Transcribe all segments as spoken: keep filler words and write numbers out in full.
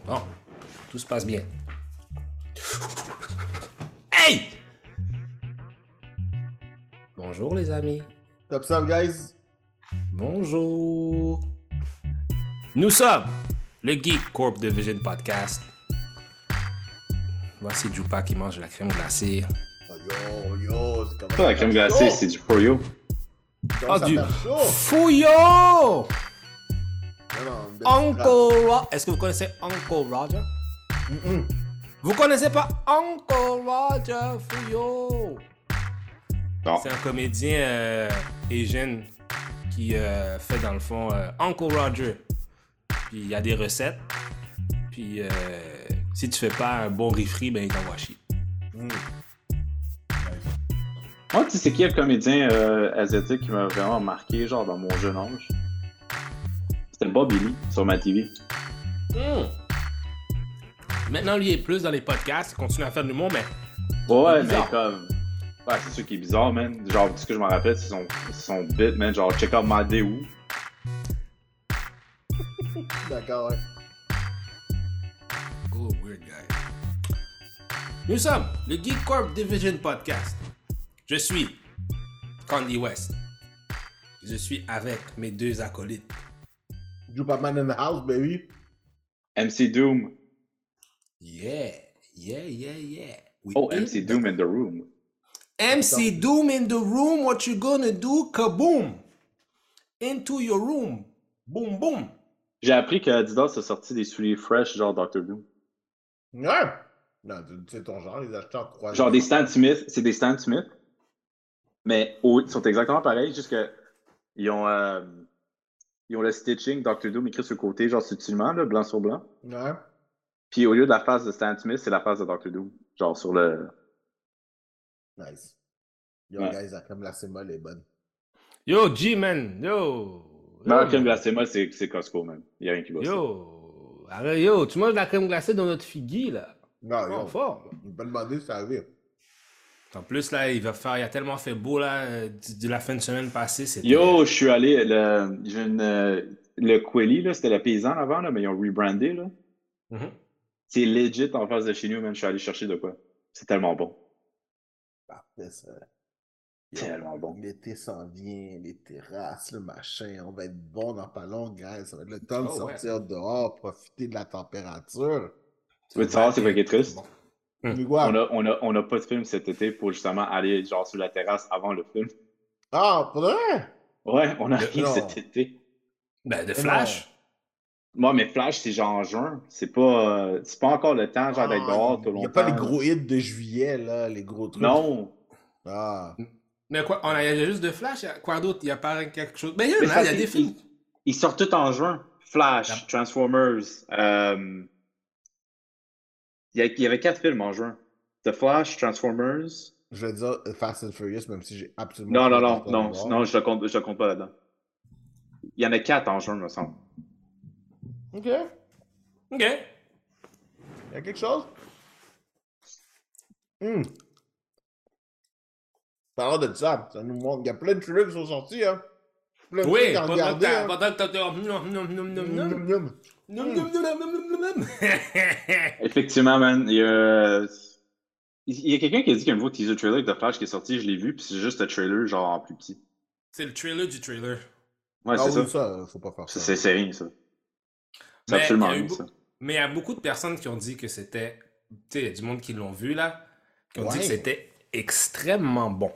Bon, tout se passe bien. Hey! Bonjour les amis. What's up, guys? Bonjour. Nous sommes le Geek Corp Division Podcast. Voici Jupa qui mange la crème glacée. Oh, yo, yo, c'est comment Pas la crème glacée, c'est du Froyo. Oh, du chaud. Fouillot! Non, non, une belle Uncle petite Roger. Est-ce que vous connaissez Uncle Roger? Mm-mm. Vous connaissez pas Uncle Roger Fouillot? Non. C'est un comédien euh, Asian qui euh, fait dans le fond euh, Uncle Roger. Puis il y a des recettes. Puis euh, si tu fais pas un bon riz-frit, ben il t'envoie chier. Mm. Moi, tu sais c'est qui le comédien euh, asiatique qui m'a vraiment marqué, genre, dans mon jeune âge? C'était Bob Lee sur ma T V. Mm. Maintenant, lui est plus dans les podcasts. Il continue à faire de l'humour, mais... Ouais, bizarre. mais comme... Ouais, c'est sûr qu'il est bizarre, man. Genre, tout ce que je me rappelle, c'est son, son bit, man. Genre, check out my day où. D'accord, ouais. Oh, weird guy. Nous sommes le Geek Corp Division Podcast. Je suis Candy West. Je suis avec mes deux acolytes. Jupaman in the house, baby. M C Doom. Yeah, yeah, yeah, yeah. We Oh, in M C the- Doom in the room. M C Doom in the room. What you gonna do? Kaboom! Into your room. Boom, boom. J'ai appris que Adidas a sorti des souliers fresh, genre docteur Doom. Ouais. Non, c'est ton genre, les acheteurs croient. Genre des Stan Smith, c'est des Stan Smith. Mais au- ils sont exactement pareils, juste que ils ont, euh, ils ont le stitching docteur Doom écrit sur le côté, genre subtilement, là, blanc sur blanc. Ouais. Puis au lieu de la face de Stan Smith, c'est la face de docteur Doom. Genre sur le. Nice. Yo, Ouais. guys, la crème glacée molle est bonne. Yo, G-Man. Yo. Meilleur Yo, crème man. glacée, moi, c'est c'est Costco, man. Il y a rien qui va ça. Yo. Arrête, yo, tu manges de la crème glacée dans notre figui, là. Non, Oh, yo. fort. On peut demander si ça arrive. En plus, là, il va faire, il a tellement fait beau, là, euh, de de la fin de semaine passée. C'était... Yo, je suis allé, le, j'ai une, euh, le Quelly, là, c'était le paysan avant, là, mais ils ont rebrandé, là. Mhm. C'est legit en face de chez nous, man. Je suis allé chercher de quoi. C'est tellement bon. Parfait, ça. Yo, Tellement bon. L'été s'en vient, les terrasses, le machin. On va être bon dans pas long, guys. Ça va être le temps de Oh, ouais. sortir dehors, profiter de la température. Tu veux savoir c'est quoi qui est triste? Bon. Mais quoi? On a, on, a, on a pas de film cet été pour justement aller genre sur la terrasse avant le film. Ah, pour de vrai? Ouais, on a Mais rien non. cet été. Ben, de Mais Flash. Moi, mais Flash, c'est genre en juin. C'est pas, euh, c'est pas encore le temps genre d'être dehors tout Il n'y longtemps. a pas les gros hits de juillet, là, les gros trucs. Non. Ah. Mais quoi, on a, il y a juste de Flash. il y a- Quoi d'autre? Il y a pas quelque chose. Ben, il y en Mais a, il y a c'est- des films. Ils, ils sortent tout en juin. Flash, Yep. Transformers. euh, Il y, a- il y avait quatre films en juin. The Flash, Transformers. Je vais dire Fast and Furious, même si j'ai absolument Non, non, pas non, le temps non, de voir. non, je ne compte, je le compte pas là-dedans. Il y en a quatre en juin, me semble. OK. Il OK. y a quelque chose? Hum. Parlant de ça, ça nous montre. Il y a plein de trucs qui sont sortis, hein. Plein de Oui, trucs à pendant que regarder. t'as- hein. pendant que t'as... Nom, nom, nom, nom, nom. Miam, miam. Nom, nom, nom, nom, nom, nom, nom. Effectivement, man. Il y a, il y a quelqu'un qui a dit qu'il y a un nouveau teaser trailer de Flash qui est sorti, je l'ai vu, puis c'est juste le trailer, genre en plus petit. C'est le trailer du trailer. Ouais, Ah c'est oui, ça. ça, faut pas faire C'est ça. c'est- c'est rien, ça. C'est Mais absolument il y a eu rien, beau- ça. Mais il y a beaucoup de personnes qui ont dit que c'était... Tu sais, il y a du monde qui l'ont vu, là, qui ont dit Ouais. que c'était extrêmement bon.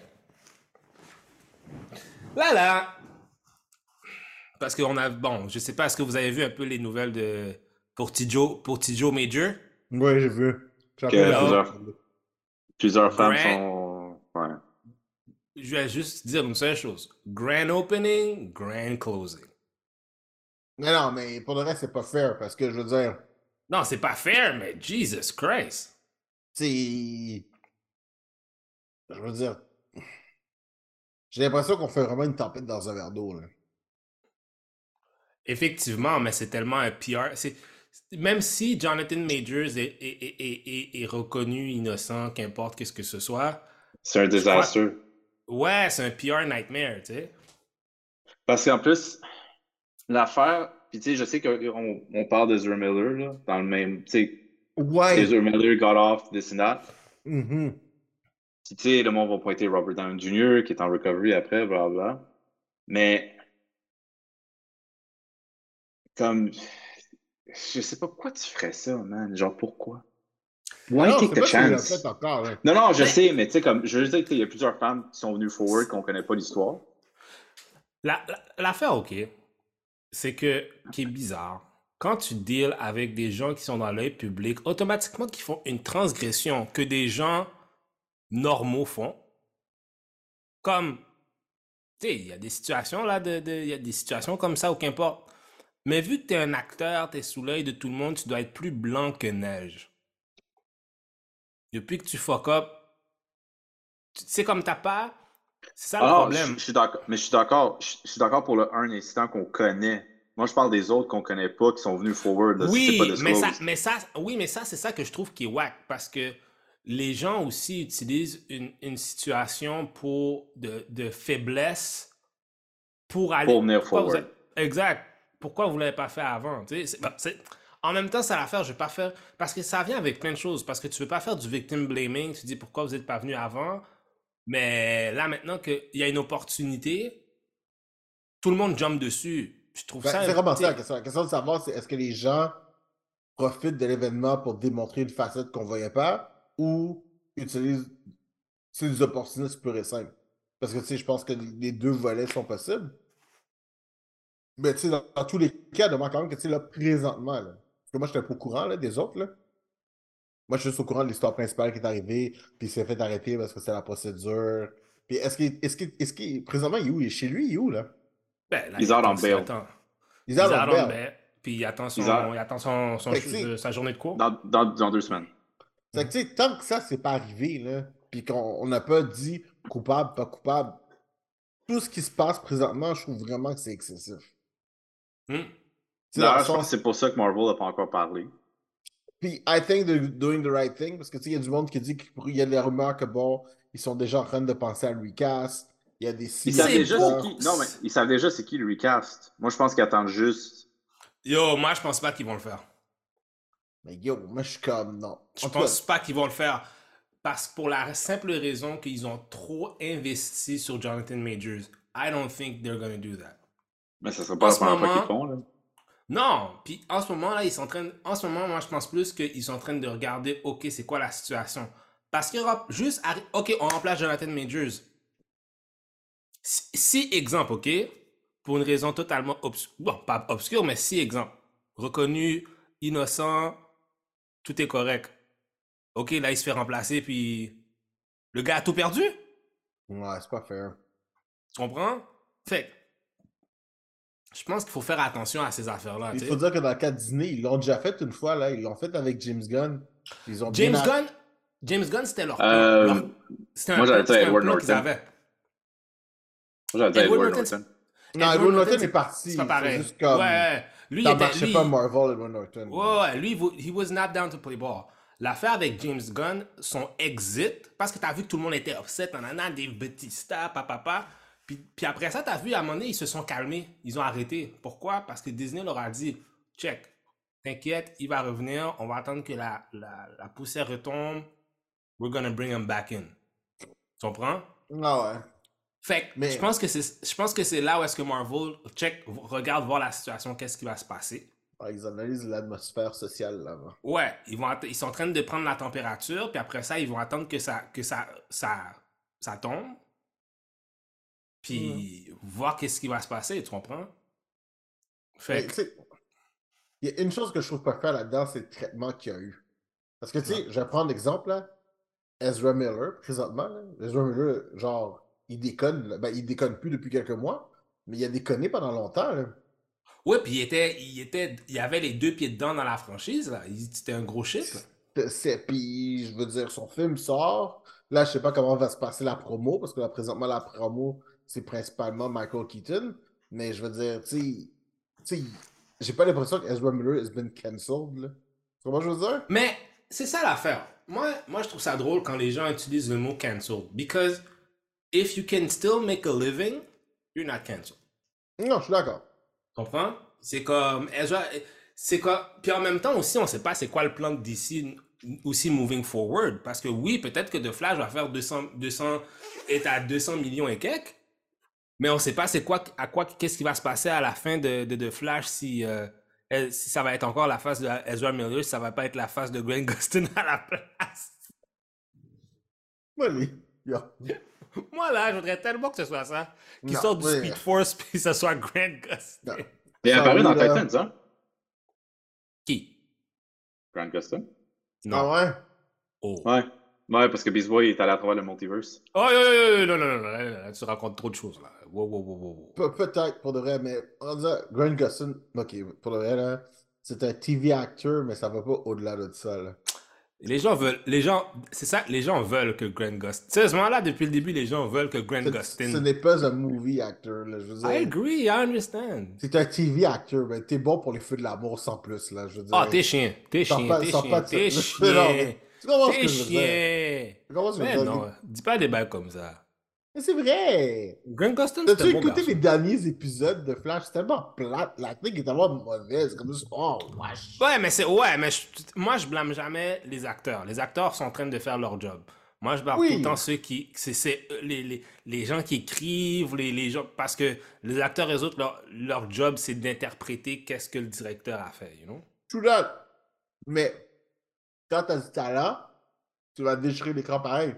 Là, là... Parce qu'on a... Bon, je sais pas, est-ce que vous avez vu un peu les nouvelles de Portillo, Portillo Major? Oui, j'ai vu. J'ai Que appris à- plusieurs, plusieurs femmes Grand- sont. Ouais. Je vais juste dire une seule chose. Grand opening, grand closing. Mais non, mais pour le reste, c'est pas fair parce que je veux dire, Non, c'est pas fair, mais Jesus Christ. c'est. Je veux dire. J'ai l'impression qu'on fait vraiment une tempête dans un verre d'eau, là. Effectivement, mais c'est tellement un P R. C'est... Même si Jonathan Majors est, est, est, est, est- est reconnu innocent, qu'importe qu'est-ce que ce soit, C'est un désastre. ouais, c'est un P R nightmare, tu sais. Parce qu'en plus, l'affaire, Puis tu sais, je sais qu'on on parle de Ezra Miller, là, dans le même. Tu sais, Ouais. Ezra Miller got off, this and that. Mm-hmm. Puis tu sais, le monde va pointer Robert Downey junior qui est en recovery après, blablabla. Mais. Comme. Je sais pas pourquoi tu ferais ça, man. Genre, pourquoi? Why Non, take c'est the pas ce qu'il a chance? fait encore. Hein. Non, non, je Mais- sais, mais tu sais, comme, je veux dire qu'il y a plusieurs femmes qui sont venues forward qu'on connaît pas l'histoire. La- la- L'affaire, OK, c'est que, qui est bizarre, quand tu deals avec des gens qui sont dans l'œil public, automatiquement qui font une transgression que des gens normaux font, comme, tu sais, il y a des situations là, de, de- il y a des situations comme ça ou qu'importe. Mais vu que tu es un acteur, tu es sous l'œil de tout le monde, tu dois être plus blanc que neige. Depuis que tu fuck up, tu sais comme t'as pas, c'est ça le Ah, je, problème. je suis d'accord, mais je suis d'accord, je, je suis d'accord pour le un incident qu'on connaît. Moi, je parle des autres qu'on connaît pas, qui sont venus forward, là, si c'est pas Oui, mais ça, disclosed. mais ça, oui, mais ça, c'est ça que je trouve qui est whack parce que les gens aussi utilisent une, une situation pour de, de faiblesse pour aller. Pour venir Pourquoi vous forward. avez- exact. Pourquoi vous l'avez pas fait avant? Tu sais, c'est- bah, c'est- en même temps, ça l'affaire, je vais pas faire parce que ça vient avec plein de choses. Parce que tu veux pas faire du victim blaming. Tu dis pourquoi vous êtes pas venu avant. Mais là, maintenant qu'il y a une opportunité, tout le monde jump dessus. Je trouve Ben, ça. c'est vraiment tu ça sais, la question. La question de savoir, c'est est-ce que les gens profitent de l'événement pour démontrer une facette qu'on voyait pas ou utilisent c'est des opportunistes purs et simples. Parce que tu sais, je pense que les deux volets sont possibles. Mais tu sais, dans, dans tous les cas, demande quand même que tu sais, là, présentement, là, parce que moi, je n'étais pas au courant là, des autres. Là. Moi, je suis juste au courant de l'histoire principale qui est arrivée, puis il s'est fait arrêter parce que c'est la procédure. Puis est-ce qu'il est-ce qu'il est-ce qu'il présentement il est où? Il est chez lui, il est où là? ben, là, Ils il out attend, on il bail. attend. Il est Ils à out on Londres. bail, puis il attend, son, Ils out- il attend son, son Fait que ch- c'est- euh, sa journée de cours. Dans, dans, dans deux semaines. Fait que tu sais, tant que ça, c'est pas arrivé, là, puis qu'on on n'a pas dit coupable, pas coupable, tout ce qui se passe présentement, je trouve vraiment que c'est excessif. Hmm. Tu sais, dans le D'ailleurs, je pense sens. que c'est pour ça que Marvel n'a pas encore parlé. Puis, I think they're doing the right thing, parce que tu sais, il y a du monde qui dit qu'il y a des rumeurs que bon, ils sont déjà en train de penser à le recast. Il y a des Ils savent C'est déjà beau. c'est qui. Non, mais ils savent déjà c'est qui le recast. Moi, je pense qu'ils attendent juste. Yo, moi, je pense pas qu'ils vont le faire. Mais yo, moi, je suis comme, non. Je En tout pense cas, pas qu'ils vont le faire. Parce pour la simple raison qu'ils ont trop investi sur Jonathan Majors. I don't think they're gonna do that. Mais ça serait pas En la ce première fois moment- qu'ils font, là. Non, puis en ce moment là, ils sont en train. de- En ce moment, moi, je pense plus qu'ils sont en train de regarder. Ok, c'est quoi la situation. Parce qu'il y aura juste. arri- Ok, on remplace Jonathan Majors. Si, si, exemple, ok, pour une raison totalement obscure, bon, pas obscure, mais si exemple, reconnu, innocent, tout est correct. Ok, là, il se fait remplacer, puis le gars a tout perdu. ouais, c'est pas fair. Tu comprends? Fait que, je pense qu'il faut faire attention à ces affaires-là. Il tu faut sais. dire que dans le cas de Disney, ils l'ont déjà fait une fois, là. Ils l'ont fait avec James Gunn. Ils ont bien James a- Gunn, James Gunn, c'était leur plan. Euh, leur- C'était un moi, j'allais plan, dire c'était un Edward plan qu'ils Norton. avaient. Moi, j'allais dire Edward Edward Norton, Norton. Non, Edward Edward Norton Norton, est parti. C'est pas C'est pareil. juste comme. Ouais, lui, il Ça était, marchait lui, pas Marvel, Edward Norton. Ouais, ouais, lui, he was not down to play ball. L'affaire avec James Gunn, son exit, parce que t'as vu que tout le monde était upset, nanana, Dave Bautista, papa, puis, puis après ça, t'as vu, à un moment donné, ils se sont calmés, ils ont arrêté. Pourquoi? Parce que Disney leur a dit, check, t'inquiète, il va revenir, on va attendre que la, la, la poussière retombe, we're gonna bring him back in. Tu comprends? Ah ouais. Fait que Mais- je pense que c'est je pense que c'est là où est-ce que Marvel check regarde voir la situation, qu'est-ce qui va se passer. Ah, ils analysent l'atmosphère sociale là-bas. Ouais, ils vont att- ils sont en train de prendre la température, puis après ça ils vont attendre que ça que ça ça ça tombe. Puis voir qu'est-ce qui va se passer, tu comprends? Fait Mais, que- tu sais, il y a une chose que je trouve pas fair là-dedans, c'est le traitement qu'il y a eu. Parce que, tu sais, je vais prendre l'exemple, là. Ezra Miller, présentement, là. Ezra Miller, genre, il déconne. Là. Ben, il déconne plus depuis quelques mois, mais il a déconné pendant longtemps, là. ouais, puis il était il était il avait les deux pieds dedans dans la franchise là, il c'était un gros shit. là. C'est- c'est- Puis, je veux dire, son film sort. Là, je sais pas comment va se passer la promo, parce que là, présentement, la promo, c'est principalement Michael Keaton. Mais je veux dire, tu sais, tu sais, j'ai pas l'impression que Ezra Miller has been cancelled, là. Tu comprends ce que je veux dire? Mais c'est ça l'affaire. Moi, moi, je trouve ça drôle quand les gens utilisent le mot cancel. Because if you can still make a living, you're not cancelled. Non, je suis d'accord. Comprends? C'est comme Ezra, c'est comme puis en même temps aussi on sait pas c'est quoi le plan de D C aussi moving forward parce que oui, peut-être que The Flash va faire deux cents deux cents est à deux cents millions et quelques, mais on sait pas c'est quoi à quoi qu'est-ce qui va se passer à la fin de de, de Flash si euh, si ça va être encore la face de Ezra Miller, si ça va pas être la face de Grant Gustin à la place. Oui, yo. Moi là, je voudrais tellement que ce soit ça, qu'il Non, sorte du oui. Speed Force puis que ce soit Grant Gustin. Non. Il est apparu Sorry, dans là. Titans, hein? Qui? Grant Gustin? Non. Ah ouais? Oh. Ouais. Ouais, parce que Beast Boy est allé à travers le multiverse. Oh, yo, yo, yo, non, non, non, non, là, là, tu racontes trop de choses, là. Wow, wow, wow, wow. Pe- Peut-être, pour de vrai, mais on dit Grant Gustin, ok, pour de vrai, là, c'est un T V acteur, mais ça va pas au-delà de ça, là. Les gens veulent, les gens, c'est ça, les gens veulent que Grant Gustin, sérieusement, là, depuis le début, les gens veulent que Grant Ce, Gustin. ce n'est pas un movie actor, là, je veux dire. I agree, I understand. C'est un T V actor, mais t'es bon pour les feux de l'amour sans plus, là, je veux dire. Ah, t'es chien, t'es Sans chien, pas- t'es sans pas chien, de- t'es Non, chien. mais tu comprends ce que T'es je veux dire? chien. Tu comprends ce que je Mais veux dire? non, dis pas des bails comme ça. Mais c'est vrai! Grant Gustin, T'as-tu c'est un bon écouté garçon. les derniers épisodes de Flash? C'est tellement plate, l'acting est tellement mauvaise, comme juste, oh, wesh. Ouais, mais c'est, ouais, mais je- moi, je blâme jamais les acteurs. Les acteurs sont en train de faire leur job. Moi, je blâme Oui. tout le temps ceux qui, c'est, c'est euh, les, les, les gens qui écrivent, les, les gens, parce que les acteurs, eux autres, leur, leur job, c'est d'interpréter qu'est-ce que le directeur a fait, you know? True that. Mais quand t'as du talent, tu vas déchirer l'écran pareil.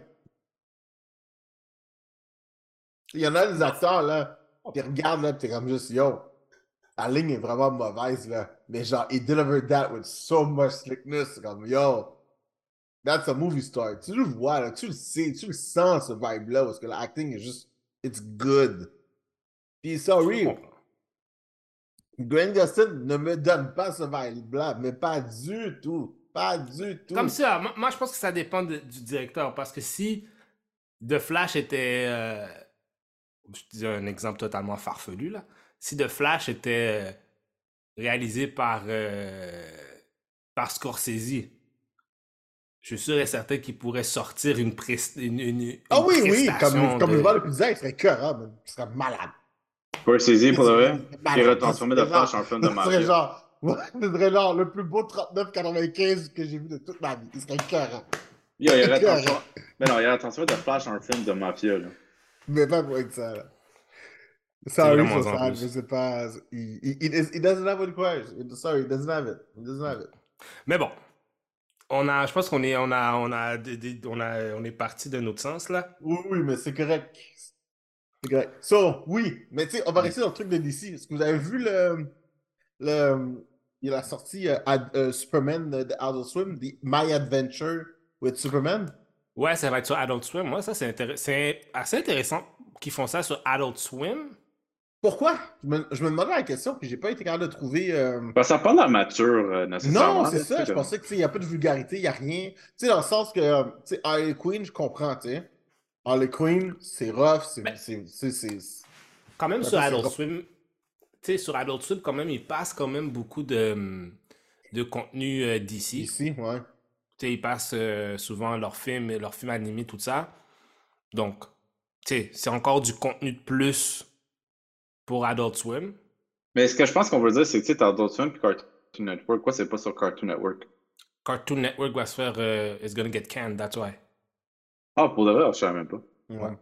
Il y en a des acteurs, là, qui regardent, là, pis t'es comme juste, yo, la ligne est vraiment mauvaise, là. Mais genre, he delivered that with so much slickness. C'est comme, yo, that's a movie star. Tu le vois, là, tu le sais, tu le sens, ce vibe-là, parce que l'acting est juste, it's good. Puis, Je sorry, comprends. Grant Gustin ne me donne pas ce vibe-là, mais pas du tout. Pas du tout. Comme ça, moi, moi, je pense que ça dépend de- du directeur, parce que si The Flash était, euh, je dis un exemple totalement farfelu, là, si The Flash était euh, réalisé par, euh, par Scorsese, je suis sûr et certain qu'il pourrait sortir une, prest- une, une, une Ah oui, oui, prestation comme, comme de- le voir le pizza, il serait écœurant, man. Il serait malade. Scorsese, pour le vrai, Il serait il malade. aurait transformé Ça The serait Flash genre- en film de ça serait mafia. genre, ouais, ça serait genre le plus beau trente-neuf quatre-vingt-quinze que j'ai vu de toute ma vie. Il serait écœurant. Yo, il aurait Écœurant. transformé... Mais non, il aurait transformé The Flash en film de mafia, là. Mais pas pour être ça, là. Sorry, vraiment so en sad, plus. mais c'est pas. He, he, he, he doesn't have what it requires. Sorry, he doesn't have it. He doesn't have it. Mais bon, on a, je pense qu'on est, on a, on a, des- des- on a, on est parti d'un autre sens là. Oui, oui, mais c'est correct. C'est correct. So, oui, mais tu sais, on va Oui. rester dans le truc de D C. Est-ce que vous avez vu le. le il a sorti euh, Ad- euh, Superman de Adult Swim, The My Adventure with Superman? Ouais, ça va être sur Adult Swim. Moi, ça c'est intér- c'est assez intéressant qu'ils font ça sur Adult Swim. Pourquoi? Je me, je me demandais la question, puis j'ai pas été capable de trouver. euh, Parce que ça n'a pas l'air mature, euh, nécessairement. Non, c'est là, ça. tu Je comme- pensais qu'il n'y a pas de vulgarité, il n'y a rien. Tu sais, dans le sens que, euh, tu sais, Harley Quinn, je comprends, tu sais. Harley Quinn, c'est rough, c'est. Ben- c'est- c'est- c'est- Quand même Ouais, sur ça, c'est Adult rough. Swim, tu sais, sur Adult Swim, quand même, ils passent quand même beaucoup de, de contenu euh, D C. Ici, ouais. Tu sais, ils passent euh, souvent leurs films, leurs films animés, tout ça. Donc, tu sais, c'est encore du contenu de plus pour Adult Swim. Mais ce que je pense qu'on veut dire, c'est que tu sais, t'as Adult Swim et Cartoon Network. Quoi, c'est pas sur Cartoon Network? Cartoon Network va se faire euh, It's gonna get canned, that's why. Ah, pour de vrai, je savais même pas. Ouais.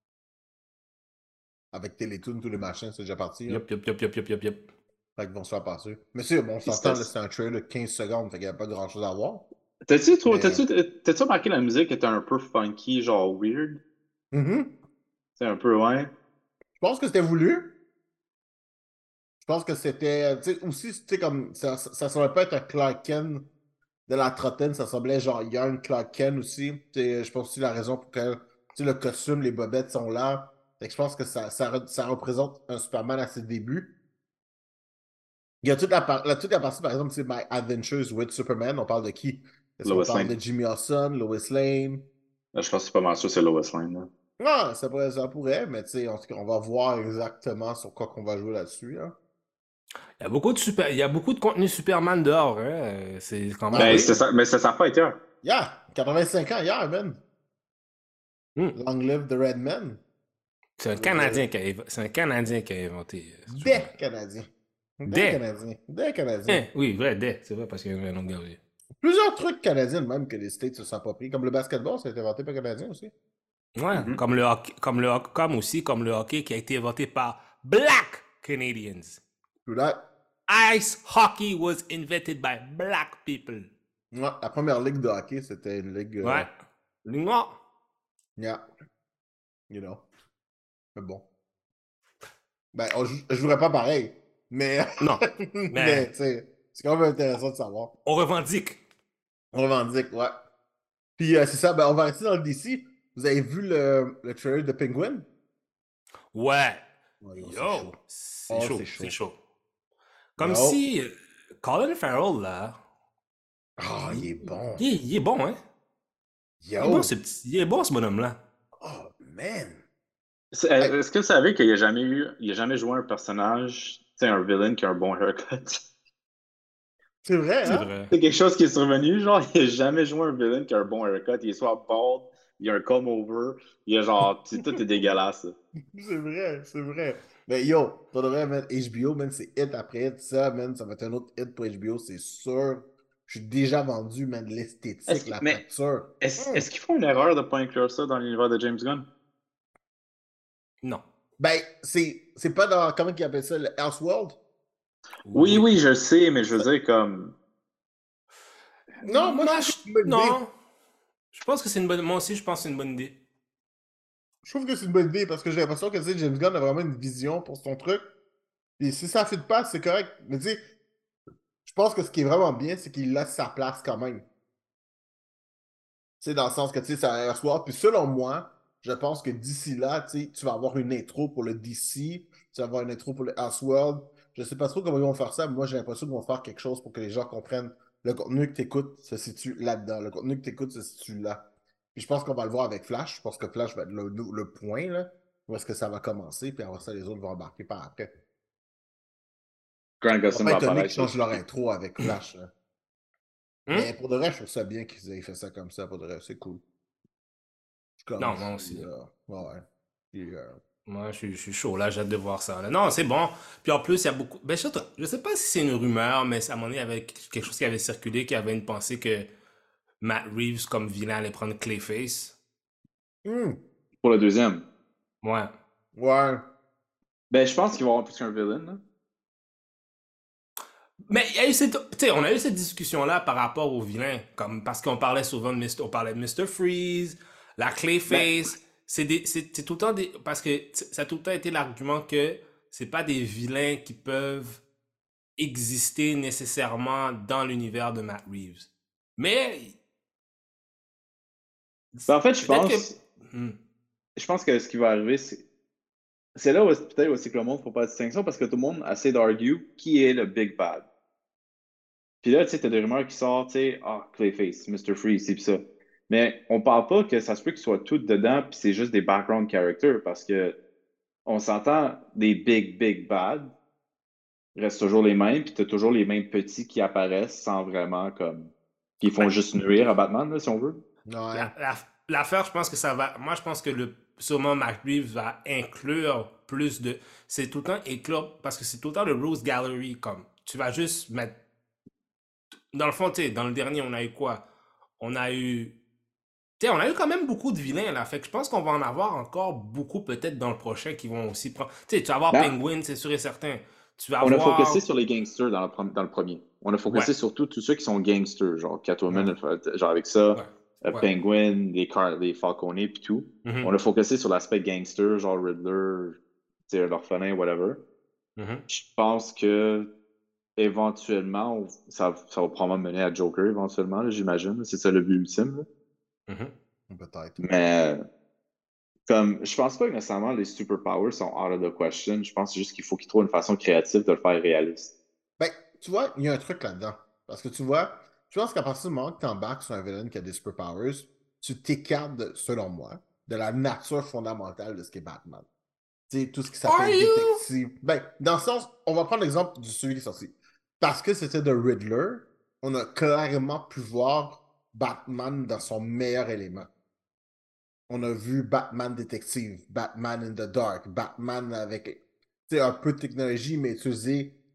Avec Télétoon, tous les machins, c'est déjà parti. là. Yup, yup, yup, yup, yup, yup, yup. Fait qu'ils vont se faire passer. Mais c'est bon, on Qui se s'entend, là, passe? c'est un trailer de quinze secondes, fait qu'il n'y a pas grand chose à voir. T'as-tu trouvé- Mais- t'as-tu t'as-tu remarqué la musique était un peu funky, genre weird? Mhm. C'est un peu, ouais. Je pense que c'était voulu. Je pense que c'était. Tu sais, aussi, tu sais, comme. Ça, ça, ça semblait pas être un Clark Kent de la trentaine, ça semblait genre Young Clark Kent aussi. Tu sais, je pense aussi la raison pour laquelle tu sais, le costume, les bobettes sont là. Fait que je pense que ça, ça, re- ça représente un Superman à ses débuts. Il y a toute la, par- la- toute la partie, par exemple, c'est My Adventures with Superman. On parle de qui? Est-ce qu'on Lois parle Lane. de Jimmy Olsen, Lois Lane? Là, je pense que c'est pas mal sûr, c'est Lois Lane. Là. Ah, ça pourrait, ça pourrait, mais tu sais, en tout cas, on va voir exactement sur quoi qu'on va jouer là-dessus. Hein. Il y a beaucoup de super, il y a beaucoup de contenu Superman dehors, hein. euh, C'est quand même. Ah Ben, oui. c'est ça, mais ça, ça a pas été un. Yeah, quatre-vingt-cinq ans hier, man. Hmm. Long live the Red Man. C'est un Canadien qui a, évo- c'est un Canadien qui a inventé. euh, Des Superman. Canadiens. Des Des. Canadiens. Des Canadiens. Hein, oui, vrai, des. C'est vrai, parce qu'il y a un autre gars aussi. Plusieurs trucs canadiens, même que les States se sont pas pris. Comme le basketball, ça a été inventé par les Canadiens aussi. Ouais, Mhm. comme le hockey, comme le hockey, comme aussi comme le hockey qui a été inventé par Black Canadians. Tout là. Ice hockey was invented by black people. Ouais, la première ligue de hockey, c'était une ligue. euh, Ouais. Le noir. Yeah. You know. Mais bon. Ben, on jou- je jouerais pas pareil. Mais. Non. mais, Mais tu sais, c'est quand même intéressant de savoir. on revendique. On revendique, ouais. Puis, euh, c'est ça, ben, on va rester dans le D C. Vous avez vu le, le trailer de Penguin? Ouais. Ouais, yo, c'est Yo, chaud. c'est Oh, chaud, c'est c'est chaud. chaud. Comme Yo. si euh, Colin Farrell, là, Ah, il est bon. il, est- il est bon, hein? Il est bon, Yo. ce petit, il est bon, ce bonhomme-là. Oh, man. C'est- euh, Est-ce que vous savez qu'il n'y a jamais eu, il a jamais joué un personnage, tu sais, un villain qui a un bon haircut? C'est vrai, C'est hein? vrai. C'est quelque chose qui est survenu, genre, il n'a jamais joué un villain qui a un bon haircut. Il est soit bald, il a un comb-over, il a genre, tu sais, tout est dégueulasse. là. C'est vrai, c'est vrai. Mais yo, pour de vrai, man, H B O, man, c'est hit après hit. Ça, man, ça va être un autre hit pour H B O, c'est sûr. Je suis déjà vendu, man, l'esthétique, Est-ce que- la mais facture. est-ce Hum. est-ce qu'ils font une erreur de ne pas inclure ça dans l'univers de James Gunn? Non. Ben, c'est c'est pas dans, comment ils appellent ça, le Elseworld? Oui, oui, je sais, mais je veux dire, comme. Non, moi, Moi, je trouve je- que c'est une bonne idée. non. Je pense que c'est une bonne. Moi aussi, je pense que c'est une bonne idée. Je trouve que c'est une bonne idée parce que j'ai l'impression que, tu sais, James Gunn a vraiment une vision pour son truc. Et si ça ne fit pas, c'est correct. Mais tu sais, je pense que ce qui est vraiment bien, c'est qu'il laisse sa place quand même. Tu sais, dans le sens que, tu sais, c'est un soir. Puis selon moi, je pense que d'ici là, tu sais, tu vas avoir une intro pour le D C, tu vas avoir une intro pour le Elseworld. Je sais pas trop comment ils vont faire ça, mais moi, j'ai l'impression qu'ils vont faire quelque chose pour que les gens comprennent le contenu que tu écoutes se situe là-dedans. Le contenu que tu écoutes se situe là. Puis je pense qu'on va le voir avec Flash. Je pense que Flash va être le, le point, là, où est-ce que ça va commencer, puis après ça, les autres vont embarquer par après. Grant Je ne Gustin pas va étonné qu'ils apparaître changent aussi. leur intro avec Flash. Là. Hum? Mais pour de vrai, je trouve ça bien qu'ils aient fait ça comme ça. Pour de vrai, c'est cool. Comme Non, je moi suis, aussi. euh, ouais. Puis, euh, Moi, je suis, je suis chaud, là, j'ai hâte de voir ça. Là. Non, c'est bon. Puis en plus, il y a beaucoup. Ben, je sais, je sais pas si c'est une rumeur, mais à un moment donné, il y avait quelque chose qui avait circulé, qui avait une pensée que Matt Reeves, comme vilain, allait prendre Clayface. hmm, Pour le deuxième. Ouais. ouais. Ben, je pense qu'il va y avoir plus qu'un villain, là. Mais il y a eu cette, tu sais, on a eu cette discussion-là par rapport aux vilains, comme parce qu'on parlait souvent de Mister on parlait de Mister Freeze, la Clayface. C'est des, c'est, c'est tout le temps des, parce que ça a tout le temps été l'argument que c'est pas des vilains qui peuvent exister nécessairement dans l'univers de Matt Reeves. Mais Ben, en fait, je peut-être pense, que, Hmm. je pense que ce qui va arriver, c'est. C'est là où est- peut-être aussi que le monde ne fait pas la distinction parce que tout le monde essaie d'argue qui est le big bad. Puis là, tu sais, t'as des rumeurs qui sortent, tu sais, ah, Clayface, Mister Freeze, c'est pis ça. Mais on parle pas que ça se peut qu'ils soient tous dedans, puis c'est juste des background characters, parce que on s'entend, des big, big bad restent toujours les mêmes, puis t'as toujours les mêmes petits qui apparaissent sans vraiment comme. Qui font Ben, juste nuire à Batman, là, si on veut. Ouais. La- la- L'affaire, je pense que ça va. Moi, je pense que le, sûrement Matt Reeves va inclure plus de. C'est tout le temps inclure. Parce que c'est tout le temps le Rose Gallery. Comme tu vas juste mettre. Dans le fond, tu sais, dans le dernier, on a eu quoi? On a eu. Tu sais, on a eu quand même beaucoup de vilains là. Fait que je pense qu'on va en avoir encore beaucoup peut-être dans le prochain qui vont aussi prendre. Tu sais, tu vas avoir Ben, Penguin, c'est sûr et certain. Tu vas on a avoir. focusé sur les gangsters dans le, pre- dans le premier. On a focusé Ouais. surtout tous ceux qui sont gangsters, genre Catwoman, Ouais. genre avec ça, Ouais. euh, Ouais. Penguin, les, Car les Falcone puis tout. Mhm. On a focusé sur l'aspect gangster, genre Riddler, tu sais, l'orphelin, whatever. Mhm. Je pense que éventuellement, on- ça, ça va probablement mener à Joker, éventuellement, là, j'imagine. C'est ça le but ultime. là. Mhm. Peut-être. Mais comme je pense pas que nécessairement les superpowers sont out of the question. Je pense juste qu'il faut qu'ils trouvent une façon créative de le faire réaliste. Ben, tu vois, il y a un truc là-dedans. Parce que tu vois, je pense qu'à partir du moment que tu embarques sur un villain qui a des superpowers, tu t'écartes, de- selon moi, de la nature fondamentale de ce qu'est Batman. Tu sais, tout ce qui Are s'appelle you? détective. Ben, dans le sens, on va prendre l'exemple du celui qui est sorti. Parce que c'était de Riddler, on a clairement pu voir Batman dans son meilleur élément. On a vu Batman détective, Batman in the dark, Batman avec tu sais, un peu de technologie, mais utilisé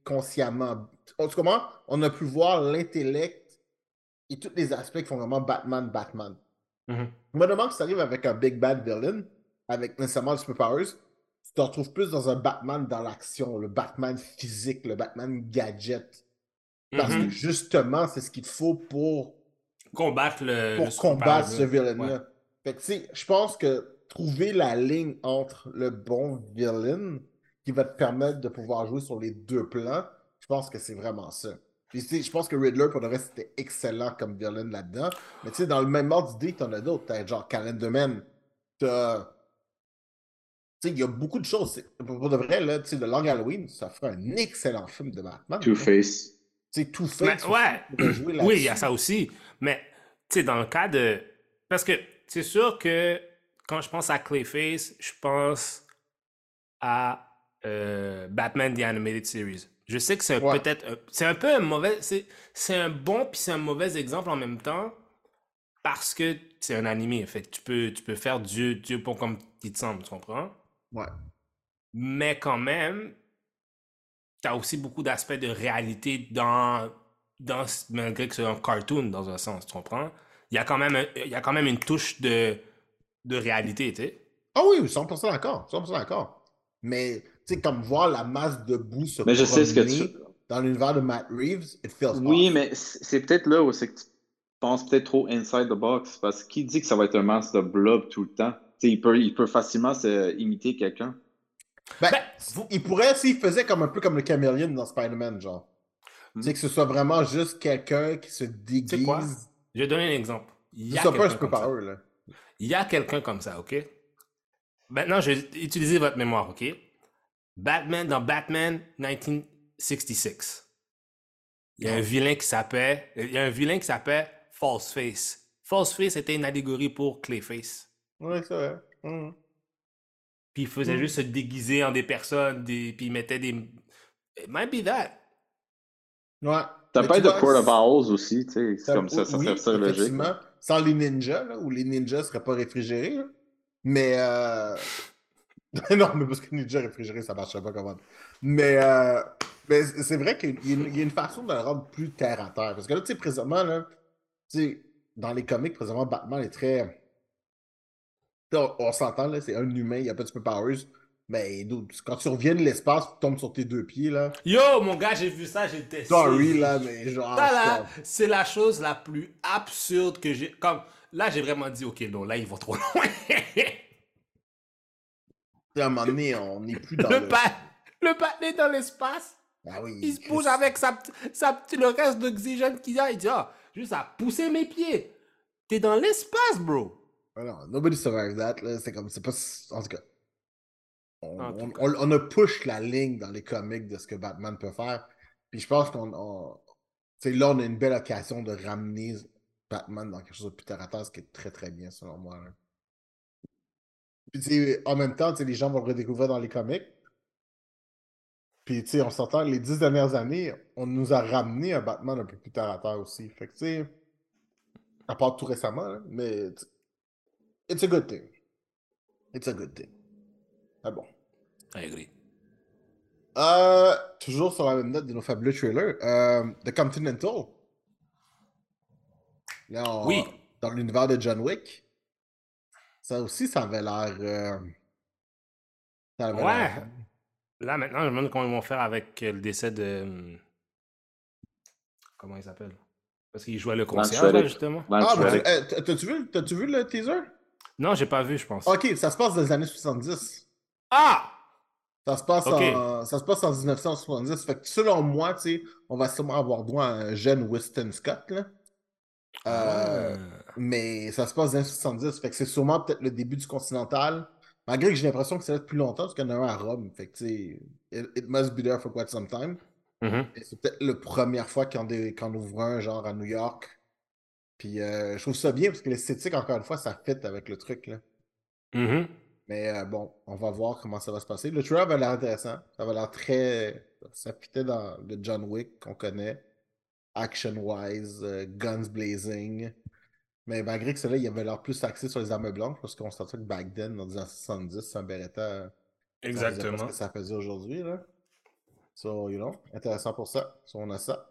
consciemment. En tout cas, comment on a pu voir l'intellect et tous les aspects qui font vraiment Batman, Batman. Mhm. Je me demande si ça arrive avec un Big Bad Villain, avec nécessairement le superpowers, tu te retrouves plus dans un Batman dans l'action, le Batman physique, le Batman gadget. Parce que Mhm. justement, c'est ce qu'il te faut pour, Combattre le, pour le combattre super ce villain-là. Ouais. Fait que, tu sais, je pense que trouver la ligne entre le bon villain qui va te permettre de pouvoir jouer sur les deux plans, je pense que c'est vraiment ça. Puis, tu sais, je pense que Riddler, pour le reste, c'était excellent comme villain là-dedans. Mais tu sais, dans le même ordre d'idée, t'en as d'autres. T'as genre Calendarman. T'as. Tu sais, il y a beaucoup de choses. C'est- Pour, pour de vrai, là, tu sais, The Long Halloween, ça ferait un excellent film de Batman. là. Two-Face. Tu sais, Mais Two-Face aussi ouais, pourrait jouer oui, il y a là-dessus. ça aussi. Mais, tu sais, dans le cas de. Parce que c'est sûr que quand je pense à Clayface, je pense à euh, Batman The Animated Series. Je sais que c'est Ouais. peut-être. un- C'est un peu un mauvais. C'est c'est un bon puis c'est un mauvais exemple en même temps parce que c'est un animé. Fait que tu peux, tu peux faire Dieu, Dieu pour comme il te semble, tu comprends? Ouais. Mais quand même, tu as aussi beaucoup d'aspects de réalité dans, dans, malgré que c'est un cartoon dans un sens, tu comprends? Il y a quand même, un- il y a quand même une touche de, de réalité, tu sais. Ah oui, cent pour cent d'accord. cent pour cent d'accord. Mais, tu sais, comme voir la masse de boue se Mais je sais ce que tu. promener dans l'univers de Matt Reeves, it feels Oui, off. mais c- c'est peut-être là où c'est que tu penses peut-être trop inside the box. Parce que qui dit que ça va être un masque de blob tout le temps? Tu sais, il peut, il peut facilement se, imiter quelqu'un. Ben, Ben, vous, il pourrait s'il faisait comme un peu comme le caméléon dans Spider-Man, genre. Tu sais, Hmm? que ce soit vraiment juste quelqu'un qui se tu sais quoi? déguise. Je vais donner un exemple. Il Ce y a soit pas un quelqu'un comme ça. superpower, là. Il y a quelqu'un comme ça, OK? Maintenant, je vais utiliser votre mémoire, OK? Batman, dans Batman dix-neuf soixante-six, il y a un Non. vilain qui s'appelle, il y a un vilain qui s'appelle Falseface. Falseface était une allégorie pour Clayface. Ouais, c'est vrai. Mhm. Puis il faisait Mhm. juste se déguiser en des personnes, des... puis il mettait des... It might be that. Ouais. T'as Mais pas tu de vois, Court of c'est- Owls aussi, tu sais. C'est ça- comme ça, ça serait, oui, ça logique. Là. effectivement, sans les ninjas, là, où les ninjas seraient pas réfrigérés, là. Mais, euh... non, mais parce que ninja réfrigéré, ça marcherait pas comme ça. Mais, euh... mais c'est vrai qu'il y, a une- il y a une façon de le rendre plus terre à terre. Parce que là, tu sais, présentement, là, tu sais, dans les comics, présentement, Batman est très. Tu sais, On, on s'entend, là, c'est un humain, il n'y a pas de superpowers. Mais dude, quand tu reviens de l'espace, tu tombes sur tes deux pieds, là. Yo, mon gars, j'ai vu ça, j'étais Sorry, là, saisi. mais genre, Ça, c'est là, comme. c'est la chose la plus absurde que j'ai... Comme, là, j'ai vraiment dit, OK, non, là, ils vont trop loin. À un moment donné, on n'est plus dans le le. pas... Le patiné dans l'espace, Ah oui, il se Chris. bouge avec sa, pt- sa, pt- le reste d'oxygène qu'il a. Il dit, ah, juste à pousser mes pieds. T'es dans l'espace, bro. Ah non, nobody survives that, là. C'est comme, c'est pas. En tout cas, on, En tout on, cas. on- on a push la ligne dans les comics de ce que Batman peut faire. Puis je pense qu'on. on- Tu sais, là, on a une belle occasion de ramener Batman dans quelque chose de plus terre à terre, ce qui est très très bien, selon moi, là. Puis, tu sais, en même temps, tu sais, les gens vont le redécouvrir dans les comics. Puis, tu sais, on s'entend, les dix dernières années, on nous a ramené un Batman un peu plus terre à terre aussi. Fait que, tu sais, à part tout récemment, là, mais t- it's a good thing. It's a good thing. Ah bon. I agree. Euh, toujours sur la même note de nos fabuleux trailers, euh, The Continental. Là, on- Oui. dans l'univers de John Wick. Ça aussi, ça avait l'air. euh, ça avait l'air. Ouais. Là, maintenant, je me demande comment ils vont faire avec euh, le décès de... hum, Comment il s'appelle? Parce qu'il jouait le Lance concierge, là, Reddick. justement. Lance Ah, mais tu- Reddick. euh, t- t'as-tu vu, t'as-tu vu le teaser? Non, j'ai pas vu, je pense. Ok, ça se passe dans les années soixante-dix. Ah! Ça se passe Ok. en, ça se passe en dix-neuf cent soixante-dix. Fait que selon moi, tu sais, on va sûrement avoir droit à un jeune Winston Scott, là. Euh, Ah. mais ça se passe dans les années soixante-dix. Fait que c'est sûrement peut-être le début du Continental. Malgré que j'ai l'impression que c'est là depuis longtemps, parce qu'il y en a un à Rome. Fait que, tu sais, it, it must be there for quite some time. Mhm. Et c'est peut-être la première fois qu'on dé- qu'on ouvre un, genre à New York. Puis euh, je trouve ça bien, parce que l'esthétique, encore une fois, ça fit avec le truc, là. Mhm. Mais euh, bon, on va voir comment ça va se passer. Le trailer avait l'air intéressant. Ça avait l'air très. Ça fitait dans le John Wick qu'on connaît. Action-wise, euh, guns blazing. Mais malgré que cela, il avait l'air plus axé sur les armes blanches parce qu'on sentait que back then, dans les années soixante-dix, un Beretta, ça faisait pas ce Exactement. que ça faisait aujourd'hui, là. So, you know, intéressant pour ça. So, on a ça.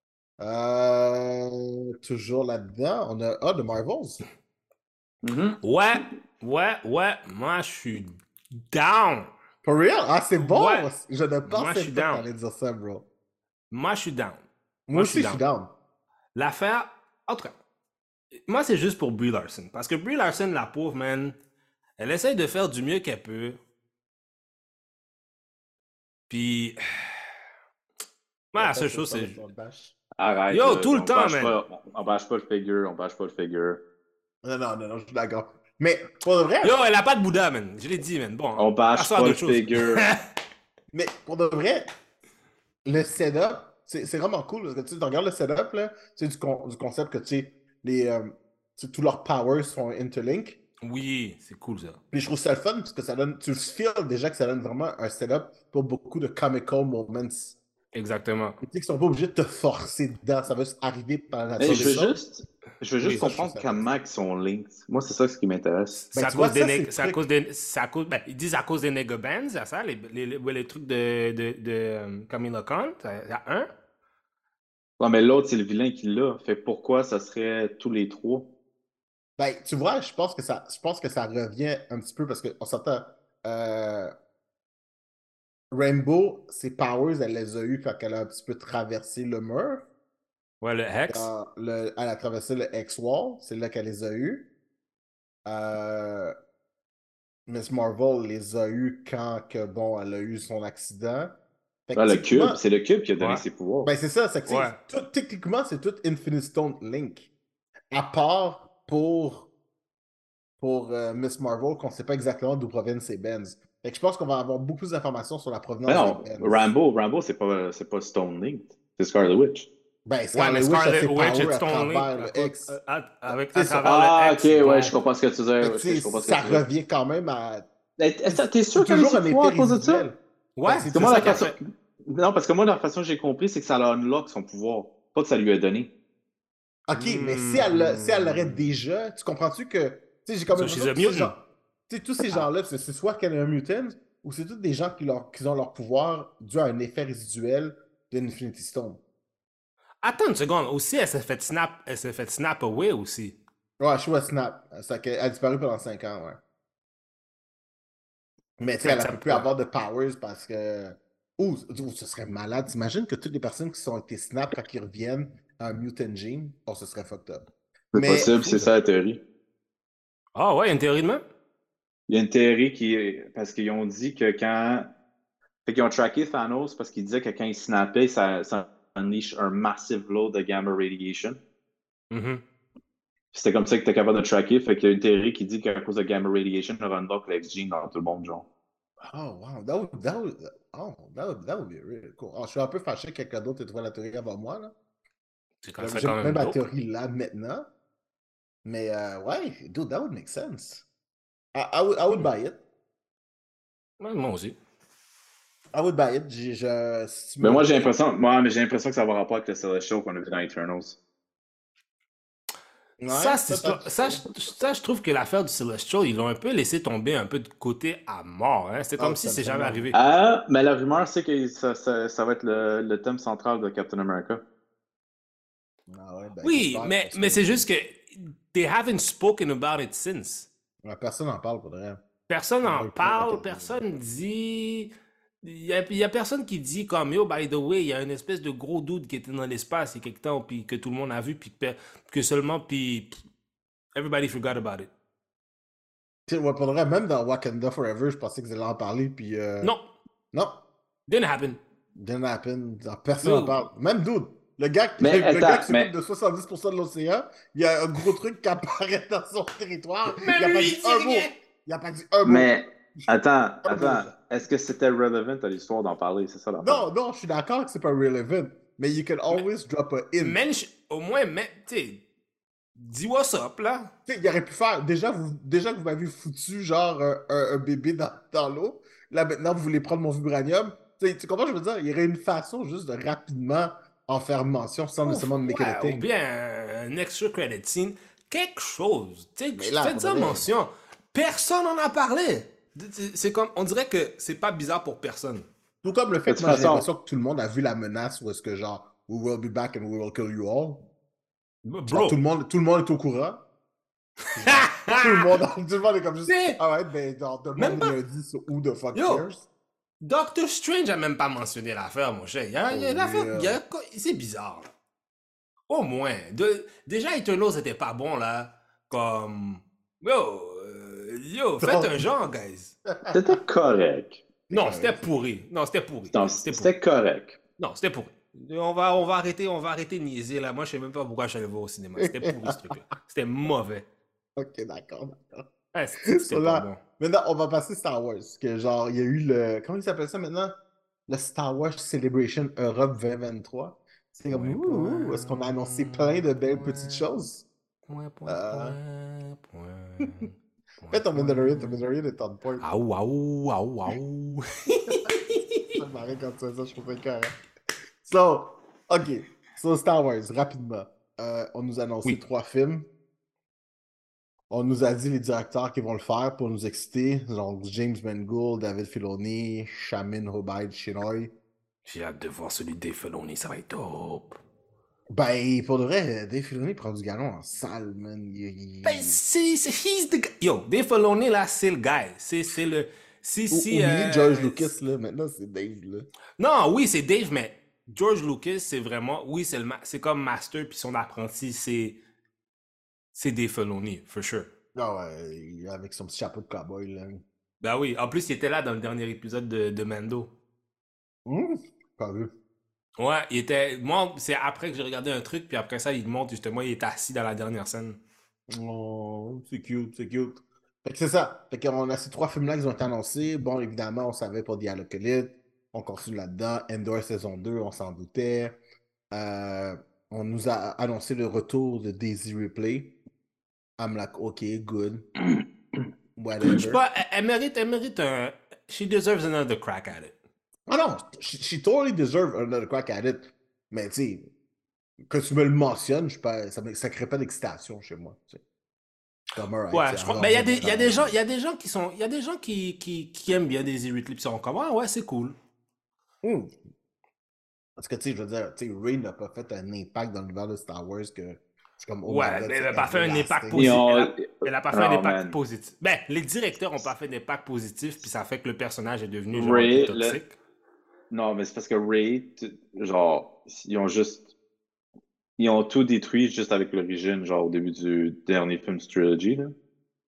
Euh, toujours là-dedans, on a ah, de Marvels. Mhm. Ouais, ouais, ouais, moi je suis down. For real? Ah, c'est bon! Ouais. Je ne Moi, je pensais suis pas que down. t'allais dire ça, bro. Moi je suis down. Moi, aussi, je suis down. L'affaire, en tout cas, moi c'est juste pour Brie Larson. Parce que Brie Larson, la pauvre, man, elle essaye de faire du mieux qu'elle peut. Puis, moi la seule chose c'est... Arrête. Yo, là, tout le on temps, bâche man. Pas, on, on bâche pas le figure, on bâche pas le figure. Non, non, non, non, je suis d'accord. Mais, pour de vrai... Yo, elle a pas de Bouddha, man. Je l'ai dit, man. Bon, On bâche passons à pas le d'autres choses. figure. Mais, pour de vrai, le setup, c'est c'est vraiment cool. Parce que, tu sais, tu regardes le setup, là, tu sais, du, con- du concept que, tu sais, les, euh, tu sais, tous leurs powers sont interlinked. Oui, c'est cool, ça. Puis je trouve ça le fun parce que ça donne, tu le feels déjà que ça donne vraiment un setup pour beaucoup de comical moments. Exactement. Tu sais qu'ils sont pas obligés de te forcer dedans, ça va juste arriver par la Mais nature je des veux choses. juste, je veux juste Oui, ça, je comprendre trouve ça comment ils sont linked. Moi, c'est ça ce qui m'intéresse. C'est Ben, à tu vois, cause des ça, neg- c'est c'est à le cause des c'est à cause ben, ils disent à cause des nigga bands, c'est ça les, les, les, ouais, les trucs de de, de euh, Camilla Khan, il y a un. Ouais, mais l'autre, c'est le vilain qui l'a. Fait pourquoi ça serait tous les trois? Ben, tu vois, je pense que ça, je pense que ça revient un petit peu parce qu'on s'entend. euh, Rainbow, ses powers, elle les a eues quand elle a un petit peu traversé le mur. Ouais, le Hex. Quand le- elle a traversé le X-Wall, c'est là qu'elle les a eues. Euh, Miss Marvel les a eues quand que, bon, elle a eu son accident. Fait que Ah, le techniquement, cube, c'est le cube qui a donné Ouais. ses pouvoirs. ben c'est ça, c'est que, tu sais, Ouais. tout- techniquement, c'est tout Infinite Stone Link. À part pour, pour euh, Miss Marvel, qu'on ne sait pas exactement d'où proviennent ces bands. Fait que je pense qu'on va avoir beaucoup plus d'informations sur la Mais provenance non, des bands. Rambo, Rambo, c'est pas, c'est pas Stone Linked. C'est Scarlet Witch. Ben, Ouais, Scarlet mais Witch a Scarlet ses Witch powers et à Stone Link travers à le cause- X. euh, à- avec C'est à ça. travers Ah, le ok, X. ouais, bon. je comprends ce que tu Fait disais. que, Ok, tu sais, je comprends ce que ça tu disais. revient quand même à. Est-ce que t'es sûr C'est qu'elle a toujours ses un pouvoirs à effet cause de ça? résiduel. Ouais, Ben, c'est Parce que c'est moi, ça la qu'elle façon... fait. Non, parce que moi, la façon que j'ai compris, c'est que ça la unlock son pouvoir. Pas que ça lui a donné. Ok, mais si elle l'a- si elle l'aurait Hmm. déjà, tu comprends-tu que. Tu sais, j'ai comme So l'impression she's a que tous ces mutant. gens- tu sais, tous ces gens-là, c'est c'est soit qu'elle est un mutant, ou c'est tous des gens qui, leur- qui ont leur pouvoir dû à un effet résiduel de l'Infinity Stone. Attends une seconde. Aussi, elle s'est fait snap, elle s'est fait snap away aussi. Ouais, je suis à Snap. Ça, qu'elle a disparu pendant cinq ans, ouais. Mais tu sais, Fait elle que a ça- pu plus ouais. avoir de powers parce que. Ouh, ouh, ce serait malade. T'imagines que toutes les personnes qui sont été snap quand ils reviennent à un mutant gene, oh, ce serait fucked up. C'est Mais. possible, fou, c'est là. ça la théorie. Ah ouais, il y a une théorie de même? Il y a une théorie qui est... Parce qu'ils ont dit que quand... Fait qu'ils ont traqué Thanos parce qu'ils disaient que quand il snappait, ça, ça unleash un massive load de gamma radiation. Mhm. C'était comme ça que tu es capable de tracker. Fait qu'il y a une théorie qui dit qu'à cause de gamma radiation, on unlock l'X-Gene dans tout le monde, genre. Oh, wow. That would, that would, oh, that would, that would be really cool. Oh, je suis un peu fâché que quelqu'un d'autre ait trouvé la théorie avant moi, là. C'est quand, J'ai c'est quand même même la dope. théorie là maintenant. Mais euh, ouais, dude, that would make sense. I, I would, I would buy it. Ouais, moi aussi. I would buy it. J'ai- je- si tu me Mais le moi, j'ai dis- l'impression moi, mais j'ai l'impression que ça va avoir rapport avec le Celestial qu'on a vu dans Eternals. Ouais, Ça, c'est peut-être. ça, je, ça, je trouve que l'affaire du Celestial, ils l'ont un peu laissé tomber un peu de côté à mort. Hein? C'est Ah, comme si ça c'est me jamais semble. arrivé. Ah, mais la rumeur, c'est que ça, ça, ça va être le, le thème central de Captain America. Ah ouais, ben, Oui, j'espère, mais, parce mais que- c'est juste que they haven't spoken about it since. Ouais, personne n'en parle pour de vrai. Personne Ouais, n'en ouais, parle, ouais. personne dit. Il y, a, il y a personne qui dit comme yo, by the way, il y a une espèce de gros doute qui était dans l'espace il y a quelque temps, puis que tout le monde a vu, puis que, que seulement, puis everybody forgot about it. Tu sais, ouais, pour de vrai, même dans Wakanda Forever, je pensais qu'ils allaient en parler, puis. euh, Non, Non, didn't happen. didn't happen. Genre, personne No. n'en parle. Même dude. Le gars, qui- Mais le, attends, gars qui s'occupe mais- de soixante-dix pour cent de l'océan, il y a un gros truc qui apparaît dans son territoire. Mais il a lui, pas il dit dit un rien. mot. Il a pas dit un mot. Mais, attends, Un attends. mot. Est-ce que c'était relevant à l'histoire d'en parler? C'est ça la Non, non, je suis d'accord que c'est pas relevant. Mais you can always drop a hint. Mench- au moins, mais, tu sais, dis what's up, là. Tu sais, il aurait pu faire. Déjà, vous, déjà que vous m'avez foutu genre un, un- un bébé dans, dans l'eau. Là, maintenant, vous voulez prendre mon vibranium. Tu sais, tu comprends, ce que je veux dire? Il y aurait une façon juste de rapidement en faire mention sans nécessairement me Ouais, make it a ou thing. bien un extra credit scene, quelque chose. Tu sais, Mais là, faites ça pour de vrai. mention. Personne n'en a parlé. C'est comme, on dirait que c'est pas bizarre pour personne. Tout comme le De fait toute que moi, j'ai façon, l'impression que tout le monde a vu la menace où est-ce que genre, we will be back and we will kill you all. Genre, tout le Bro! monde, tout le monde est au courant. Genre, tout le monde, tout le monde est comme juste, Mais, alright, ben, genre, même demande-moi pas. lundi sur who the fuck Yo! cares. Doctor Strange a même pas mentionné l'affaire, mon cher. Il y a, il y a For l'affaire. il y a- real. C'est bizarre, là. Au moins. De, déjà, Eternals c'était pas bon, là. Comme. Yo! euh, yo, faites Donc, un genre, guys. c'était correct. Non, correct, c'était c'est pourri. Non, c'était pourri. Non, C'était pourri. c'était correct. Non, c'était pourri. On va, on va arrêter, on va arrêter de niaiser, là. Moi, je sais même pas pourquoi je suis allé voir au cinéma. C'était pourri, ce truc-là. C'était mauvais. Ok, d'accord, d'accord. Ouais, c'était So pas là, bon. maintenant, on va passer Star Wars. Que genre, il y a eu le. Comment il s'appelle ça maintenant? Le Star Wars Celebration Europe vingt vingt-trois. C'est comme, Point, ouh, est-ce qu'on a annoncé plein de belles petites point, choses? point, point, Euh... point, point, point, Fais ton point. Mandalorian, ton Mandalorian est on point. Aou, aou, aou, aou. Ça me marrait quand tu fais ça, je trouve ça correct. So, ok. So, Star Wars, rapidement. Euh, on nous a annoncé Oui. trois films. On nous a dit les directeurs qui vont le faire pour nous exciter. Genre James Mangold, David Filoni, Shamin Hobaid Chinoy. J'ai hâte de voir celui de Filoni, ça va être top. Ben, pour de vrai, Dave Filoni prend du galon en salle, man. Il, il- Ben, c'est, c'est, he's the guy. Yo, Dave Filoni, là, c'est le guy. C'est, c'est le... Si, Ou- si... Oublie euh, George Lucas, là. Maintenant, c'est Dave, là. Non, oui, c'est Dave, mais George Lucas, c'est vraiment... Oui, c'est, le ma- c'est comme Master, puis son apprenti, c'est... C'est Dave Filoni, for sure. Ah ouais, il- avec son petit chapeau de cowboy, là. Ben oui, en plus, il était là dans le dernier épisode de, de Mando. Hum, pas vu. Ouais, il était... Moi, c'est après que j'ai regardé un truc, puis après ça, il montre, justement, il est assis dans la dernière scène. Oh, c'est cute, c'est cute. Fait que c'est ça. Fait qu'on a ces trois films-là qui ont été annoncés. Bon, évidemment, on savait pour The Acolyte. On continue là-dedans. Endor saison deux, on s'en doutait. Euh, on nous a annoncé le retour de Daisy Ripley. I'm like, OK, good. Je sais Whatever. pas, elle, elle mérite, elle mérite un... She deserves another crack at it. Ah non, she, she totally deserve another crack at it. Mais tu sais, que tu me le mentionnes, je suis pas, ça ne crée pas d'excitation chez moi. Tu sais. Comme, alright, Ouais, tu sais, je crois. alors, Mais il y a on des, va il y a faire- des gens, il y a des gens qui sont, il y a des gens qui, qui, qui aiment bien Daisy Ridley, puis sont comme, ah ouais, c'est cool. Hmm. Parce que, tu sais, je veux dire, tu sais, Ray n'a pas fait un impact dans l'univers de Star Wars que c'est comme, oh my Ouais, God, mais elle c'est n'a pas fait un impact everlasting. positif. Ils ont- Elle a, elle a pas fait un Oh, impact man. positif. Ben, les directeurs ont pas fait d'impact positif, puis ça fait que le personnage est devenu genre Ray, un peu toxique. Non, mais c'est parce que Ray, tu- genre, ils ont juste. Ils ont tout détruit juste avec l'origine, genre au début du dernier film de Trilogy, là.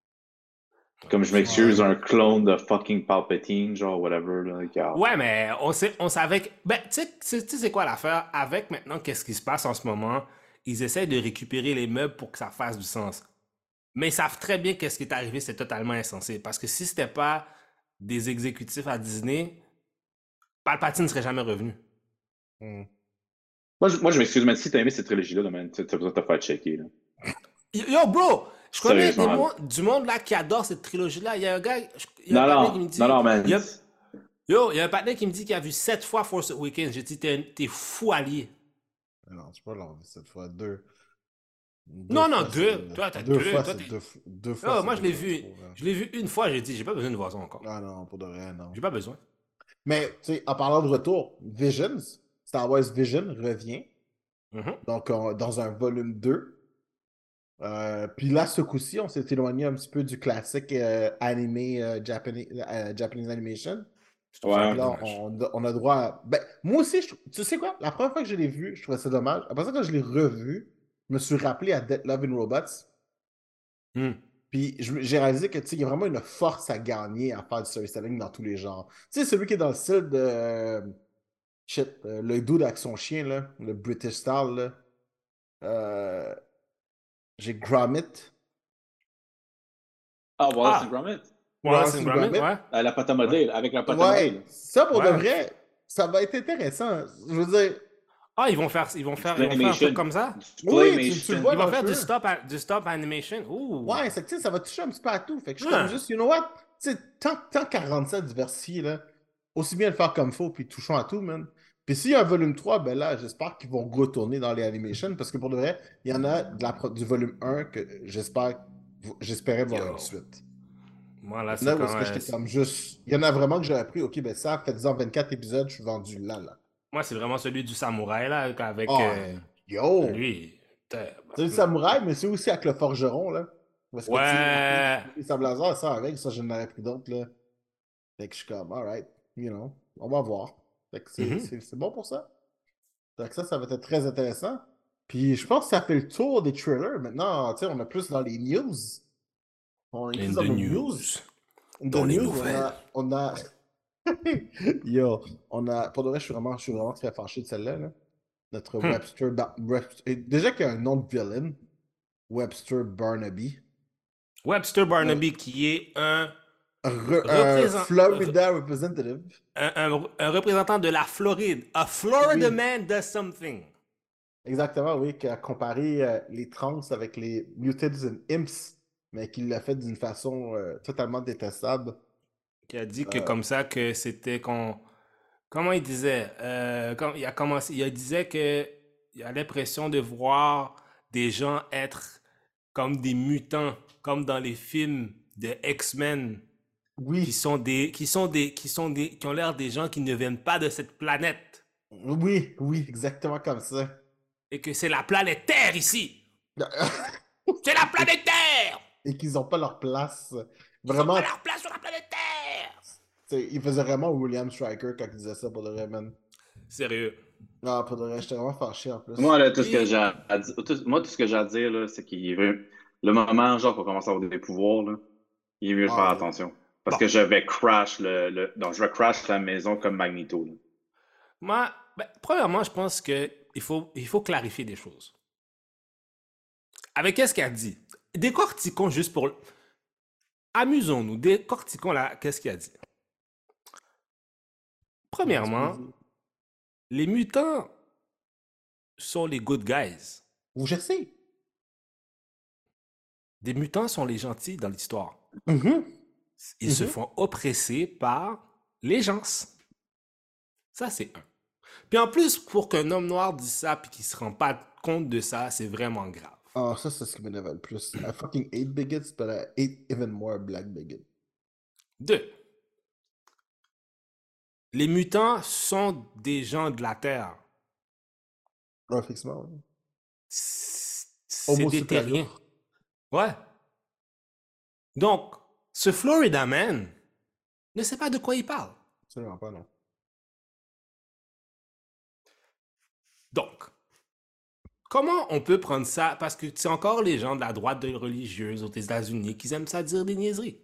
Comme je m'excuse, Ouais. un clone de fucking Palpatine, genre whatever, là. regarde. Ouais, mais on sait, on savait que. Ben, tu sais- tu sais, tu sais, c'est quoi l'affaire? Avec maintenant, qu'est-ce qui se passe en ce moment? Ils essaient de récupérer les meubles pour que ça fasse du sens. Mais ils savent très bien qu'est-ce qui est arrivé, c'est totalement insensé. Parce que si c'était pas des exécutifs à Disney, Palpatine ne serait jamais revenu. Hmm. Moi, je, moi, je m'excuse, mais si t'as aimé cette trilogie-là, là, man, t'as t'as besoin de te faire checker, là. Yo, bro! Je connais des Sérieusement. mon- du monde là qui adore cette trilogie-là. Il y a un gars. je- il y a Non, un partenaire non, qui me dit. non, non, man. il y a- yo, il y a un partenaire qui me dit qu'il a vu sept fois Force Awakens. J'ai dit, t'es, t'es fou allié. Non, tu peux l'enlever cette fois. Deux. Deux Non, non, fois, deux. c'est- Toi, t'as deux. deux. fois, Toi, c'est t'es- deux, f- deux Yo, fois. moi, c'est je l'ai déjà vu. trop, hein. Je l'ai vu une fois. J'ai dit, j'ai pas besoin de voir ça encore. Ah non, pour de vrai, non. J'ai pas besoin. Mais, tu sais, en parlant de retour, Visions, Star Wars Vision revient. Mhm. Donc, on- dans un volume deux. Euh, puis là, ce coup-ci, on s'est éloigné un petit peu du classique euh, animé euh, Japanese, euh, Japanese Animation. Je trouve ça un Ouais. peu Là, dommage. on, on a droit à... Ben, moi aussi, je... tu sais quoi? La première fois que je l'ai vu, je trouvais ça dommage. Après ça, quand je l'ai revu, je me suis rappelé à Death, Love and Robots. Hmm. Puis je- j'ai réalisé que, tu sais, il y a vraiment une force à gagner à faire du storytelling dans tous les genres. Tu sais, celui qui est dans le style de... euh, Shit, euh, le dude avec son chien, là, le British style, là. Euh, J'ai Gromit. Ah, Wallace Ah. and Gromit. Wallace Wallace and and Gromit, Gromit. ouais. Euh, la pâte à modèle, avec la pâte à Ouais, modèle. ça pour de Ouais. vrai, ça va être intéressant. Je veux dire, Ah, ils vont faire, ils vont faire, ils vont faire un Claymation. truc comme ça? oui, tu, tu le Claymation. vois Ils dans vont le faire du trailer. stop, a- du stop animation? Ouh! Ouais, c'est que, tu sais, ça va toucher un petit peu à tout. Fait que je suis Ouais. comme juste, you know what? Tu sais, tant, tant qu'à rendre ça diversifié, là, aussi bien le faire comme faut, puis touchons à tout, man. Puis s'il y a un volume trois, ben là, j'espère qu'ils vont retourner dans les animations, parce que pour de vrai, il y en a de la, pro- du volume un que j'espère, j'espérais voir Yo. une suite. Moi, là, c'est Là où quand... est-ce que euh, j'étais c'est- comme juste. Il y en a vraiment que j'ai appris, ok, ben ça, faites-en vingt-quatre épisodes, je suis vendu là, là. Moi, c'est vraiment celui du samouraï, là, avec Oh, euh, yo! lui. C'est le Tabarnak. samouraï, mais c'est aussi avec le forgeron, là. Parce que, tu sais, Ouais. les sables laser, ça avec, ça, j'en aurais pris d'autres, là. Fait que je suis comme, alright, you know, on va voir. Fait que c'est Mhm. c'est- c'est bon pour ça. Fait que ça, ça va être très intéressant. Puis je pense que ça fait le tour des trailers. Maintenant, tu sais, on est plus dans les news. On est plus In dans the nos news. news. The Dans les news, on nouvelles. a, on a, yo, on a, pour de vrai, je suis vraiment, je suis vraiment très fâché de celle-là, là. Notre Hmm. Webster, Ba- Web- et déjà qu'il y a un nom de villain, Webster Barnaby. Webster Euh, Barnaby, qui est un, re- un représent- re- Florida representative. un, un- un représentant de la Floride. A Florida Oui, man does something. exactement, oui, qui a comparé euh, les trans avec les mutants and imps, mais qui l'a fait d'une façon euh, totalement détestable. Qui a dit que Euh, comme ça, que c'était qu'on... Comment il disait? Euh, quand il a commencé, il disait que il a l'impression de voir des gens être comme des mutants, comme dans les films de X-Men, qui oui, sont des, qui sont des, qui sont des, qui ont l'air des gens qui ne viennent pas de cette planète, oui, oui, exactement comme ça. et que c'est la planète Terre ici. C'est la planète Terre. Et qu'ils n'ont pas leur place. Ils n'ont pas Vraiment, leur place sur la planète Terre. t'sais, il faisait vraiment William Stryker quand il disait ça pour de vrai, man. Sérieux. Ah, pour de vrai, j'étais vraiment fâché en plus. Moi, là, tout ce que Puis, j'ai à dire, tout- moi, tout ce que j'ai à dire, là, c'est qu'il veut, le moment, genre, qu'on commence à avoir des pouvoirs, là, il est mieux de faire Ah, yo. attention. Parce Bon. que je vais crash le, le, non, je vais crash la maison comme Magneto, là. moi, ben, premièrement, je pense que il faut, il faut clarifier des choses. Avec qu'est-ce qu'elle dit? Décortiquons juste pour... Amusons-nous, décortiquons là, qu'est-ce qu'il a dit. Premièrement, les mutants sont les good guys. Vous, je sais. Des mutants sont les gentils dans l'histoire. Mhm. Ils se Mhm. font oppresser par les gens. Ça, c'est un. Puis en plus, pour qu'un homme noir dise ça puis qu'il se rend pas compte de ça, c'est vraiment grave. Ah, ça, c'est ce qui m'énerve le plus. I fucking hate bigots, but I hate even more black bigots. Deux, les mutants sont des gens de la Terre. Ouais, effectivement, oui. C'est Homo des supérieur. terriens. Ouais. Donc, ce Florida man ne sait pas de quoi il parle. Absolument pas, non. Donc, comment on peut prendre ça? Parce que c'est encore les gens de la droite de religieuse aux États-Unis qui aiment ça dire des niaiseries.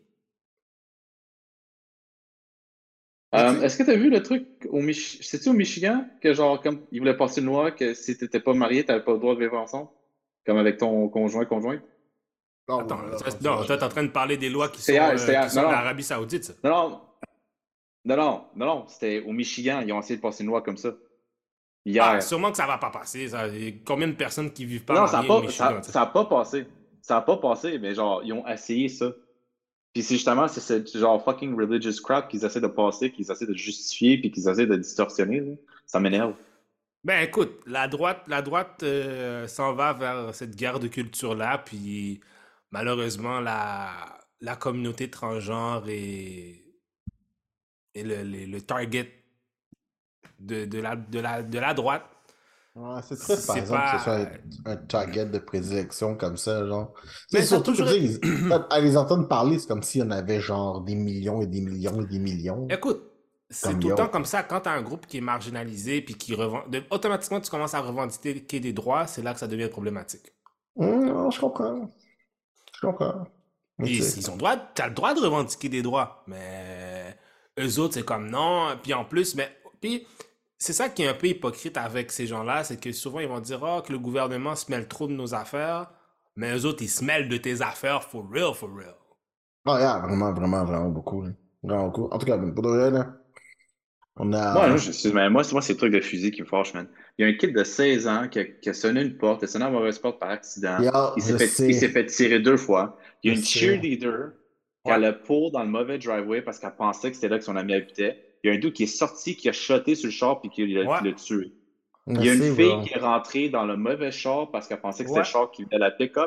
Mais tu Euh, sais- est-ce que t'as vu le truc au Mich... C'est-tu au Michigan que genre comme ils voulaient passer une loi que si t'étais pas marié, t'avais pas le droit de vivre ensemble? Comme avec ton conjoint, conjointe? Ah, Attends, ouais, là, ça, rendu non, là, toi, t'es là. en train de parler des lois qui sont, C'était hier, euh, c'était qui hier. sont Non, de non. l'Arabie Saoudite, ça. Non, non. Non, non, non, non. C'était au Michigan. Ils ont essayé de passer une loi comme ça. Ah, Hier. sûrement que ça va pas passer. Ça. Il y a combien de personnes qui vivent pas Non, ça a mariées au pas, Michigan? ça, tu sais? ça a pas passé. Ça a pas passé, mais genre, ils ont essayé ça. Puis c'est justement, c'est ce genre fucking religious crap qu'ils essaient de passer, qu'ils essaient de justifier, puis qu'ils essaient de distorsionner, là. Ça m'énerve. Ben écoute, la droite, la droite euh, s'en va vers cette guerre de culture-là, puis malheureusement, la, la communauté transgenre est, est le, le- le target de, de, la, de, la, de la droite. Ouais, c'est triste, par C'est exemple, que ce soit pas... un, un target de prédilection comme ça, genre. Mais C'est ça a surtout que, toujours tu sais, ils- à les entendre parler, c'est comme s'il y en avait genre des millions et des millions et des millions. Écoute, c'est Comme tout le yo. temps comme ça, quand tu as un groupe qui est marginalisé, puis qui revend... de- automatiquement, tu commences à revendiquer des droits, c'est là que ça devient problématique. Hum, non, je comprends. Je comprends. Mais Puis tu sais, ils ont droit, t'as le droit de revendiquer des droits, mais eux autres c'est comme non. Puis en plus, mais puis c'est ça qui est un peu hypocrite avec ces gens-là, c'est que souvent ils vont dire oh que le gouvernement se mêle trop de nos affaires, mais eux autres ils se mêlent de tes affaires for real, for real. ah, yeah, vraiment, vraiment, vraiment beaucoup. Là. Vraiment beaucoup. En tout cas, pour de vrai, là, on Moi, a. moi, je suis- mais moi, c'est moi, c'est le truc de fusil qui me fâche, man. Il y a un kid de seize ans qui a, qui a sonné une porte, il a sonné à la mauvaise porte par accident. Yeah, Il s'est je fait, il s'est sais. fait tirer deux fois. Il y a Je une sais. cheerleader qui Ouais. a le pull dans le mauvais driveway parce qu'elle pensait que c'était là que son ami habitait. Il y a un dude qui est sorti, qui a shoté sur le char puis qui l'a Ouais. qui l'a tué. Je Il y a une sais, fille bro. qui est rentrée dans le mauvais char parce qu'elle pensait que c'était Ouais. le char qui venait de la pick-up.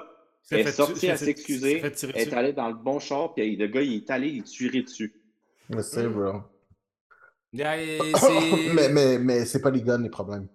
Elle est fait tu- sortie s'est à fait- s'est s'excuser, fait tirer elle est dessus. allée dans le bon char, puis le gars, il est allé, il est tiré dessus. Mais c'est, bro. Yeah, et mais c'est mais, mais c'est pas les guns les problèmes.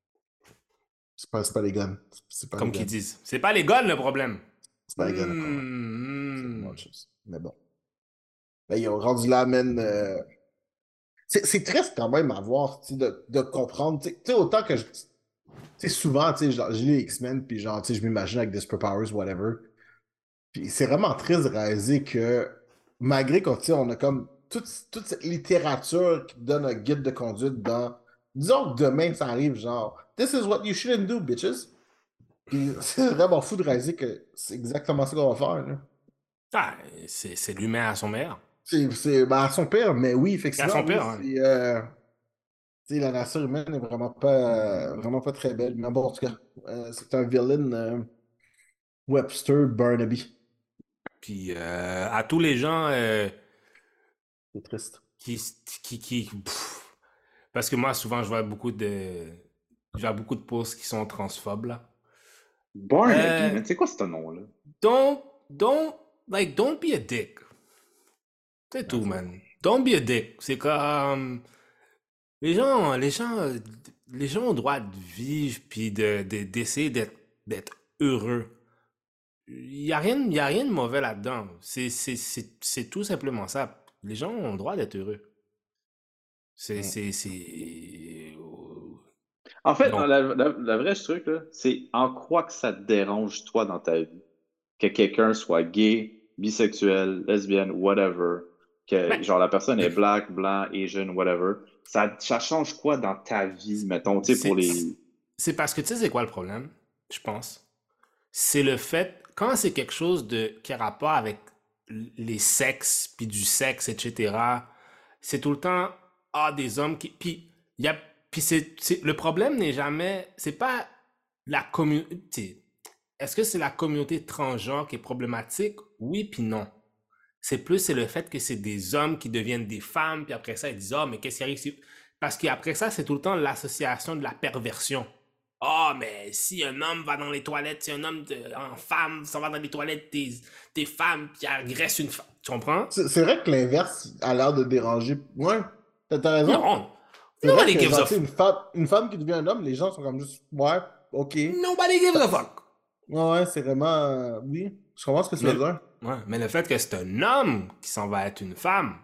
C'est pas, c'est pas les guns. C'est pas les comme qu'ils guns. disent. C'est pas les guns le problème. C'est pas les guns le problème. Hmm, C'est hmm. une autre chose. Mais bon. Ben, ils ont rendu là, man. euh, C'est c'est triste quand même à voir, tu sais, de, de comprendre. Tu sais, tu sais, autant que je. Tu sais, souvent, tu sais, genre, j'ai lu X-Men, puis genre, tu sais, je m'imagine avec des superpowers, whatever. Puis c'est vraiment triste de réaliser que malgré qu'on, tu sais, on a comme toute, toute cette littérature qui donne un guide de conduite dans. Disons que demain, ça arrive, genre, This is what you shouldn't do, bitches. Puis c'est vraiment fou de réaliser que c'est exactement ça qu'on va faire, là. Ah, c'est c'est l'humain à son meilleur. C'est, c'est, ben, à son pire, mais oui, À effectivement, son oui, pire, hein. c'est, euh, tu sais, la nature humaine n'est vraiment pas, euh, vraiment pas très belle. Mais bon, en tout cas, euh, c'est un villain euh, Webster Barnaby. Puis euh, à tous les gens euh, C'est triste. qui, qui, qui pff, parce que moi souvent je vois beaucoup de, je vois beaucoup de posts qui sont transphobes là. Barnaby, Euh, man, c'est quoi ce nom-là? don't, don't, like, don't be a dick. C'est tout, Ouais, c'est- man. Don't be a dick. C'est comme les gens, les gens, euh, les gens ont le droit de vivre puis de, de- d'essayer d'être, d'être heureux. Il y a rien, il y a rien de mauvais là-dedans. C'est, c'est, c'est, c'est tout simplement ça. Les gens ont le droit d'être heureux. C'est, Mm. c'est, c'est... En fait, Donc, la, la, la vraie truc, là, c'est en quoi que ça te dérange, toi, dans ta vie, que quelqu'un soit gay, bisexuel, lesbienne, whatever, que ben, genre la personne est black, blanc, Asian, whatever, ça, ça change quoi dans ta vie, mettons, tu sais, pour c'est, les... c'est parce que tu sais c'est quoi le problème, je pense? C'est le fait, quand c'est quelque chose de, qui a rapport avec les sexes, puis du sexe, et cetera, c'est tout le temps, ah, des hommes qui... Puis, il y a, puis c'est, c'est- le problème n'est jamais, c'est pas la communauté. Est-ce que c'est la communauté transgenre qui est problématique? Oui, puis non. C'est plus, c'est le fait que c'est des hommes qui deviennent des femmes, puis après ça, ils disent, ah, mais qu'est-ce qui arrive si... Parce qu'après ça, c'est tout le temps l'association de la perversion. Ah, oh, mais si un homme va dans les toilettes, si un homme de, en femme s'en va dans les toilettes des, des femmes qui agressent une femme. Tu comprends? C'est c'est vrai que l'inverse a l'air de déranger. Ouais, t'as t'as raison. Non. C'est vrai Nobody que, gives genre, a tu sais, fuck. une femme, une femme qui devient un homme, les gens sont comme juste, ouais, ok. Nobody gives a fuck. Ouais, ouais, c'est vraiment. euh, Oui, je comprends ce que tu Mais, veux dire. ouais, mais le fait que c'est un homme qui s'en va être une femme,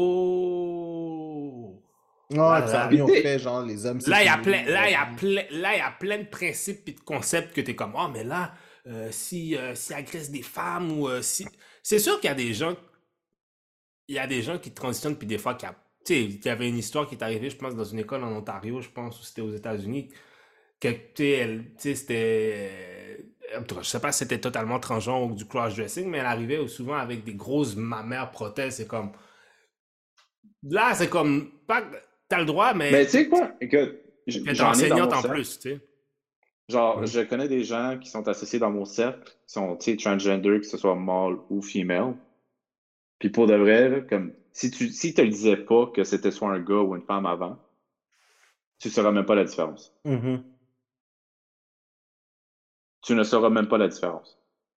oh! Ouais, Là, puis ça là, revient Puis, au tu sais, fait, genre, les hommes, c'est là, il y a fini. plein, là, il y a euh, plein, là, il y a plein de principes et de concepts que t'es comme, oh, mais là, euh, si, euh, si agresse des femmes ou euh, si, c'est sûr qu'il y a des gens, il y a des gens qui transitionnent puis des fois qui a, tu sais, il y avait une histoire qui est arrivée, je pense, dans une école en Ontario, je pense, ou c'était aux États-Unis, que, tu sais, elle- tu sais, c'était, en tout cas, je sais pas si c'était totalement transgenre ou du cross-dressing, mais elle arrivait souvent avec des grosses mammaires prothèses, c'est comme, là, c'est comme, pas, que t'as le droit, mais mais tu sais quoi, écoute, j- t'es j'en ai dans enseignante mon en cercle, plus, tu sais. genre, Ouais. je connais des gens qui sont associés dans mon cercle, qui sont, tu sais, transgender, que ce soit mâle ou female, puis pour de vrai, là, comme, si tu si te le disais pas que c'était soit un gars ou une femme avant, tu sauras même pas la différence. mhm. Tu ne sauras même pas la différence.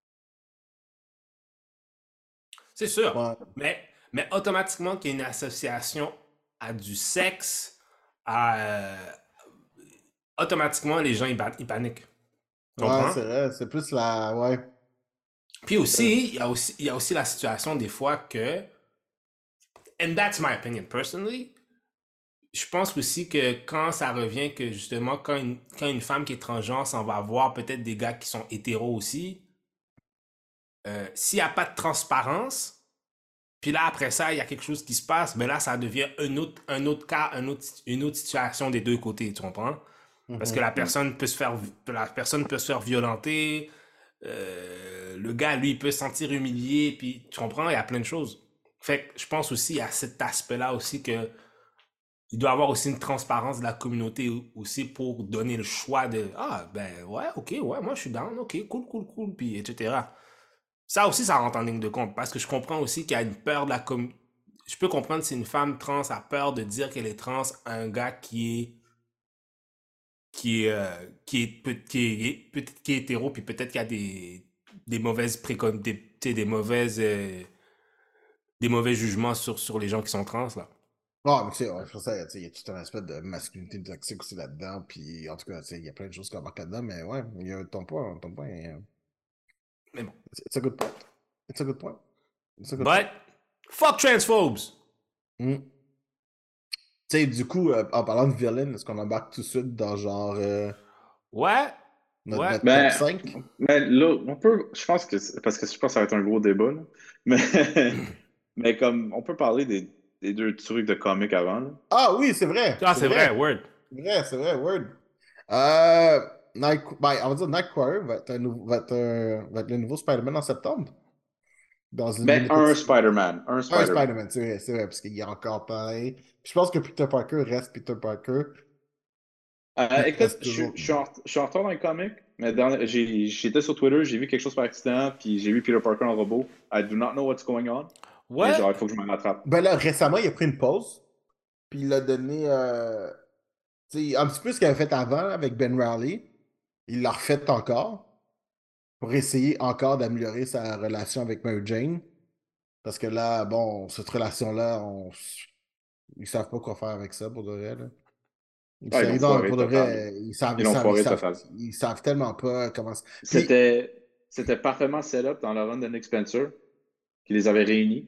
C'est sûr. Ouais. Mais, mais automatiquement qu'il y ait une association à du sexe, à, euh, automatiquement les gens ils, ba- ils paniquent. Tu Ouais, comprends? c'est vrai, c'est plus la. Ouais. Puis aussi, il y a aussi, il y a aussi la situation des fois que, and that's my opinion personally, je pense aussi que quand ça revient que justement, quand une, quand une femme qui est transgenre s'en va voir peut-être des gars qui sont hétéros aussi, euh, s'il n'y a pas de transparence, puis là, après ça, il y a quelque chose qui se passe, mais là, ça devient un autre, un autre cas, un autre, une autre situation des deux côtés, tu comprends? Parce que Mhm. la personne peut se faire, la personne peut se faire violenter, euh, le gars, lui, il peut se sentir humilié, puis tu comprends, il y a plein de choses. Fait que je pense aussi à cet aspect-là aussi que il doit y avoir aussi une transparence de la communauté aussi pour donner le choix de ah ben ouais ok ouais moi je suis down ok cool cool cool puis et cetera. Ça aussi ça rentre en ligne de compte parce que je comprends aussi qu'il y a une peur de la com. Je peux comprendre si une femme trans a peur de dire qu'elle est trans à un gars qui est qui est euh, qui est peut- qui est peut-être qui est hétéro puis peut-être qu'il y a des des mauvaises précon... des, des mauvaises euh, des mauvais jugements sur, sur les gens qui sont trans là. Ah, mais tu sais, ouais, je ça, il y a tout un aspect de masculinité toxique aussi là-dedans, puis en tout cas, tu sais, il y a plein de choses qu'on embarque là-dedans, mais ouais, il y a ton point, ton point, euh, Mais bon. it's a good point. It's a good point. It's a good But fuck transphobes. Mm. Tu sais, du coup, euh, en parlant de villain, est-ce qu'on embarque tout de suite dans genre euh, Ouais. notre, Ouais. notre Ben, top cinq? mais là, on peut, je pense que, c'est- parce que je pense que ça va être un gros débat, là. Mais, mais comme, on peut parler des, des deux trucs de comics avant, là. Ah oui, c'est vrai. Ah, c'est vrai, word. C'est vrai, c'est vrai, word. Euh, Night, ben, on va dire Nightcrawler va être, un nouveau- va être, un- va être le nouveau Spider-Man en septembre. Dans une Ben, limited un series. Spider-Man. Un Un Spider-Man. Spider-Man, c'est vrai, c'est vrai, parce qu'il y a encore pareil. Puis je pense que Peter Parker reste Peter Parker. Euh, Il écoute, reste je suis- toujours. je suis en je suis en retard dans les comics, mais dans- j'ai- j'étais sur Twitter, j'ai vu quelque chose par accident, puis j'ai vu Peter Parker en robot. I do not know what's going on. Mais Ouais. genre, il faut que je me rattrape. Ben là, récemment, il a pris une pause. Puis il a donné. Euh, tu sais, un petit peu ce qu'il avait fait avant là, avec Ben Reilly. Il l'a refait encore. Pour essayer encore d'améliorer sa relation avec Mary Jane. Parce que là, bon, cette relation-là, on... ils savent pas quoi faire avec ça pour de vrai. Là. Ils Ah, ils savent, l'ont non, foiré pour de total. vrai, ils savent, Ils ils l'ont savent, ils foiré savent, total. ils savent tellement pas comment. Puis, C'était c'était parfaitement set-up dans le run de Nick Spencer, qui les avait réunis.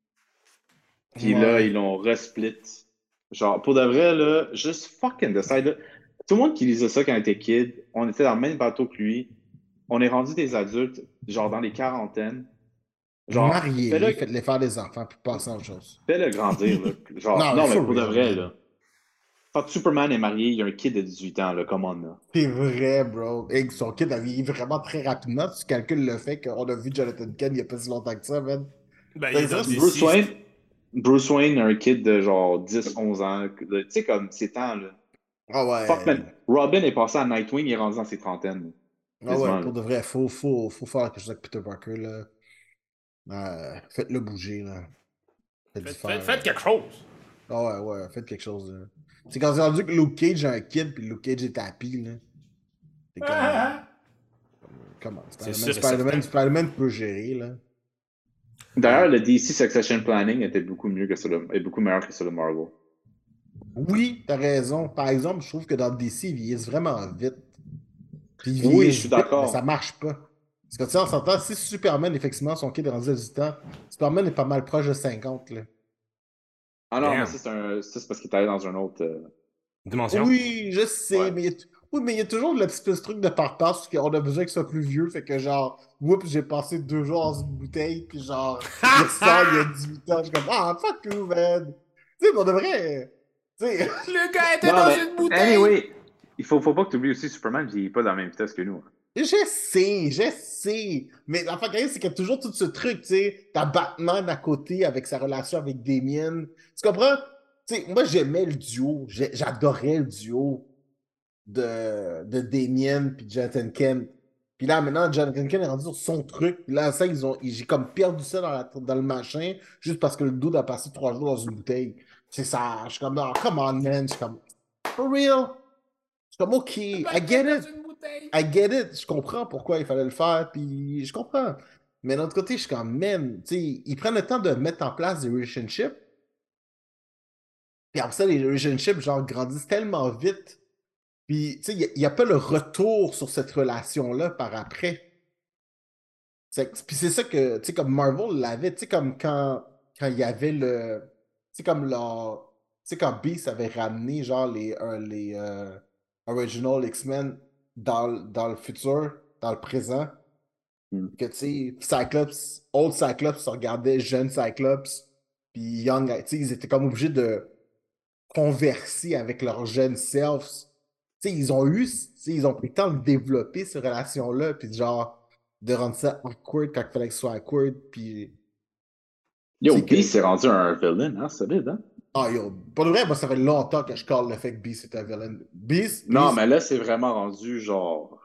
Puis là, ouais. ils l'ont resplit. Genre, pour de vrai, là, juste fucking decide. Là. Tout le monde qui lisait ça quand on était kid, on était dans le même bateau que lui. On est rendu des adultes, genre dans les quarantaines. Genre, Mariez-les, fais-le faites-les faire des enfants, puis passez à autre chose. fais-le grandir, là. Genre, Non, mais non, mais for pour de real, vrai, man. là. Quand Superman est marié, il y a un kid de dix-huit ans, là, come on, là. C'est vrai, bro. Et son kid a vieilli vraiment très rapidement. Tu calcules le fait qu'on a vu Jonathan Kent il n'y a pas si longtemps que ça, man. Ben, il C'est est dans ça, c'est- Bruce D C. Wayne, Bruce Wayne a un kid de genre dix onze ans. Tu sais, comme, c'est temps, là. Ah Fuck, ouais. man. Robin est passé à Nightwing, il est rendu dans ses trentaines. Ah ouais, Quasiment, pour là. de vrai, faut, faut, faut faire quelque chose avec Peter Parker, là. Euh, faites-le bouger, là. Faites-y Faites, faites, faire. faites quelque chose. Ah ouais, ouais, faites quelque chose, là. C'est quand c'est rendu que Luke Cage a un kid, puis Luke Cage est happy, là. C'est comme. Comment? C'est Spider-Man, sûr et Spider-Man, certain. Spider-Man peut gérer, là. D'ailleurs, le D C Succession Planning était beaucoup mieux que celui est beaucoup meilleur que celui de Marvel. Oui, t'as raison. Par exemple, je trouve que dans D C, ils vieillissent vraiment vite. Puis ils Oui, je vieillissent suis vite, mais ça d'accord. marche pas. Parce que tu sais, on s'entend, si Superman, effectivement, son kid est rendu à dix-huit ans, Superman est pas mal proche de cinquante, là. Ah non, mais Damn. ça, c'est un... ça, c'est parce qu'il est allé dans un autre. euh, Dimension. Oui, je sais, Ouais. mais il y a, oui, mais il y a toujours le petit peu ce truc de par-passe qu'on a besoin qu'il soit plus vieux. Fait que genre, oups, j'ai passé deux jours dans une bouteille, puis genre, il ressort, il y a dix-huit ans. Je suis comme, ah, fuck you, man. Tu sais, pour de vrai. Tu sais, Le gars était Non, dans mais une bouteille. anyway, il faut, faut pas que tu oublies aussi Superman, il est pas dans la même vitesse que nous. Hein. je sais, je sais. Mais l'enfant quand même, c'est qu'il y a toujours tout ce truc, tu sais. T'as Batman à côté avec sa relation avec Damien. Tu comprends? Tu sais, moi, j'aimais le duo. J'ai- J'adorais le duo de, de Damien puis Jonathan Kent. Puis là, maintenant, Jonathan Kent est rendu sur son truc. Puis là, ça, ils ont, j'ai comme perdu ça dans, la- dans le machin, juste parce que le dude a passé trois jours dans une bouteille. C'est ça. Je suis comme, oh, come on, man. Je suis comme, for real? Je suis comme, OK, I get Dans it. une bouteille. I get it. Je comprends pourquoi il fallait le faire, puis je comprends. Mais d'un autre côté, je suis comme, man, tu sais, ils prennent le temps de mettre en place des relationships. Puis après ça, les relationships, genre, grandissent tellement vite. Puis, tu sais, il n'y a, a pas le retour sur cette relation-là par après. C'est- Puis c'est ça que, tu sais, comme Marvel l'avait, tu sais, comme quand, quand il y avait le. Tu sais, comme leur. Tu sais, quand Beast avait ramené, genre, les, euh, les euh, Original X-Men dans, le- dans le futur, dans le présent. Hmm. Que, tu sais, Cyclops, Old Cyclops se regardait jeune Cyclops, puis Young, tu sais, ils étaient comme obligés de converser avec leurs jeunes selves. Tu sais, ils ont eu, tu sais, ils ont pris le temps de développer ces relations-là, puis genre, de rendre ça awkward quand il fallait que ce soit awkward, puis, tu Yo, sais, que. Beast s'est rendu un villain, hein, solide, hein? Ah, yo, pour le vrai, moi, ça fait longtemps que je colle le fait que Beast est un villain. Beast, Non, Beast, mais là, c'est vraiment rendu genre.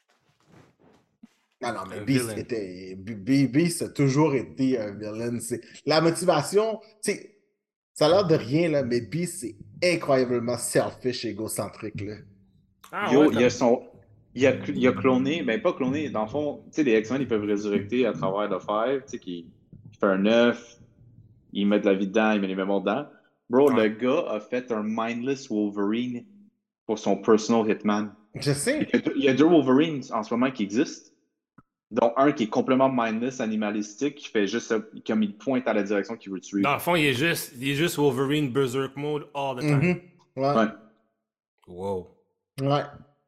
non, non, mais Un Beast villain. était. Be- Be- Beast a toujours été un villain. C'est... La motivation, tu sais, ça a l'air de rien, là, mais Beast, c'est incroyablement selfish et égocentrique, là. Ah Yo, ouais, il y a comme... son. il a, il a cloné, ben pas cloné, dans le fond, tu sais, les X-Men, ils peuvent résurrecter à travers le Five, tu sais, qui, qui fait un œuf, il met de la vie dedans, il met les mémoires dedans. Bro, Ouais. le gars a fait un mindless Wolverine pour son personal Hitman. Je Il sais. y a deux, il y a deux Wolverines en ce moment qui existent, dont un qui est complètement mindless, animalistique, qui fait juste, comme il pointe à la direction qu'il veut tuer. Dans le fond, il est juste, il est juste Wolverine Berserk mode all the time. Mhm. Ouais. Ouais. Wow. Ouais.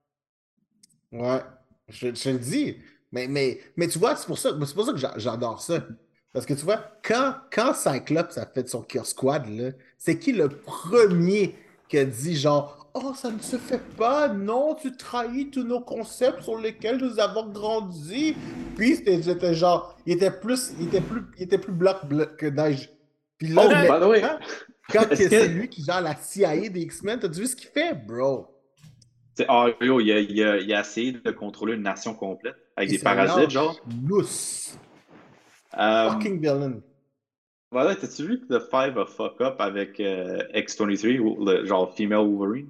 Ouais. Je, je te le dis. Mais, mais, mais tu vois, c'est pour ça, c'est pour ça que j'a- j'adore ça. Parce que tu vois, quand, quand Cyclops a fait son Cure Squad, là, c'est qui le premier qui a dit genre, oh, ça ne se fait pas, non, tu trahis tous nos concepts sur lesquels nous avons grandi. Puis c'était c'était genre, il était plus, il était plus, il était plus bloc, bloc que neige. Puis là, Oh, by the way, maintenant, quand est-ce que c'est que. lui qui gère la C I A des X-Men, t'as vu ce qu'il fait, bro? C'est- Ah, yo, il a, il a- il a essayé de contrôler une nation complète avec Il des se parasites, lâche genre. lousse. Euh, Fucking villain. voilà, t'as-tu vu que The Five a fuck up avec euh, X vingt-trois, ou le genre female Wolverine?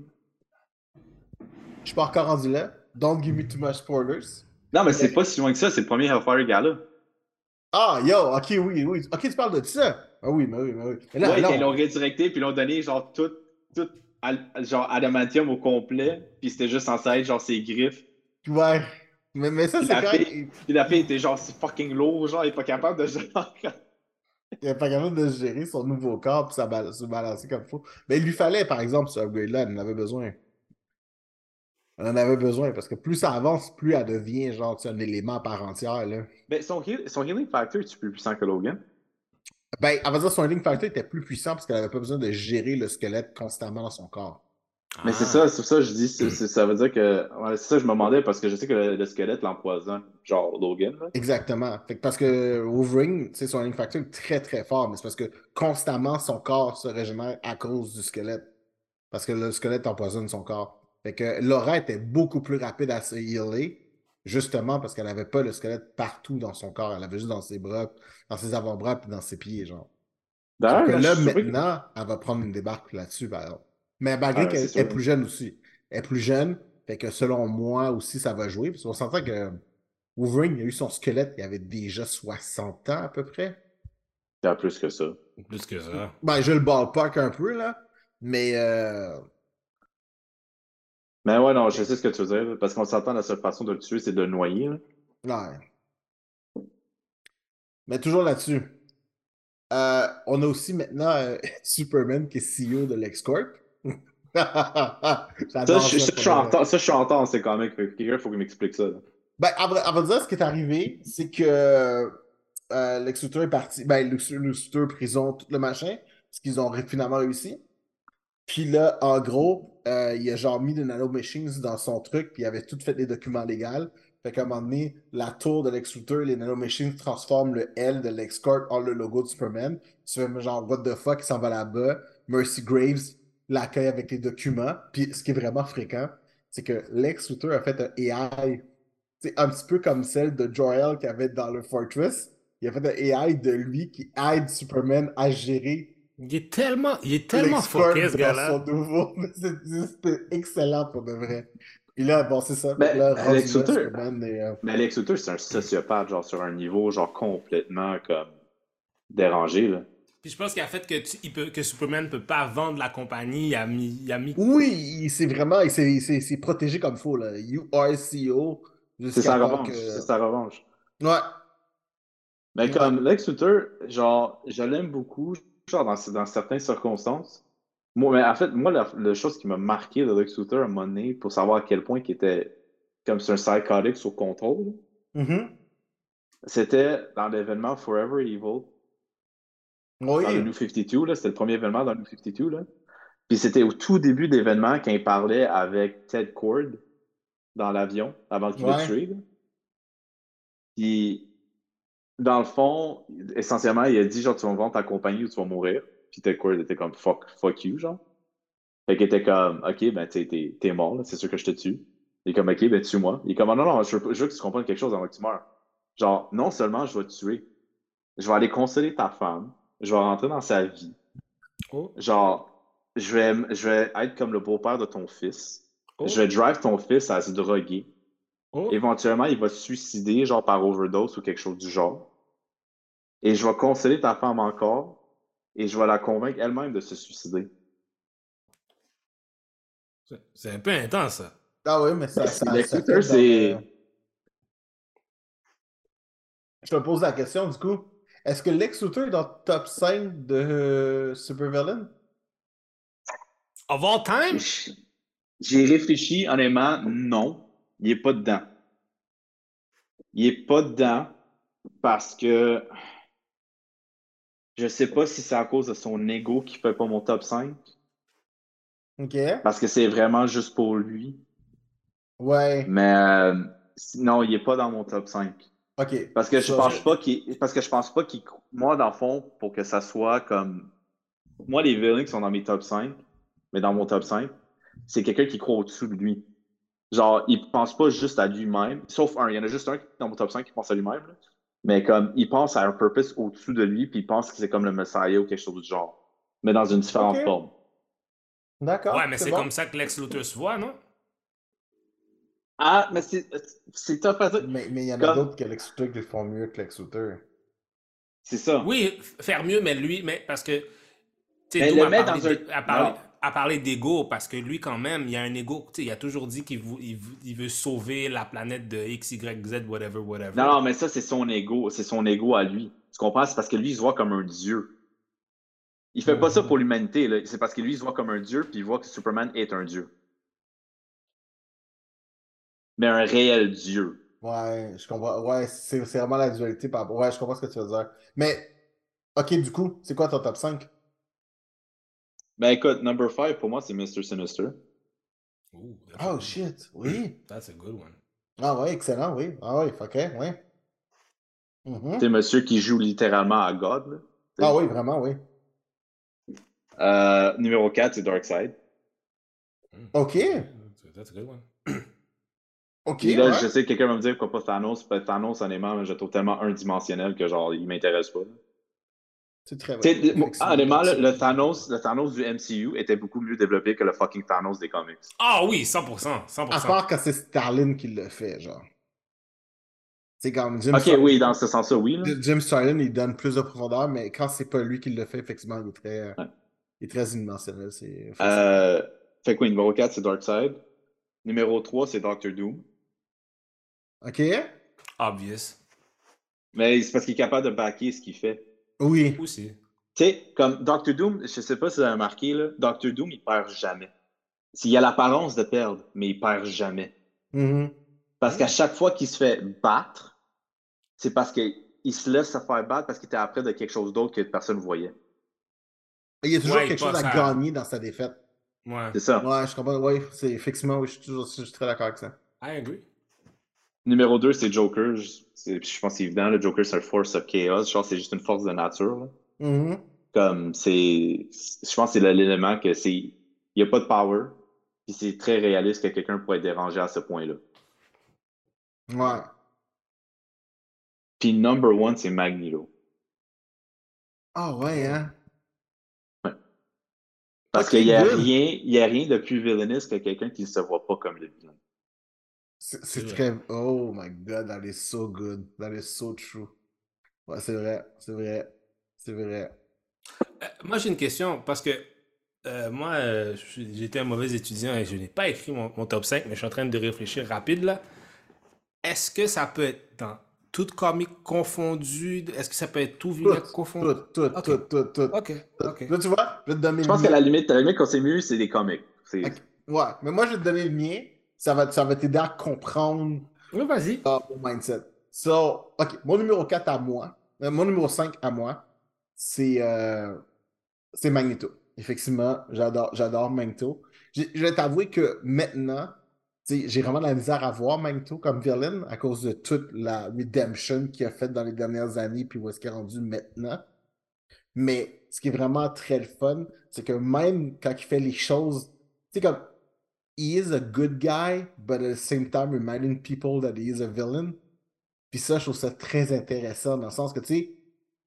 Je suis pas encore rendu là. Don't give me too much spoilers. Non, mais Mais- c'est pas si loin que ça, c'est le premier Hellfire Gala. Ah, yo, ok, oui, oui. Ok, tu parles de ça. Ah oui, mais oui, mais oui. Mais là, Ouais, là, quand ils l'ont on- redirecté, puis ils l'ont donné genre tout, tout al- genre adamantium au complet, puis c'était juste censé être genre ses griffes. ouais. Mais, mais ça, Puis c'est la correct. fille, puis la fille était genre c'est fucking lourd, genre elle est pas capable de genre. Il n'est pas capable de gérer son nouveau corps puis ça ba- se balancer comme il faut. Mais il lui fallait, par exemple, ce upgrade-là, elle en avait besoin. Elle en avait besoin parce que plus ça avance, plus elle devient genre tu sais, un élément à part entière. Là. Mais son, heal- son healing factor est plus puissant que Logan? Ben, elle va dire son healing factor était plus puissant parce qu'elle n'avait pas besoin de gérer le squelette constamment dans son corps. Mais c'est Ah. ça, c'est ça, je dis, c'est- c'est- ça veut dire que. Ouais, c'est ça, je me demandais parce que je sais que le, le squelette l'empoisonne, genre Logan. Là. Exactement. Fait que parce que Wolverine, tu sais, son healing factor est très très fort, mais c'est parce que constamment son corps se régénère à cause du squelette. Parce que le squelette empoisonne son corps. Fait que Laura était beaucoup plus rapide à se healer, justement parce qu'elle n'avait pas le squelette partout dans son corps. Elle avait juste dans ses bras, dans ses avant-bras puis dans ses pieds, genre. Sauf D'ailleurs, que moi, je là, suis surpris que. maintenant, elle va prendre une débarque là-dessus, par exemple. Mais malgré Ah, ouais, c'est qu'elle est sûr. plus jeune aussi. Elle est plus jeune, fait que selon moi aussi, ça va jouer. Parce qu'on s'entend que Wolverine, il a eu son squelette, il avait déjà soixante ans à peu près. Il y a plus que ça. Plus que ça. Ben, je le ballpark un peu, là. Mais, euh... Mais ouais, non, je sais ce que tu veux dire, parce qu'on s'entend la seule façon de le tuer, c'est de le noyer. Là. ouais. Mais toujours là-dessus. Euh, on a aussi maintenant euh, Superman qui est C E O de LexCorp. Ça, J'adore je, ça. ça, je pour suis de en vrai. retard, ça, je suis en retard en ces comics. Fait que Quelqu'un, faut qu'il m'explique ça. Là. Ben, à vrai, à vrai dire, ce qui est arrivé, c'est que euh, Lex Luthor est parti. Ben, Lex Lex Luthor, prison, tout le machin, parce qu'ils ont ré- finalement réussi. Puis là, en gros, euh, il a genre mis des nanomachines dans son truc, puis il avait tout fait les documents légaux. Fait qu'à un moment donné, la tour de Lex Luthor, les nanomachines transforment le L de LexCorp en le logo de Superman. Tu fais genre, what the fuck, il s'en va là-bas. Mercy Graves l'accueille avec les documents. Puis ce qui est vraiment fréquent, c'est que Lex Luthor a fait un A I, c'est un petit peu comme celle de Jor-El qu'il y avait dans le Fortress. Il a fait un A I de lui qui aide Superman à gérer Il est tellement, il est tellement fucké, ce dans gars-là. son nouveau. C'est c'est excellent pour de vrai. Puis là, bon, c'est ça. Ben, Là, rendu Alex là, Luthor, Superman est, euh, mais Alex Luthor, c'est un sociopathe, genre sur un niveau genre complètement comme dérangé. Là. Puis je pense qu'il a fait que, tu- il peut, que Superman ne peut pas vendre la compagnie. Il a mis. Il a mis... Oui, il s'est vraiment il s'est- il s'est- il s'est protégé comme il faut. Là. You are C E O C'est jusqu'à sa temps revanche. que. C'est sa revanche. Ouais. Mais Ouais. comme Lex Luthor, genre, je l'aime beaucoup, genre dans, dans certaines circonstances. Moi, mais en fait, moi, la, la chose qui m'a marqué de Lex Luthor à un moment donné, pour savoir à quel point il était comme c'est un psychotic sur contrôle, Mhm. c'était dans l'événement Forever Evil, dans le Oui. New cinquante-deux, là, c'était le premier événement dans le New cinquante-deux, là. Puis c'était au tout début de l'événement quand il parlait avec Ted Cord dans l'avion avant qu'il le Ouais. tue. là. Puis, dans le fond, essentiellement, il a dit genre, tu vas me vendre ta compagnie ou tu vas mourir. Puis Ted Cord était comme fuck, fuck you, genre. Fait qu'il était comme, ok, ben t'es, t'es, t'es mort, là, c'est sûr que je te tue. Il est comme, ok, ben tue-moi. Il est comme, non, non, je veux, je veux que tu comprennes quelque chose avant que tu meurs. Genre, non seulement je vais te tuer, je vais aller consoler ta femme, je vais rentrer dans sa vie. Oh, Genre, je vais, je vais être comme le beau-père de ton fils. oh. Je vais drive ton fils à se droguer. Oh, éventuellement, il va se suicider, genre par overdose ou quelque chose du genre. Et je vais consoler ta femme encore et je vais la convaincre elle-même de se suicider. c'est c'est un peu intense, ça. Ah oui, mais ça, C'est- ça, Lex ça fit Luthor, dans le. c'est. Je te pose la question, du coup. Est-ce que Lex Luthor est dans le top cinq de euh, supervillain? Of all time? J'ai réfléchi, honnêtement, non, il est pas dedans. Il est pas dedans parce que je sais pas si c'est à cause de son ego qui fait pas mon top cinq, Ok. parce que c'est vraiment juste pour lui. Ouais. Mais euh, non, il est pas dans mon top cinq. Ok. Parce que je Ça, pense Je- pas qu'il parce que je pense pas qu'il moi dans le fond pour que ça soit comme moi les villains qui sont dans mes top cinq, mais dans mon top cinq, c'est quelqu'un qui croit au-dessus de lui. Genre, il pense pas juste à lui-même, sauf un, il y en a juste un qui est dans mon top cinq qui pense à lui-même, là. Mais comme il pense à un purpose au-dessus de lui, puis il pense que c'est comme le Messiah ou quelque chose du genre, mais dans une Ok. différente forme. Ouais, D'accord. mais C'est c'est bon. comme ça que Lex Luthor se voit, non? Ah, mais c'est c'est tough à dire. Mais mais il y en a Comme, d'autres que Lex Luthor qui le font mieux que Lex Luthor. c'est ça. Oui, f- faire mieux, mais lui, mais parce que, tu sais, Mais Doom le a met parlé, dans un. d'- a parlé, Non. a parlé d'ego, parce que lui, quand même, il y a un ego. Tu sais, il a toujours dit qu'il vou- il, vou- il veut sauver la planète de X, Y, Z, whatever, Non, whatever. non, mais ça, c'est son ego. C'est son ego à lui. Tu comprends? C'est parce que lui, il se voit comme un dieu. Il fait pas ça pour Mhm. l'humanité, là. C'est parce que lui, il se voit comme un dieu, puis il voit que Superman est un dieu. Mais un réel dieu. Ouais, je comprends. Ouais, c'est c'est vraiment la dualité par rapport. Ouais, je comprends ce que tu veux dire. Mais, ok, du coup, c'est quoi ton top cinq? Ben écoute, number five, pour moi, c'est mister Sinister. Ooh, that's a Oh good one. shit, oui. That's a good one. Ah ouais, excellent, oui. Ah ouais, ok, ouais. C'est Mhm. monsieur qui joue littéralement à God, là. Tu Ah sais. oui, vraiment, oui. Euh, numéro quatre, c'est Darkseid. Mm, Ok, yeah, that's a, that's a good one. ok, Puis là, je ouais. sais que quelqu'un va me dire pourquoi pas Thanos. Ben, Thanos, honnêtement, je le trouve tellement un-dimensionnel que genre, il m'intéresse pas. C'est très Tu vrai. sais, moi, Effectivement, honnêtement, le, Darkseid. le Thanos, le Thanos du M C U était beaucoup mieux développé que le fucking Thanos des comics. Ah oui, cent pour cent, cent pour À cent. part quand c'est Starlin qui le fait, genre. C'est comme Jim Ok, Starlin. oui, dans ce sens-là, oui, là. Jim Starlin, il donne plus de profondeur, mais quand c'est pas lui qui le fait, effectivement, il est très, Ouais. il est très unidimensionnel, c'est effectivement. Euh, fait que oui, numéro quatre, c'est Darkseid. Numéro trois, c'est Doctor Doom. Ok? Obvious. Mais c'est parce qu'il est capable de backer ce qu'il fait. Oui. Aussi. Tu sais, comme Doctor Doom, je sais pas si vous avez remarqué, là, Doctor Doom, il perd jamais. S'il a l'apparence de perdre, mais il perd jamais. Mhm. Parce qu'à Mm. chaque fois qu'il se fait battre, c'est parce qu'il se laisse se faire battre parce qu'il était après de quelque chose d'autre que personne ne voyait. Il y a toujours Ouais, il quelque chose à passe à. gagner dans sa défaite. Ouais. C'est ça. Ouais, je comprends. Ouais, c'est effectivement, oui, je suis toujours, je suis très d'accord avec ça. I agree. Numéro deux, c'est Joker. Je, c'est- je pense que c'est évident, le Joker, c'est un force of chaos. Je pense que c'est juste une force de nature, là. Mhm. Comme c'est. Je pense que c'est l'élément que c'est. Il n'y a pas de power. Puis c'est très réaliste que quelqu'un pourrait être dérangé à ce point-là. Ouais. Puis number one, c'est Magneto. Ah ouais, Oh. hein? Parce Ok, qu'il n'y a good. rien, il y a rien de plus villainous que quelqu'un qui ne se voit pas comme le vilain. C'est C'est c'est vrai. très. Oh my God, that is so good. That is so true. Ouais, c'est vrai, c'est vrai, c'est vrai. Euh, moi, j'ai une question parce que euh, moi, euh, je suis- j'étais un mauvais étudiant et je n'ai pas écrit mon, mon top cinq, mais je suis en train de réfléchir rapide là. Est-ce que ça peut être dans tout comique confondu? Est-ce que ça peut être tout Tout, vilain confondu? tout, tout, Ok, tout, tout, tout, ok, tout. ok. Là, tu vois, je vais te donner Je le pense qu'à mien. la limite, à la limite, quand c'est mieux, c'est des comics. C'est... Ok. Ouais, mais moi, je vais te donner le mien. Ça va, ça va t'aider à comprendre Oui, vas-y. euh, mon mindset. So, ok, mon numéro quatre à moi, euh, mon numéro cinq à moi, c'est euh, c'est Magneto. Effectivement, j'adore, j'adore Magneto. J'ai- Je vais t'avouer que maintenant, tu sais, j'ai vraiment de la misère à voir Magneto comme villain à cause de toute la redemption qu'il a faite dans les dernières années, puis où est-ce qu'il est rendu maintenant. Mais ce qui est vraiment très le fun, c'est que même quand il fait les choses, tu sais, comme, he is a good guy, but at the same time reminding people that he is a villain. Puis ça, je trouve ça très intéressant dans le sens que, tu sais,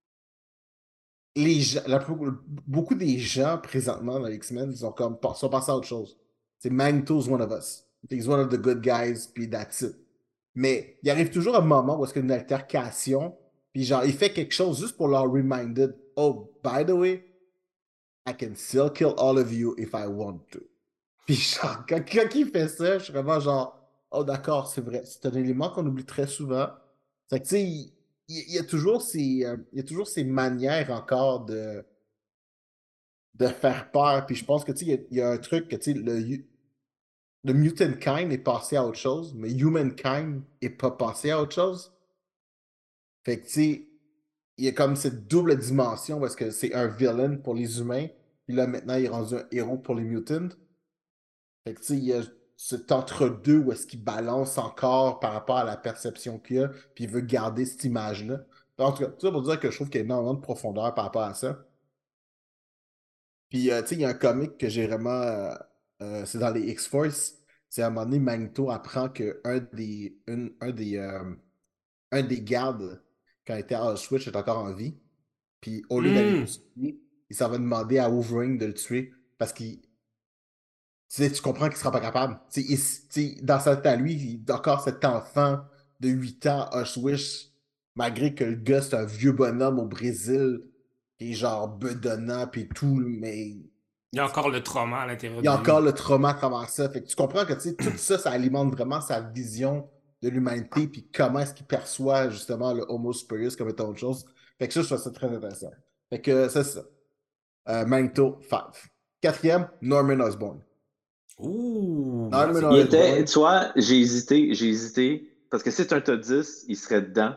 les gens, la- beaucoup des gens présentement dans X-Men sont comme sont passés à autre chose. C'est Magneto's one of us. He's one of the good guys, puis that's it. Mais il arrive toujours un moment où est-ce qu'il y a une altercation, puis genre, il fait quelque chose juste pour leur reminder, oh, by the way, I can still kill all of you if I want to. Puis genre, quand, quand il fait ça, je suis vraiment genre, oh d'accord, c'est vrai. C'est un élément qu'on oublie très souvent. Fait que tu sais, il, il- il y a toujours ces, euh, il y a toujours ces manières encore de, de faire peur. Puis je pense que tu sais, il y a, il y a un truc que tu sais, le, hu- le mutant kind est passé à autre chose, mais humankind est pas passé à autre chose. Fait que tu sais, il y a comme cette double dimension parce que c'est un villain pour les humains, puis là maintenant il est rendu un héros pour les mutants. Fait que tu sais, il y a cet entre-deux où est-ce qu'il balance encore par rapport à la perception qu'il a, puis il veut garder cette image-là. En tout cas, tout ça pour dire que je trouve qu'il y a énormément de profondeur par rapport à ça. Puis, euh, tu sais, il y a un comic que j'ai vraiment. Euh, euh, c'est dans les X-Force. C'est à un moment donné, Magneto apprend que un des, une- un des, euh, un des gardes, quand il était à Auschwitz, est encore en vie. Puis, au lieu d'aller le Hmm. tuer, il s'en va demander à Wolverine de le tuer parce qu'il tu sais, tu comprends qu'il sera pas capable. Tu sais, il- tu sais, dans sa tête à lui, il est encore cet enfant de huit ans à Auschwitz, malgré que le gars, c'est un vieux bonhomme au Brésil, qui est genre bedonnant puis tout, mais Il y a encore le trauma à l'intérieur il y a de encore lui. le trauma à travers ça. Fait que tu comprends que tu sais, tout ça, ça alimente vraiment sa vision de l'humanité puis comment est-ce qu'il perçoit justement le Homo superior comme étant autre chose. Fait que ça, je trouve ça très intéressant. Fait que c'est ça. Euh, Magneto, cinq. Quatrième, Norman Osborn. Ouh, ça Norman c'est Il good. était, Osborn. tu vois, j'ai hésité, j'ai hésité, parce que si c'est un top dix, il serait dedans,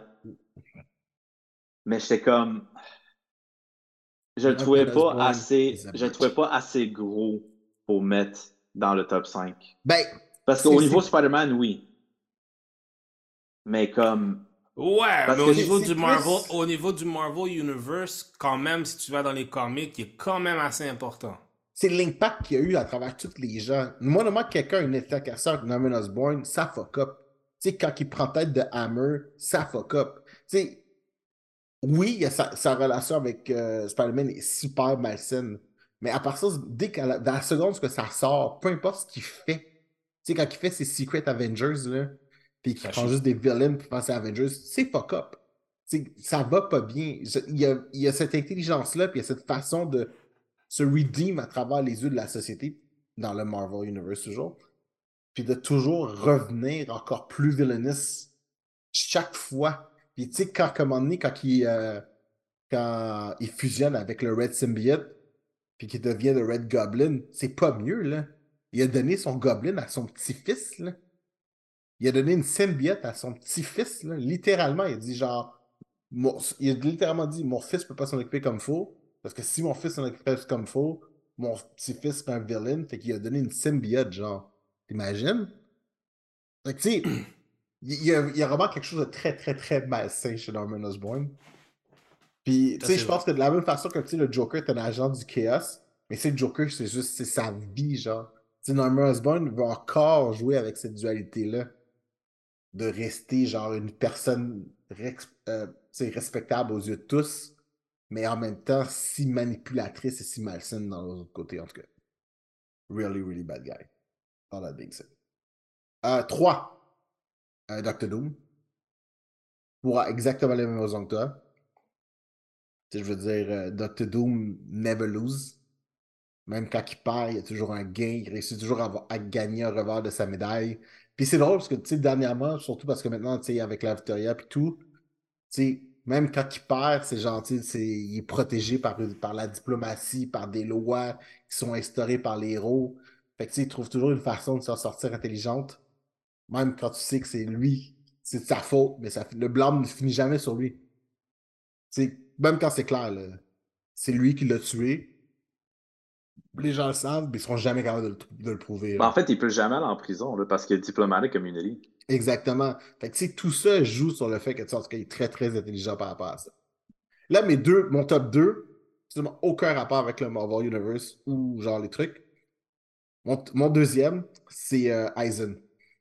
mais j'étais comme, je le trouvais Norman pas Osborn is assez, a je le trouvais bitch. pas assez gros pour mettre dans le top cinq. Ben, Parce c'est qu'au niveau c'est- Spider-Man, oui, mais comme, Ouais, mais parce au que c'est- niveau c'est du Marvel, plus. au niveau du Marvel Universe, quand même, si tu vas dans les comics, il est quand même assez important. C'est l'impact qu'il y a eu à travers tous les gens. Moi, normalement, quelqu'un a une attaquation avec Norman Osborn, ça fuck up. Tu sais, quand il prend tête de Hammer, ça fuck up. Tu sais, oui, il y a sa, sa relation avec euh, Spider-Man est super malsaine. Mais à part ça, dès que la, dans la seconde que ça sort, peu importe ce qu'il fait, tu sais, quand il fait ses Secret Avengers, là, puis qu'il Ça prend chie. juste des villains pour penser à Avengers, c'est fuck up. Tu sais, ça va pas bien. Je- Il y a, il y a cette intelligence-là, puis il y a cette façon de se redeem à travers les yeux de la société, dans le Marvel Universe toujours, puis de toujours revenir encore plus villainous chaque fois. Puis tu sais, quand, à un moment donné, quand il, euh, quand il fusionne avec le Red Symbiote, puis qu'il devient le Red Goblin, c'est pas mieux, là. Il a donné son Goblin à son petit-fils, là. Il a donné une symbiote à son petit-fils, là. Littéralement, il a dit genre, mon- il a littéralement dit, mon fils peut pas s'en occuper comme faut, parce que si mon fils s'en occupait comme faut, mon petit-fils serait un villain, fait qu'il a donné une symbiote, genre. T'imagines? Fait que tu sais, il y, a, il y a vraiment quelque chose de très, très, très malsain chez Norman Osborn. Puis, tu Ça sais, c'est je vrai. pense que de la même façon que, tu sais, le Joker est un agent du chaos, mais c'est le Joker, c'est juste, c'est sa vie, genre. Tu sais, Norman Osborn veut encore jouer avec cette dualité-là, de rester, genre, une personne rex- euh, tu sais, respectable aux yeux de tous, mais en même temps, si manipulatrice et si malsaine dans l'autre côté, en tout cas. Really, really bad guy. All that being said. Euh, trois, euh, docteur Doom. Pour exactement les mêmes raisons que toi. Tu sais, je veux dire, euh, docteur Doom never lose. Même quand il perd, il y a toujours un gain. Il réussit toujours à, avoir- à gagner un revers de sa médaille. Puis c'est drôle parce que, tu sais, dernièrement, surtout parce que maintenant, tu sais, avec la Victoria et tout, tu sais, même quand il perd, c'est gentil, c'est, il est protégé par, par la diplomatie, par des lois qui sont instaurées par les héros. Fait que, tu sais, il trouve toujours une façon de s'en sortir intelligente, même quand tu sais que c'est lui, c'est de sa faute, mais ça, le blâme ne finit jamais sur lui. Tu sais, même quand c'est clair, là, c'est lui qui l'a tué. Les gens le savent, mais ils seront jamais capables de le, de le prouver, ben, là. en fait, il peut jamais aller en prison, là, parce qu'il est diplomatique community. Exactement. Fait que, tu sais, tout ça joue sur le fait que, tu sais, en tout cas, il est très, très intelligent par rapport à ça. Là, mes deux, mon top deux, absolument aucun rapport avec le Marvel Universe ou genre les trucs. Mon, mon deuxième, c'est euh, Aizen.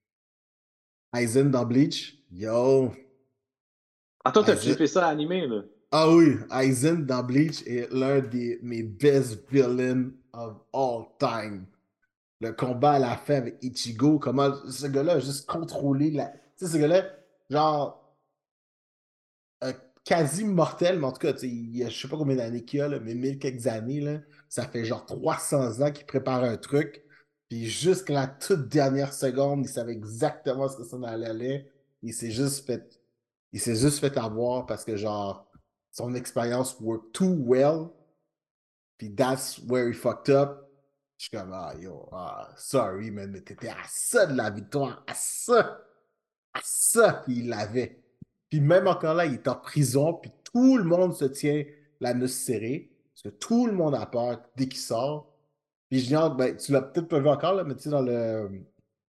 Aizen dans Bleach. Yo, Attends, t'as Aizen. flippé ça à animé, là. Ah oui, Aizen dans Bleach est l'un des mes best villains of all time. Le combat à la fin avec Ichigo, comment ce gars-là a juste contrôlé la, Tu sais, ce gars-là, genre, euh, quasi mortel, mais en tout cas, tu sais, il y a, je sais pas combien d'années qu'il y a, là, mais mille quelques années, là, ça fait genre trois cents ans qu'il prépare un truc, puis jusqu'à la toute dernière seconde, il savait exactement ce que ça allait aller. Il s'est juste fait, il s'est juste fait avoir parce que, genre, son expérience worked too well, puis that's where he fucked up. Je suis comme, ah, yo, ah, sorry, man, mais t'étais à ça de la victoire, à ça, à ça, puis il l'avait. Puis même encore là, il est en prison, puis tout le monde se tient la noce serrée, parce que tout le monde a peur dès qu'il sort. Puis je dis, ah, ben, tu l'as peut-être pas vu encore, là, mais tu sais, dans le,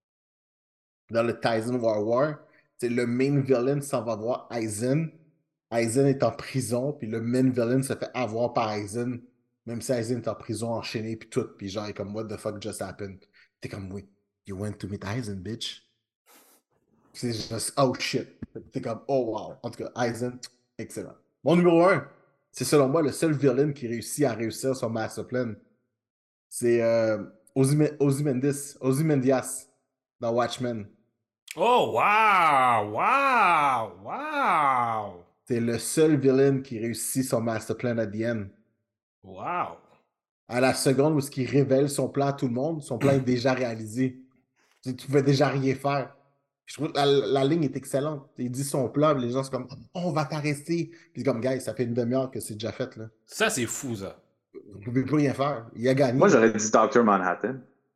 dans le Tyson War War, c'est le main villain s'en va voir Aizen. Aizen est en prison, puis le main villain se fait avoir par Aizen, même si Aizen est en prison, enchaîné, puis tout, puis genre, il est comme, what the fuck just happened? T'es comme, oui, you went to meet Aizen, bitch. C'est juste, oh shit. T'es comme, oh wow. En tout cas, Aizen, excellent. Mon numéro un, c'est selon moi le seul villain qui réussit à réussir son master plan. C'est euh, Ozime- Ozymandias, Ozymandias dans Watchmen. Oh, wow! Wow! Wow! C'est le seul villain qui réussit son master plan at the end. Wow! À la seconde où il révèle son plan à tout le monde, son plan est déjà réalisé. Tu tu pouvais déjà rien faire. Je trouve que la, la ligne est excellente. Il dit son plan, les gens sont comme, oh, on va t'arrêter. Puis comme, gars, ça fait une demi-heure que c'est déjà fait, là. Ça, c'est fou, ça. Vous ne pouvez plus rien faire. Il a gagné. Moi, j'aurais dit docteur Manhattan.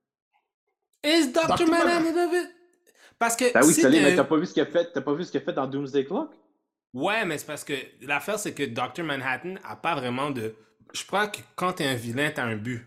Is docteur docteur Manhattan of it? Parce que Ben oui, si Salim, mais t'es- t'as pas vu ce qu'il a fait, t'as pas vu ce qu'il a fait dans Doomsday Clock? Ouais, mais c'est parce que l'affaire, c'est que docteur Manhattan a pas vraiment de... Je crois que quand t'es un vilain, t'as un but.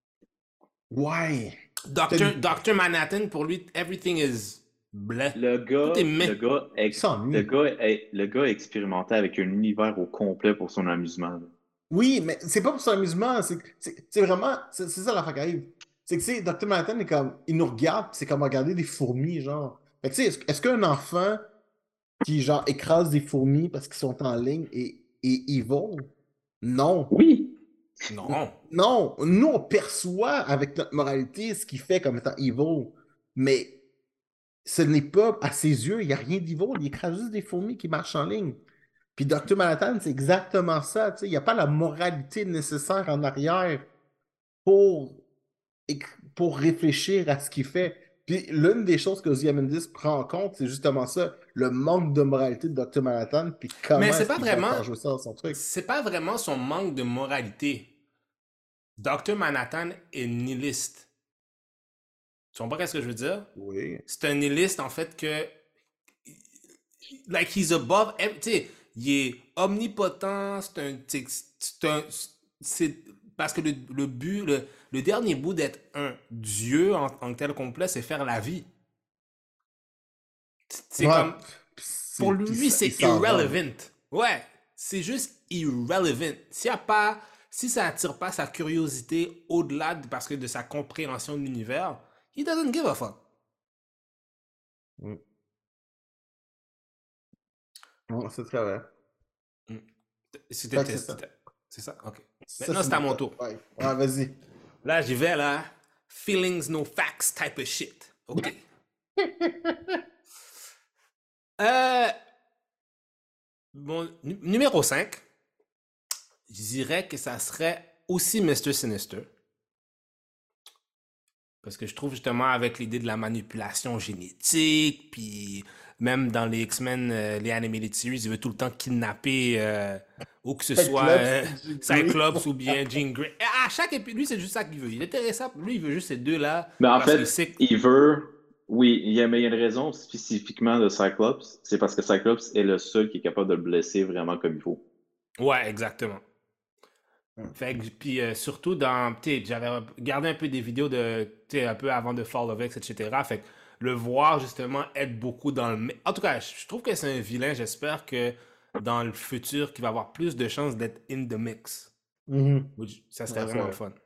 Ouais. docteur docteur Manhattan, pour lui, everything is bleu. Le gars, Tout est mais. le gars, ex- Il s'ennuie. le gars, est- le gars expérimentait avec un univers au complet pour son amusement. là. Oui, mais c'est pas pour son amusement. C'est c'est- c'est vraiment. C'est c'est ça l'affaire qui arrive. C'est que, tu sais, docteur Manhattan est comme. Il nous regarde, puis c'est comme regarder des fourmis, genre. Fait que, tu sais, est-ce est-ce qu'un enfant qui, genre, écrase des fourmis parce qu'ils sont en ligne est, est evil? Non. Oui, Non. Non. Nous, on perçoit avec notre moralité ce qu'il fait comme étant evil. Mais ce n'est pas, à ses yeux, il n'y a rien d'evil. Il écrase juste des fourmis qui marchent en ligne. Puis docteur Manhattan, c'est exactement ça. Tu sais, il n'y a pas la moralité nécessaire en arrière pour, éc- pour réfléchir à ce qu'il fait. Puis l'une des choses que Ozymandias prend en compte, c'est justement ça, le manque de moralité de docteur Manhattan, puis comment Mais c'est est-ce pas qu'il va vraiment- faire jouer ça dans son truc. C'est pas vraiment son manque de moralité. docteur Manhattan est nihiliste. Tu comprends ce que je veux dire? Oui. C'est un nihiliste, en fait, que... Like, he's above... ev- Tu sais, il est omnipotent, c'est un... tu sais, C'est un... C'est... Parce que le, le but, le, le dernier bout d'être un dieu en, en tel complet, c'est faire la vie. C'est Ouais. comme... Puis c'est- Pour puis lui, ça- c'est il s'en va. irrelevant. Ouais, c'est juste irrelevant. S'il y a pas, si ça attire pas sa curiosité au-delà de, parce que de sa compréhension de l'univers, he doesn't give a fuck. Mm. Non, c'est très vrai. C'était, Fait que c'est ça. c'était- c'est ça, ok. Ça, Maintenant, c'est à mon mon top. tour. Ouais, ouais, vas-y. Là, j'y vais là. Feelings, no facts type of shit. Ok. euh, bon, nu- numéro cinq, je dirais que ça serait aussi mister Sinister. Parce que je trouve justement avec l'idée de la manipulation génétique, puis même dans les X-Men, euh, les animated series, il veut tout le temps kidnapper euh, ou que ce soit euh, Cyclops, Jean Grey. Cyclops ou bien Jean Grey. À chaque épisode, lui, c'est juste ça qu'il veut. Il est intéressant. Lui, il veut juste ces deux-là. mais en parce fait, qu'il sait que- il veut. Oui, il y a, mais il y a une raison spécifiquement de Cyclops. C'est parce que Cyclops est le seul qui est capable de le blesser vraiment comme il faut. Ouais, exactement. Hmm. Fait que, puis euh, surtout dans, tu sais, j'avais regardé un peu des vidéos de, tu sais, un peu avant de Fall of X, et cetera. Fait que le voir justement aide beaucoup dans le... mé- En tout cas, je je trouve que c'est un vilain. J'espère que dans le futur, qu'il va avoir plus de chances d'être in the mix. Mhm. Which- Ça serait Ouais, c'est vraiment le fun.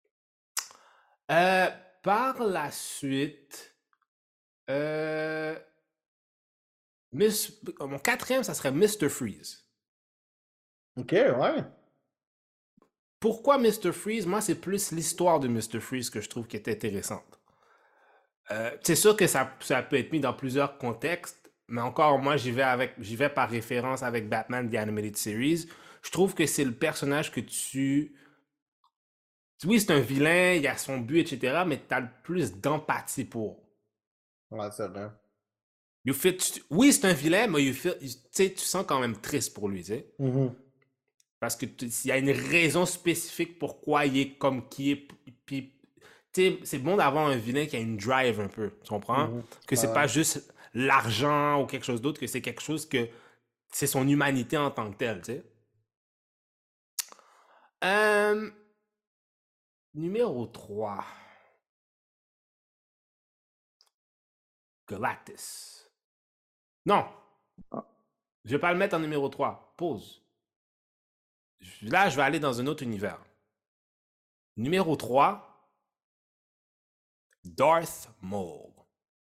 Euh, par la suite, euh, Miss- mon quatrième, ça serait mister Freeze. Ok, ouais. Pourquoi mister Freeze? Moi, c'est plus l'histoire de mister Freeze que je trouve qui est intéressante. Euh, c'est sûr que ça, ça peut être mis dans plusieurs contextes, mais encore, moi, j'y vais avec, j'y vais par référence avec Batman The Animated Series. Je trouve que c'est le personnage que tu... Oui, c'est un vilain, il a son but, et cetera, mais tu as le plus d'empathie pour. Ouais, c'est vrai. You feel- tu- Oui, c'est un vilain, mais you feel- tu sais, tu sens quand même triste pour lui, tu sais. Mhm. Parce que tu- s'il y a une raison spécifique pourquoi il est comme qui est. Puis, tu sais, c'est bon d'avoir un vilain qui a une drive un peu, tu comprends? Mhm. Que c'est Ouais, pas ouais. juste l'argent ou quelque chose d'autre, que c'est quelque chose que c'est son humanité en tant que telle, tu sais. Euh, numéro trois. Galactus. Non, Ah. je vais pas le mettre en numéro trois. Pause. Là, je vais aller dans un autre univers. Numéro trois, Darth Maul.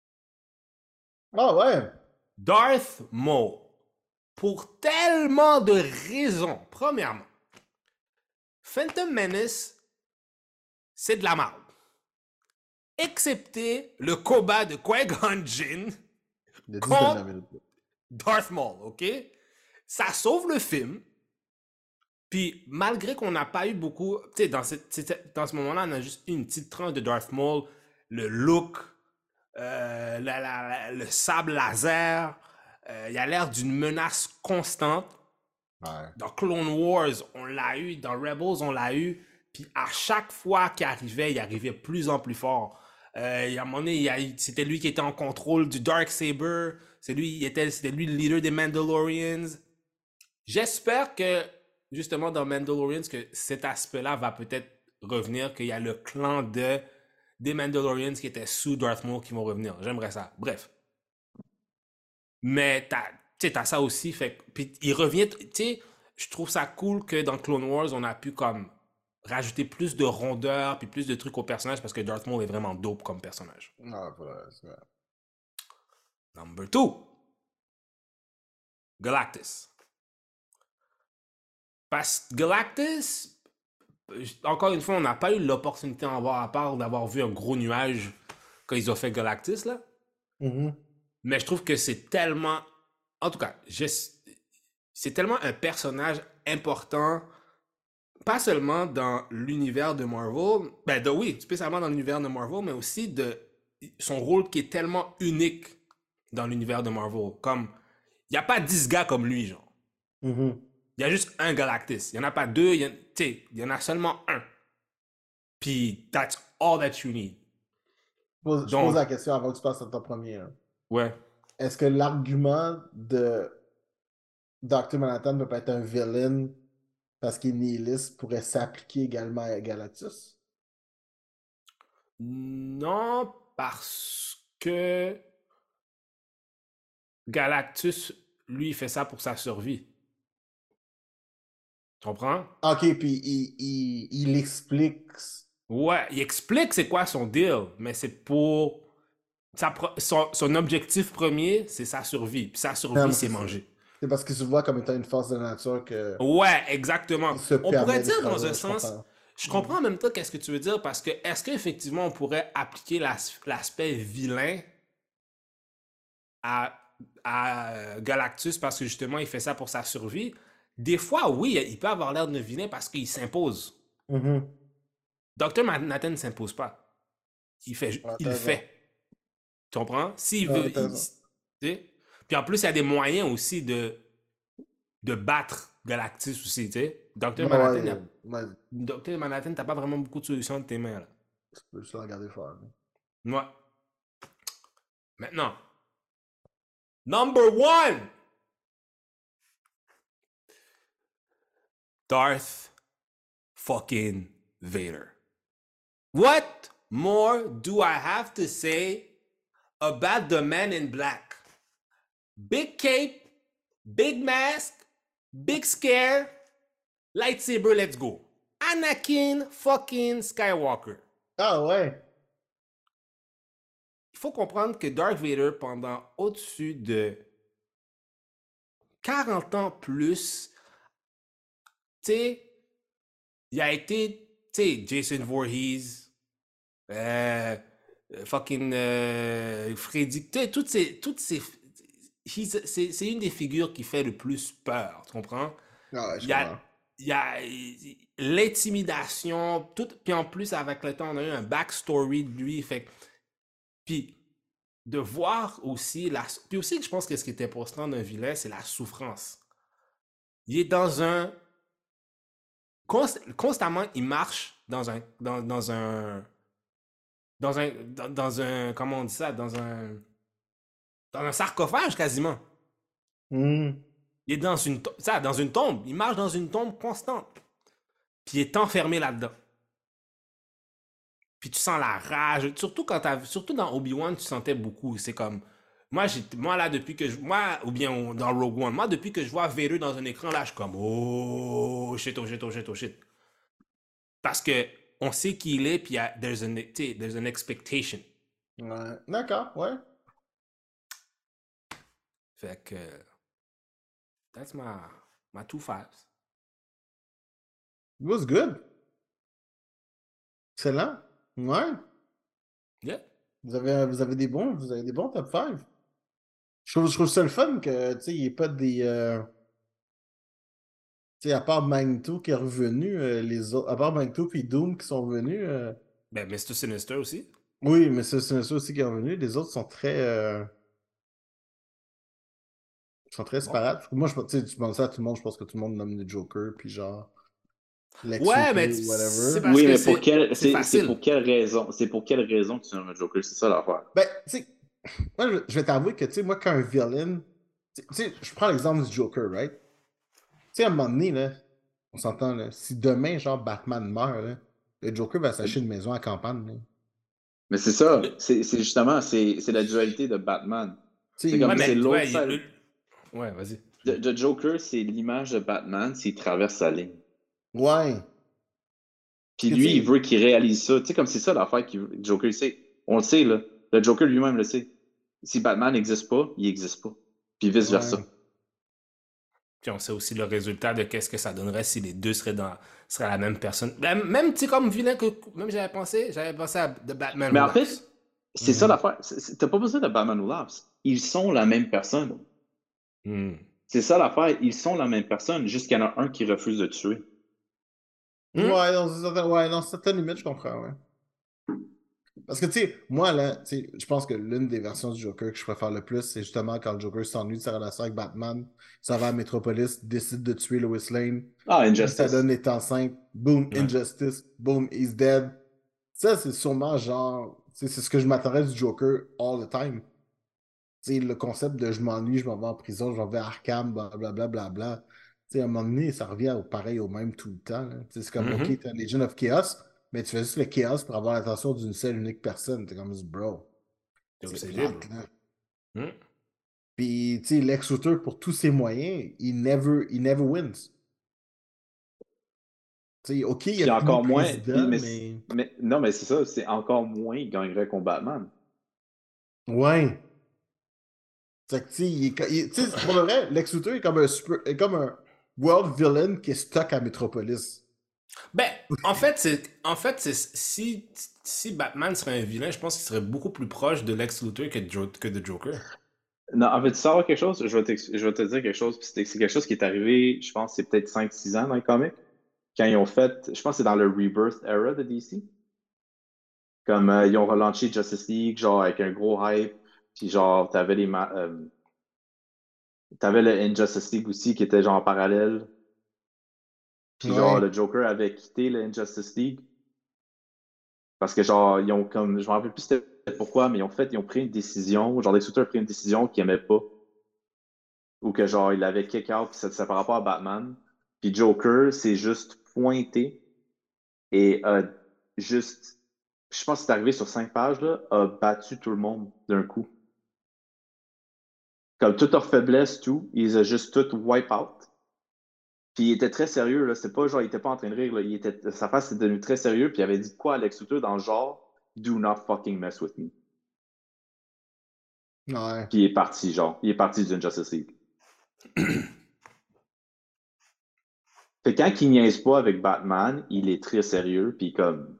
Ah ouais! Darth Maul. Pour tellement de raisons. Premièrement, Phantom Menace, c'est de la merde. Excepté le combat de Qui-Gon Jinn Il a dit contre de la minute. Darth Maul, ok? Ça sauve le film. Puis, malgré qu'on n'a pas eu beaucoup... Tu sais, dans, cette- dans ce moment-là, on a juste eu une petite tranche de Darth Maul. Le look, euh, la- la- la- le sable laser. euh, il a l'air d'une menace constante. Ouais. Dans Clone Wars, on l'a eu. Dans Rebels, on l'a eu. Puis à chaque fois qu'il arrivait, il arrivait plus en plus fort. Euh, il y a un moment donné, il y a eu- c'était lui qui était en contrôle du Darksaber. C'est lui, il était, c'était lui le leader des Mandalorians. J'espère que, justement, dans Mandalorians, que cet aspect-là va peut-être revenir, qu'il y a le clan de, des Mandalorians qui étaient sous Darth Maul qui vont revenir. J'aimerais ça. Bref. Mais t'as, tu sais, t'as ça aussi. Fait, puis il revient, tu sais, je trouve ça cool que dans Clone Wars, on a pu comme rajouter plus de rondeur puis plus de trucs au personnage parce que Darth Maul est vraiment dope comme personnage. Non, pas vrai, c'est vrai. Number two. Galactus. Parce que Galactus, encore une fois, on n'a pas eu l'opportunité d'en voir à part d'avoir vu un gros nuage quand ils ont fait Galactus, là. Mhm. Mais je trouve que c'est tellement... En tout cas, je... c'est tellement un personnage important, pas seulement dans l'univers de Marvel, ben de, oui, spécialement dans l'univers de Marvel, mais aussi de son rôle qui est tellement unique dans l'univers de Marvel. Comme, il n'y a pas dix gars comme lui, genre. Mhm. Il y a juste un Galactus. Il n'y en a pas deux, il y, a, il y en a seulement un. Puis, that's all that you need. Je pose, je Donc, pose la question avant que tu passes à ton premier. hein. ouais. Est-ce que l'argument de docteur Manhattan ne peut pas être un villain parce qu'il est nihiliste pourrait s'appliquer également à Galactus? Non, parce que Galactus, lui, il fait ça pour sa survie. Tu comprends? Ok, puis il, il, il explique. Ouais, il explique c'est quoi son deal, mais c'est pour... Sa pro- son, son objectif premier, c'est sa survie. Puis sa Non, survie, mais c'est c'est ça. manger. C'est parce qu'il se voit comme étant une force de la nature que Ouais, exactement. il se On permet pourrait de dire dans travailler, un je sens... comprends. Je comprends en même temps qu'est-ce que tu veux dire, parce que est-ce qu'effectivement on pourrait appliquer l'as- l'aspect vilain à, à Galactus parce que justement il fait ça pour sa survie? Des fois, oui, il peut avoir l'air d'un vilain parce qu'il s'impose. Mhm. docteur Manhattan ne s'impose pas. Il, fait, Ouais, il t'as le raison. fait. Tu comprends? S'il Ouais, veut. t'as il- raison. tu sais. Puis en plus, il y a des moyens aussi de, de battre Galactus aussi. Tu sais. docteur Ouais, Manhattan, ouais, il a- ouais, docteur Manhattan, t'as pas vraiment beaucoup de solutions de tes mains là. tu peux juste le regarder faire. hein. Ouais. Maintenant, number one! Darth fucking Vader. What more do I have to say about the man in black? Big cape, big mask, big scare, lightsaber, let's go. Anakin fucking Skywalker. Ah ouais! Il faut comprendre que Darth Vader, pendant au-dessus de quarante ans plus, tu sais, il a été, tu sais, Jason Voorhees, euh, fucking euh, Freddy, tu sais, toutes ces, toutes ces, he's- c'est c'est une des figures qui fait le plus peur, tu comprends? Ah ouais, je Il y a, comprends. il y a l'intimidation, tout, puis en plus, avec le temps, on a eu un backstory de lui, fait que- puis de voir aussi, la, puis aussi, je pense que ce qui est important d'un vilain, c'est la souffrance. Il est dans un, const- constamment, il marche dans un, dans, dans un, dans un, dans, dans un, comment on dit ça, dans un, dans un sarcophage quasiment. Hmm. Il est dans une, to- ça, dans une tombe. Il marche dans une tombe constante. Puis il est enfermé là-dedans. Puis tu sens la rage. Surtout quand t'as, surtout dans Obi-Wan, tu sentais beaucoup. C'est comme, moi, j'ai, moi là, depuis que je, moi, ou bien on- dans Rogue One, moi, depuis que je vois Vader dans un écran, là, je suis comme, oh, shit, oh, shit, oh, shit, oh, shit. Parce que on sait qui il est, puis il y a, there's an, tu sais, there's an expectation. Ouais. D'accord, ouais. Fait que, that's my, my two fives. It was good. Excellent. Ouais. Yeah. Vous avez, vous avez des bons, vous avez des bons top cinq. Je trouve, je trouve ça le fun que, tu sais, il n'y ait pas des... euh, tu sais, à part Magneto qui est revenu, euh, les autres... À part Magneto puis Doom qui sont revenus... euh, Ben, mister Sinister aussi. Oui, mais c'est c'est ça aussi qui est revenu. Les autres sont très... euh, sont très Bon. disparates. Parce que moi, je, tu sais, tu demandes ça à tout le monde, je pense que tout le monde nomme les Joker, puis genre... Lex Ouais, mais Luthor, c'est whatever. parce Oui, que mais pour c'est quelle, c'est c'est, c'est facile. pour quelle raison? C'est pour quelle raison que tu nommes un Joker? C'est ça l'affaire. Ben, tu sais, moi, je, je vais t'avouer que, tu sais, moi, quand un villain... Tu sais, je prends l'exemple du Joker, right? Tu sais, à un moment donné, là, on s'entend, là, si demain, genre, Batman meurt, là, le Joker va s'acheter une maison à campagne, là. Mais c'est ça. C'est, c'est justement, c'est, c'est la dualité de Batman. Tu C'est sais, Ouais, comme, c'est mais l'autre ouais, il- side. le- ouais, vas-y. De, de Joker, c'est l'image de Batman s'il traverse sa ligne. ouais. Puis Que, tu lui, il sais, veut qu'il réalise ça. Tu sais, comme c'est ça l'affaire que Joker sait. On le sait, là. Le Joker lui-même le sait. Si Batman n'existe pas, il n'existe pas. Puis vice-versa. ouais. Puis on sait aussi le résultat de qu'est-ce que ça donnerait si les deux seraient dans seraient la même personne. Ben, même, tu sais, comme vilain que même j'avais pensé, j'avais pensé à The Batman Mais Who en Laughs. fait, c'est ça Mhm. l'affaire. C'est- c'est- T'as pas besoin de Batman ou Laughs. Ils sont la même personne. Hmm. C'est ça l'affaire. Ils sont la même personne, juste qu'il y en a un qui refuse de tuer. Hmm? Ouais, dans une certaine, ouais, dans certaines limites, je comprends, ouais. Parce que, tu sais, moi, là, tu sais, je pense que l'une des versions du Joker que je préfère le plus, c'est justement quand le Joker s'ennuie de sa relation avec Batman, ça va à Metropolis, décide de tuer Lois Lane, Ah, lui, ça Injustice. donne est enceinte, boom, Ouais. Injustice, boom, he's dead. Ça, c'est sûrement genre, tu sais, c'est ce que je m'attendrais du Joker all the time. Tu sais, le concept de je m'ennuie, je m'en vais en prison, je m'en vais à Arkham, blablabla, bla, bla, bla. Tu sais, à un moment donné, ça revient au pareil au même tout le temps, là. Tu sais, c'est comme, OK, Mhm. t'es un Agent of Chaos, mais tu fais juste le chaos pour avoir l'attention d'une seule unique personne. T'es comme, bro, T'es c'est obsédé, bro. plate, là. Hmm? Puis, tu sais, Lex Luthor, pour tous ses moyens, il never, il never wins. Tu sais, OK, il a Puis fini encore moins. Puis, président, mais, mais... mais non, mais c'est ça. C'est encore moins il gagnerait contre Batman. Ouais. Fait que, tu sais, il est co- il- tu sais, pour le vrai, Lex Luthor est comme un, super, est comme un world villain qui est stuck à Metropolis. Ben, en fait, c'est en fait c'est si si Batman serait un vilain, je pense qu'il serait beaucoup plus proche de Lex Luthor que de, Jo- que de Joker. Non, en fait, tu savoir quelque chose? Je vais, t'ex- je vais te dire quelque chose. Puis c'est c'est quelque chose qui est arrivé, je pense, c'est peut-être cinq six ans dans les comics. Quand ils ont fait, je pense que c'est dans le Rebirth era de D C. Comme euh, ils ont relancé Justice League, genre avec un gros hype. Puis genre, t'avais les ma- euh, t'avais le Injustice League aussi qui était genre en parallèle. Puis genre, Ouais. le Joker avait quitté le Injustice League. Parce que genre, ils ont comme, je me rappelle plus c'était pourquoi, mais ils ont fait, ils ont pris une décision, genre Lex Luthor a pris une décision qu'ils n'aimaient pas. Ou que genre, il avait kick out, puis c'était par rapport à Batman. Puis Joker s'est juste pointé et a juste, je pense que c'est arrivé sur cinq pages, là, a battu tout le monde d'un coup. Comme toute leur faiblesse, tout, ils ont juste tout wipe out. Puis il était très sérieux, là. C'est pas genre, il était pas en train de rire, là. Il était, sa face était devenue très sérieux, puis il avait dit quoi à Lex Luthor dans le genre, Do not fucking mess with me. Ouais. Puis il est parti, genre. Il est parti d'une Justice League. Fait que quand il niaise pas avec Batman, il est très sérieux, puis comme.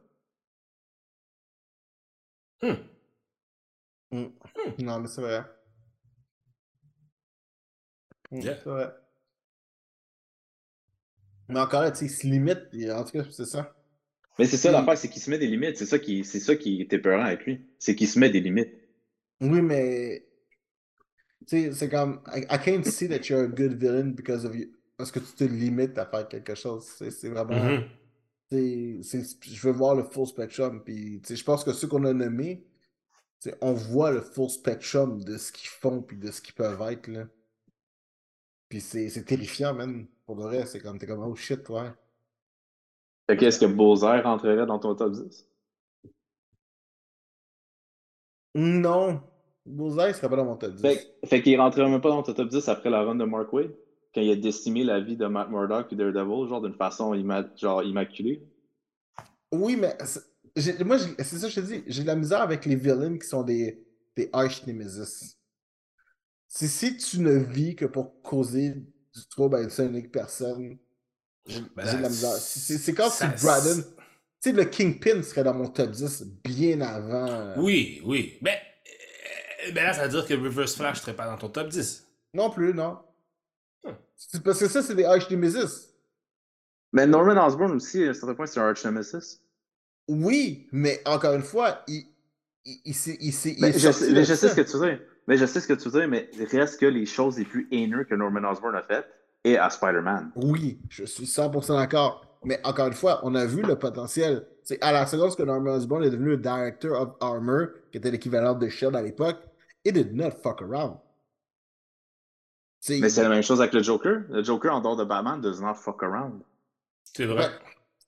Hmm. Mm. Non, mais c'est vrai. Mm, Yeah. c'est vrai. Mais encore là, tu sais, il se limite, et en tout cas, c'est ça. Mais c'est ça Et- l'affaire, c'est qu'il se met des limites. C'est ça qui, c'est ça qui est épeurant avec lui. C'est qu'il se met des limites. oui, mais tu sais, c'est comme I, I can't see that you're a good villain because of you. Parce que tu te limites à faire quelque chose. C'est c'est vraiment. Mhm. c'est- c'est- je veux voir le full spectrum. Puis, tu sais, je pense que ceux qu'on a nommés, tu sais, on voit le full spectrum de ce qu'ils font puis de ce qu'ils peuvent être. Là. Puis c'est c'est terrifiant, man. Pour de vrai, c'est comme, t'es comme, oh shit, ouais. Fait que est-ce que Bowser rentrerait dans ton top dix? Non. Bullseye serait pas dans mon top dix. Fait, fait qu'il rentrerait même pas dans ton top dix après la run de Mark Waid, quand il a décimé la vie de Matt Murdock et Daredevil, genre d'une façon imma- genre immaculée. Oui, mais c'est- j'ai- moi, j'ai- c'est ça que je te dis. J'ai de la misère avec les villains qui sont des, des arch nemesis. Si, si tu ne vis que pour causer du trouble à une seule unique personne, j'ai Ben j'ai de là, la misère. C'est c'est- c'est quand si ça, Braden. Tu sais, le Kingpin serait dans mon top dix bien avant. euh, oui, oui. Ben, euh, ben là, ça veut dire que Reverse Flash serait pas dans ton top dix. Non plus, non. Hmm. C'est parce que ça, c'est des arch nemesis. Mais Norman Osborn aussi, à un certain point, c'est un arch nemesis. Oui, mais encore une fois, il, il, il, s'est- il, s'est- il Mais est je, sais- sorti mais de je sais ça. ce que tu veux dire. Mais je sais ce que tu veux dire, mais reste que les choses les plus haineuses que Norman Osborn a faites est à Spider-Man. Oui, je suis cent pour cent d'accord. Mais encore une fois, on a vu le potentiel. C'est à la seconde que Norman Osborn est devenu le Director of Armor, qui était l'équivalent de Shield à l'époque, it did not fuck around. C'est Mais c'est la même chose avec le Joker. Le Joker, en dehors de Batman, does not fuck around. C'est vrai. ouais.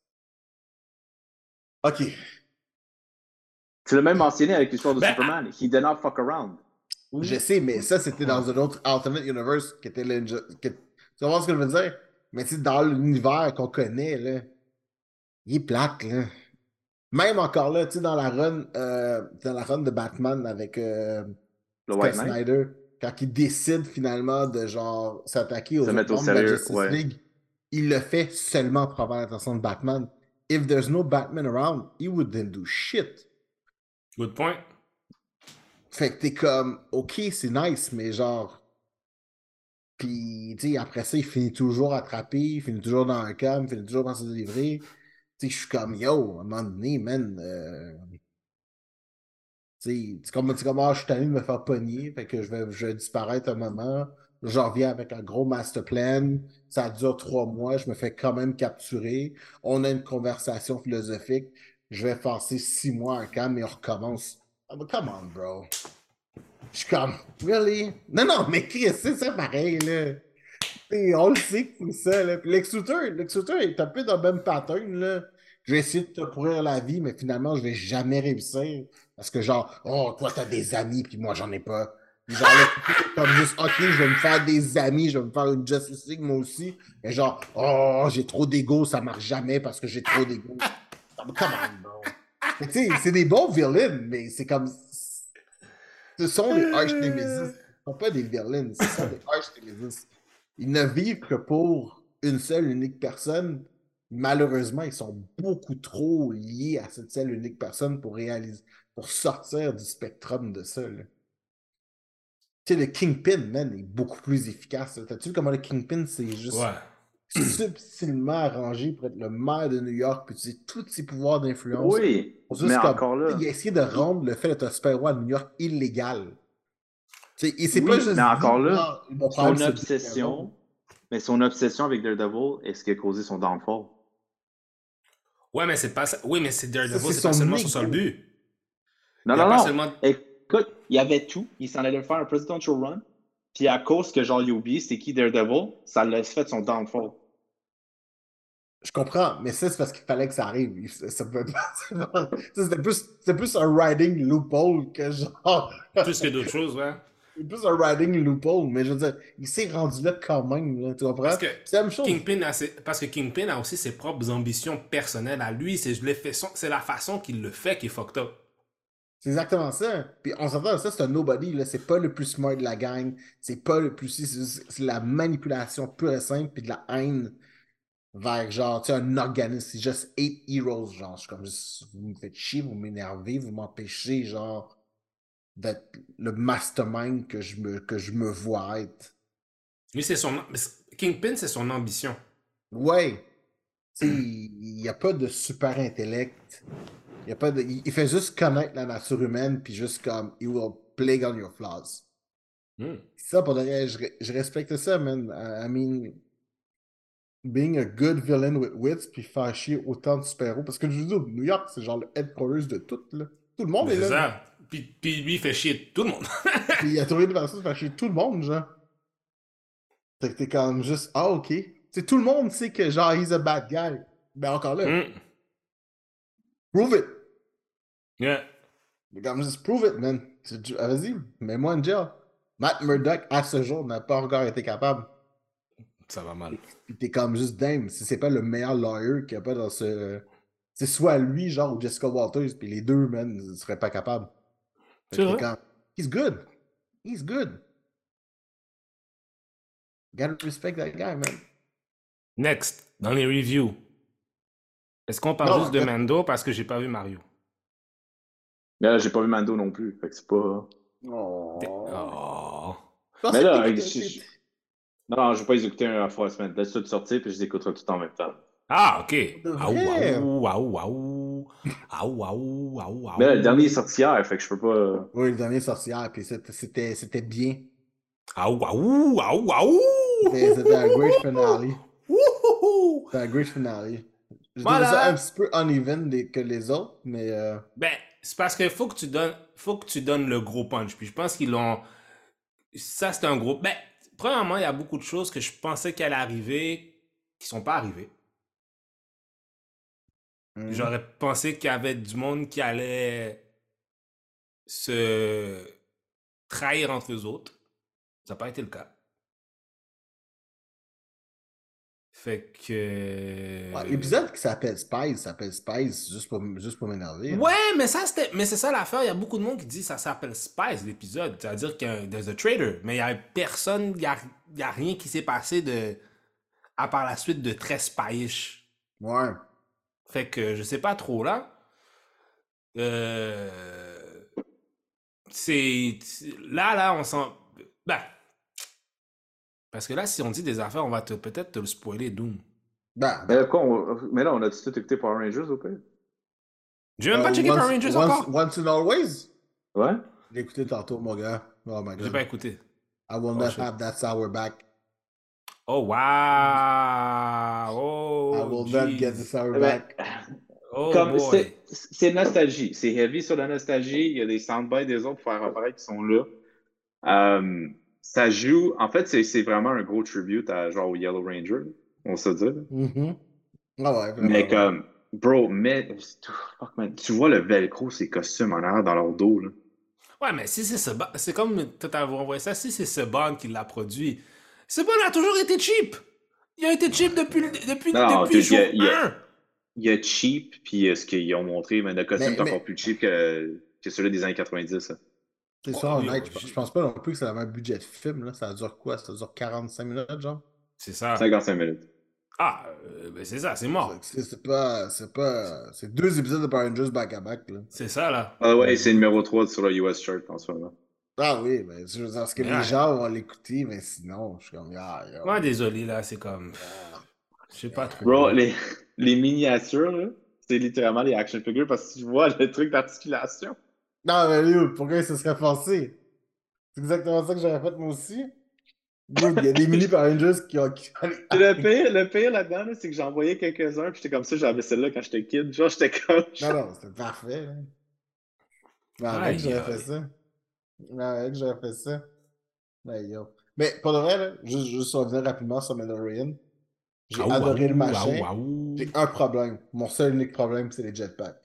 Ok. Tu l'as même mentionné avec l'histoire de Ben, Superman. He did not fuck around. Je sais, mais ça, c'était dans Ouais. un autre alternate universe qui était le. qui- Tu vas voir ce que je veux dire? Mais tu sais, dans l'univers qu'on connaît, là, il est plate, là. Même encore là, tu sais, dans la run, euh, dans la run de Batman avec euh, Le Scott White Knight, Snyder, quand il décide finalement de genre s'attaquer aux se autres mettre au membres de la sérieux, Justice ouais. League, il le fait seulement pour avoir l'attention de Batman. If there's no Batman around, he wouldn't do shit. Good point. Fait que t'es comme, ok, c'est nice, mais genre. Puis, tu sais, après ça, il finit toujours attrapé, il finit toujours dans un cam, il finit toujours par se délivrer. Tu sais, je suis comme, yo, à un moment donné, man. euh, Tu sais, c'est comme, c'est comme, ah, je suis tanné de me faire pogner, fait que je vais, je vais disparaître un moment. Je reviens avec un gros master plan. Ça dure trois mois, je me fais quand même capturer. On a une conversation philosophique. Je vais passer six mois à un camp et on recommence. Ah, but come on, bro. Je suis comme, really? Non, non, mais Chris, c'est ça pareil, là. T'sais, on le sait que c'est ça, là. Puis Lex Luthor, Lex Luthor est un peu dans le même pattern, là. Je vais essayer de te pourrir la vie, mais finalement, je vais jamais réussir. Parce que genre, oh, toi, t'as des amis, puis moi, j'en ai pas. Puis genre, Lex Luthor est comme juste, OK, je vais me faire des amis, je vais me faire une Justice League, moi aussi. Mais genre, oh, j'ai trop d'ego, ça marche jamais parce que j'ai trop d'ego. Come on, bro. Tu sais, c'est des bons villains, mais c'est comme... Ce sont des arch nemesis. Ce sont pas des villains, ce sont des arch nemesis. Ils ne vivent que pour une seule unique personne. Malheureusement, ils sont beaucoup trop liés à cette seule unique personne pour réaliser, pour sortir du spectrum de ça. Là. Tu sais, le Kingpin, man, est beaucoup plus efficace. T'as-tu vu comment le Kingpin, c'est juste Ouais. subtilement arrangé pour être le maire de New York, puis tu sais, tous ses pouvoirs d'influence. Oui, Pour mais juste comme, encore là. il a essayé de rendre le fait d'être un super-roi à New York illégal. T'sais, il s'est pas Oui, juste mais encore dit, là, ah, mon problème, son c'est obsession, mais son obsession avec Daredevil est ce qui a causé son downfall. Ouais, mais c'est pas ça. Oui, mais c'est Daredevil, c'est c'est son pas seulement ego. son seul but. Non, Il y a non, pas non. seulement- Écoute, il y avait tout. Il s'en allait faire un presidential run. Puis à cause que genre il a oublié c'était qui Daredevil, ça l'a fait son downfall. Je comprends, mais ça, c'est parce qu'il fallait que ça arrive. Il- Ça, ça peut pas- ça, C'était plus, c'était plus un writing loophole que genre. Plus que d'autres choses, ouais. C'est plus un writing loophole, mais je veux dire, il s'est rendu là quand même, là, tu comprends? Parce que C'est la même chose. Kingpin a ses... Parce que Kingpin a aussi ses propres ambitions personnelles à lui. C'est je l'ai fait son- c'est la façon qu'il le fait qui est fucked up. C'est exactement ça. Puis on s'entend, ça, c'est un nobody, là. C'est pas le plus smart de la gang. C'est pas le plus. C'est c'est la manipulation pure et simple, puis de la haine vers genre, tu sais, un organisme. C'est juste eight heroes, genre. Je suis comme juste, vous me faites chier, vous m'énervez, vous m'empêchez, genre, d'être le mastermind que je me, que je me vois être. Lui, c'est son... Kingpin, c'est son ambition. Ouais. Tu sais, il n'y a pas de super intellect. Il, y a pas de... il fait juste connaître la nature humaine, puis juste comme, he will plague on your flaws. Mm. Ça, pour de vrai, je, je respecte ça, man. I, I mean, being a good villain with wits, puis faire chier autant de super-héros. Parce que je veux dire, New York, c'est genre le headquarters de tout, là. Tout le monde Ben, est c'est là. ça. Puis, puis lui, il fait chier tout le monde. Puis il a trouvé une façon de faire chier tout le monde, genre. Fait que t'es comme juste, ah, ok. Tu sais, tout le monde sait que, genre, he's a bad guy. Mais encore là, Mm. prove it. Yeah. Mais comme, juste prove it, man. Tu- tu- ah, Vas-y, mets-moi une jail. Matt Murdock, à ce jour, n'a pas encore été capable. Ça va mal. Puis t'es comme juste damn, si c'est pas le meilleur lawyer qu'il n'y a pas dans ce. C'est soit lui, genre, ou Jessica Walters, puis les deux, man, ne seraient pas capables. Fait C'est que t'es vrai. comme, he's good. He's good. Gotta respect that guy, man. Next, dans les reviews. Est-ce qu'on parle Non, juste de en fait- Mando parce que j'ai pas vu Mario? Mais là, j'ai pas vu Mando non plus. Fait que c'est pas. Oh. Oh. Je pensais Mais là, que je- t'écoutais- je- non, je vais pas les écouter une fois la semaine. Laisse tout sortir, puis je les écouterai tout en même temps. Ah, ok. De Aou, vrai? aou, aou, aou. Aou, aou, aou, aou. Mais là, le dernier est sorti hier, fait que je peux pas. Oui, le dernier est sorti hier, puis c'était- c'était c'était bien. Aou, aou, aou, aou. C'était c'était un great finale. Wouhou. C'était un great finale. Je Voilà. trouvais ça un petit peu uneven des- que les autres, mais. euh, Ben, c'est parce qu'il faut que tu donnes, faut que tu donnes le gros punch. Puis je pense qu'ils l'ont. Ça, c'est un gros. Ben, premièrement, il y a beaucoup de choses que je pensais qu'elles allaient arriver qui sont pas arrivées. hmm. J'aurais pensé qu'il y avait du monde qui allait se trahir entre eux autres. Ça n'a pas été le cas. Fait que. Ouais, l'épisode qui s'appelle Spice s'appelle Spice juste pour, juste pour m'énerver. là. Ouais, mais ça c'était. Mais c'est ça l'affaire. Il y a beaucoup de monde qui dit que ça s'appelle Spice l'épisode. C'est-à-dire qu'il y a un there's a traitor. Mais il y a personne, il y a, il y a rien qui s'est passé de. À part la suite de très spyish. Ouais. Fait que je sais pas trop là. Euh. C'est. Là, là, on sent. Ben. Parce que là, si on dit des affaires, on va te peut-être te le spoiler, Doom. Ben, Mais là, quoi, on- mais là, on a tout écouté Power Rangers au pire? J'ai même pas euh, checké once, Power Rangers once, encore. once and always? Ouais? Je l'ai écouté tantôt, mon gars. Oh my J'ai god. pas écouté. I will Oh, not shit. have that sour back. Oh, wow! Oh, I will not get the jeez. sour Ben, back. Oh, comme boy. c'est c'est nostalgie. C'est heavy sur la nostalgie. Il y a des soundbites des autres pour faire apparaître qui sont là. Euh, ça joue. En fait, c'est c'est vraiment un gros tribute à genre au Yellow Ranger, on se dit. Mhm. Ah ouais, vraiment. Mais comme, bro, mais fuck, man, tu vois le velcro, ces costumes en arrière dans leur dos, là. Ouais, mais si c'est ce ba- c'est comme tout à vous envoyé ça, si c'est ce band qui l'a produit, ce band a toujours été cheap. Il a été cheap depuis, le- depuis, Non, depuis dude, jour il y a- il y a- un. Il y a cheap, puis euh, ce qu'ils ont montré, mais le costume Mais- est encore mais- plus cheap que, que celui des années quatre-vingt-dix. Ça. C'est Oh, ça, oui, honnête. oui, Je, j'ai- je pense pas non plus que ça avait un budget de film. Là. Ça dure quoi? Ça dure quarante-cinq minutes, genre? C'est ça. cinquante-cinq minutes. Ah, euh, ben c'est ça, c'est mort. C'est c'est pas. C'est pas. C'est deux épisodes de Power Rangers back-à-back. Là. C'est ça, là. Ah ouais, c'est numéro trois sur le U S chart en ce moment. Ah oui, mais je veux dire, parce que Ouais. les gens vont l'écouter, mais sinon, je suis comme. Ah, yo. Ouais, désolé, là, c'est comme. Je sais pas trop. Bro, là. les, les miniatures, là, c'est littéralement les action figures parce que tu vois le truc d'articulation. Non, mais lui, pourquoi il se serait forcé? C'est exactement ça que j'aurais fait moi aussi. Dude, il y a des mini Power Rangers qui ont. Qui... Puis le pire, le pire là-dedans, là, c'est que j'en voyais quelques-uns, puis j'étais comme ça, j'avais celle-là quand j'étais kid. Genre, j'étais comme. Non, non, c'était parfait. Là. Mais avec, Aïe, j'aurais aïe. fait ça. Mais avec, j'aurais fait ça. Mais, yo. Mais pour de vrai, là, juste, juste revenir rapidement sur Mandalorian. J'ai Aou, adoré aou, le machin. aou, aou. J'ai un problème. Mon seul unique problème, c'est les jetpacks.